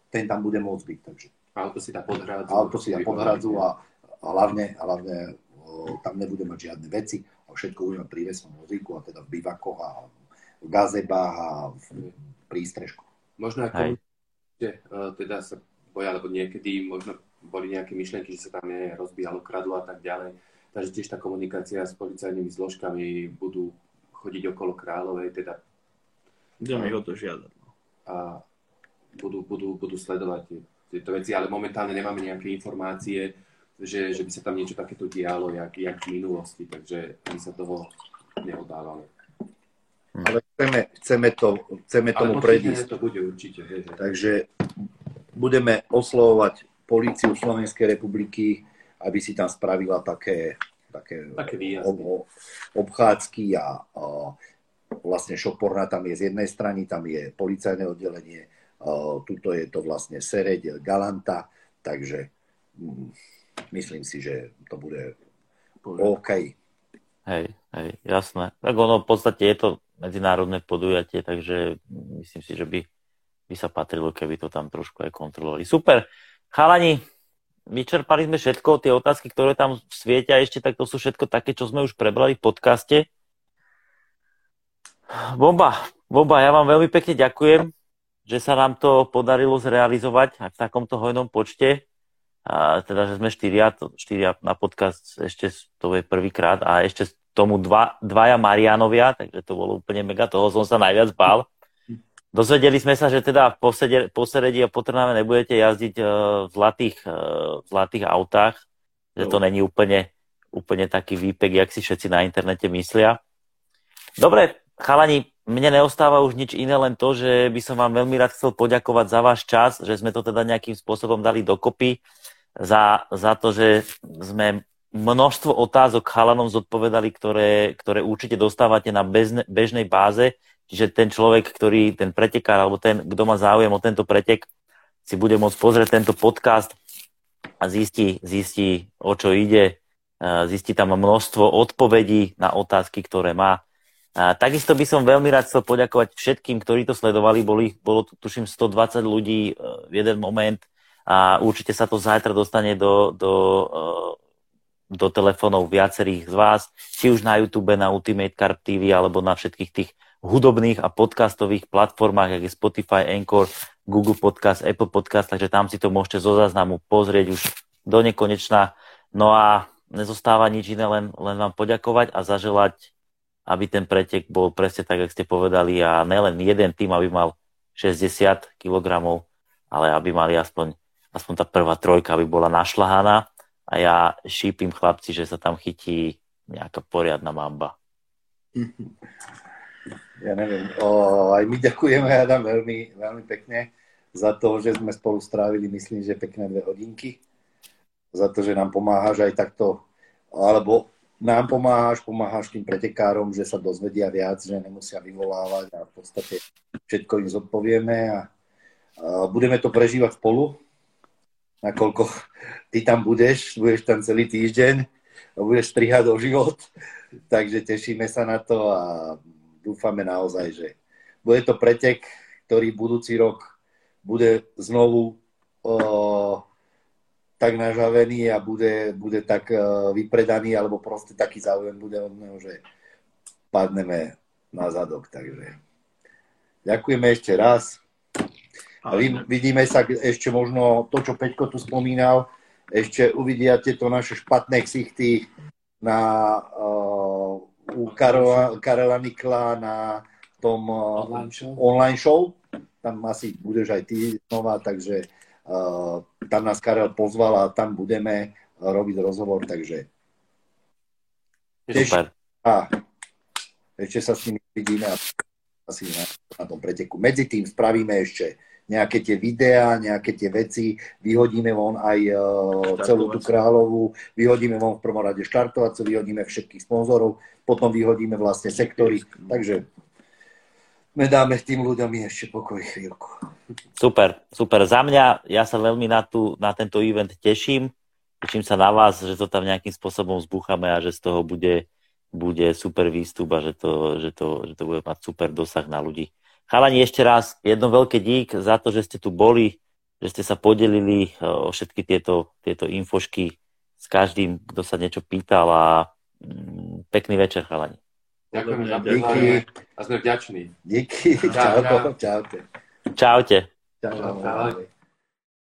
ten tam bude môcť byť. Takže. Auto si dá podhradzu. A hlavne tam nebude mať žiadne veci a všetko bude na prívesnom vozíku, a teda v bivakoch a v gazebách a v prístrežku. Možno ako teda sa boja, alebo niekedy možno boli nejaké myšlienky, že sa tam rozbíjalo, kradlo a tak ďalej. Takže tiež tá komunikácia s policajnými zložkami budú chodiť okolo Kráľovej, teda budeme ich o to žiadať. A budú sledovať tieto veci, ale momentálne nemáme nejaké informácie, že by sa tam niečo takéto dialo, jak v minulosti, takže my sa toho neobávame. Ale chceme tomu predísť. To bude určite. Takže budeme oslovovať políciu Slovenskej republiky, aby si tam spravila také obchádzky a vlastne šoporná tam je z jednej strany, tam je policajné oddelenie, tuto je to vlastne Sereď, Galanta, takže myslím si, že to bude OK. Hej, jasné. Tak ono v podstate je to medzinárodné podujatie, takže myslím si, že by sa patrilo, keby to tam trošku aj kontrolovali. Super. Chalani, vyčerpali sme všetko, tie otázky, ktoré tam svietia ešte, tak to sú všetko také, čo sme už prebrali v podcaste. Bomba, ja vám veľmi pekne ďakujem, že sa nám to podarilo zrealizovať aj v takomto hojnom počte. A teda, že sme štyria na podcast, ešte to je prvýkrát a ešte tomu dvaja Marianovia, takže to bolo úplne mega, toho som sa najviac bál. Dozvedeli sme sa, že teda po Seredi a po Trnave nebudete jazdiť v zlatých autách, že to není úplne taký výpek, jak si všetci na internete myslia. Dobre, chalani, mne neostáva už nič iné, len to, že by som vám veľmi rád chcel poďakovať za váš čas, že sme to teda nejakým spôsobom dali dokopy, za to, že sme množstvo otázok chalanom zodpovedali, ktoré určite dostávate na bežnej báze. Čiže ten človek, ten pretekár, alebo ten, kto má záujem o tento pretek, si bude môcť pozrieť tento podcast a zistí, o čo ide. Zistí tam množstvo odpovedí na otázky, ktoré má. Takisto by som veľmi rád chcel poďakovať všetkým, ktorí to sledovali. Bolo tu, tuším, 120 ľudí v jeden moment. A určite sa to zajtra dostane do telefónov viacerých z vás, či už na YouTube, na Ultimate Carb TV, alebo na všetkých tých hudobných a podcastových platformách, ako je Spotify, Anchor, Google Podcast, Apple Podcast, takže tam si to môžete zo záznamu pozrieť už do nekonečna. No a nezostáva nič iné, len vám poďakovať a zaželať, aby ten pretek bol presne tak, jak ste povedali, a nelen jeden tým, aby mal 60 kg, ale aby mali aspoň tá prvá trojka, aby bola našľahaná, a ja šípim, chlapci, že sa tam chytí nejaká poriadna mamba. Ja neviem, aj my ďakujeme, Adam, veľmi, veľmi pekne za to, že sme spolu strávili, myslím, že pekné 2 hodinky. Za to, že nám pomáhaš aj takto, alebo nám pomáhaš tým pretekárom, že sa dozvedia viac, že nemusia vyvolávať a v podstate všetko im zodpovieme a budeme to prežívať spolu. Nakoľko ty tam budeš tam celý týždeň a budeš strihať o život, takže tešíme sa na to a dúfame naozaj, že bude to pretek, ktorý budúci rok bude znovu tak nažavený a bude tak vypredaný, alebo proste taký záujem bude od neho, že padneme na zadok. Takže ďakujeme ešte raz. A vidíme sa ešte možno to, čo Peťko tu spomínal, ešte uvidíte to naše špatné ksichty u Karela Nikla na tom online show. Tam asi budeš aj ty znova, takže tam nás Karel pozval a tam budeme robiť rozhovor, takže super. Ešte sa s nimi vidíme asi na tom preteku. Medzi tým spravíme ešte nejaké tie videá, nejaké tie veci, vyhodíme von aj celú tú Kráľovú, vyhodíme von v prvom rade štartovacú, vyhodíme všetkých sponzorov, potom vyhodíme vlastne sektory, takže dáme tým ľuďom ešte pokoj chvíľku. Super. Za mňa, ja sa veľmi na tento event teším sa na vás, že to tam nejakým spôsobom zbúchame a že z toho bude super výstup a že to bude mať super dosah na ľudí. Chalani, ešte raz jedno veľké dík za to, že ste tu boli, že ste sa podelili o všetky tieto infošky s každým, kto sa niečo pýtal a pekný večer, chalani. Ďakujeme za Díky. pozvanie a sme vďační. Díky. Čaute. Čaute. Čau.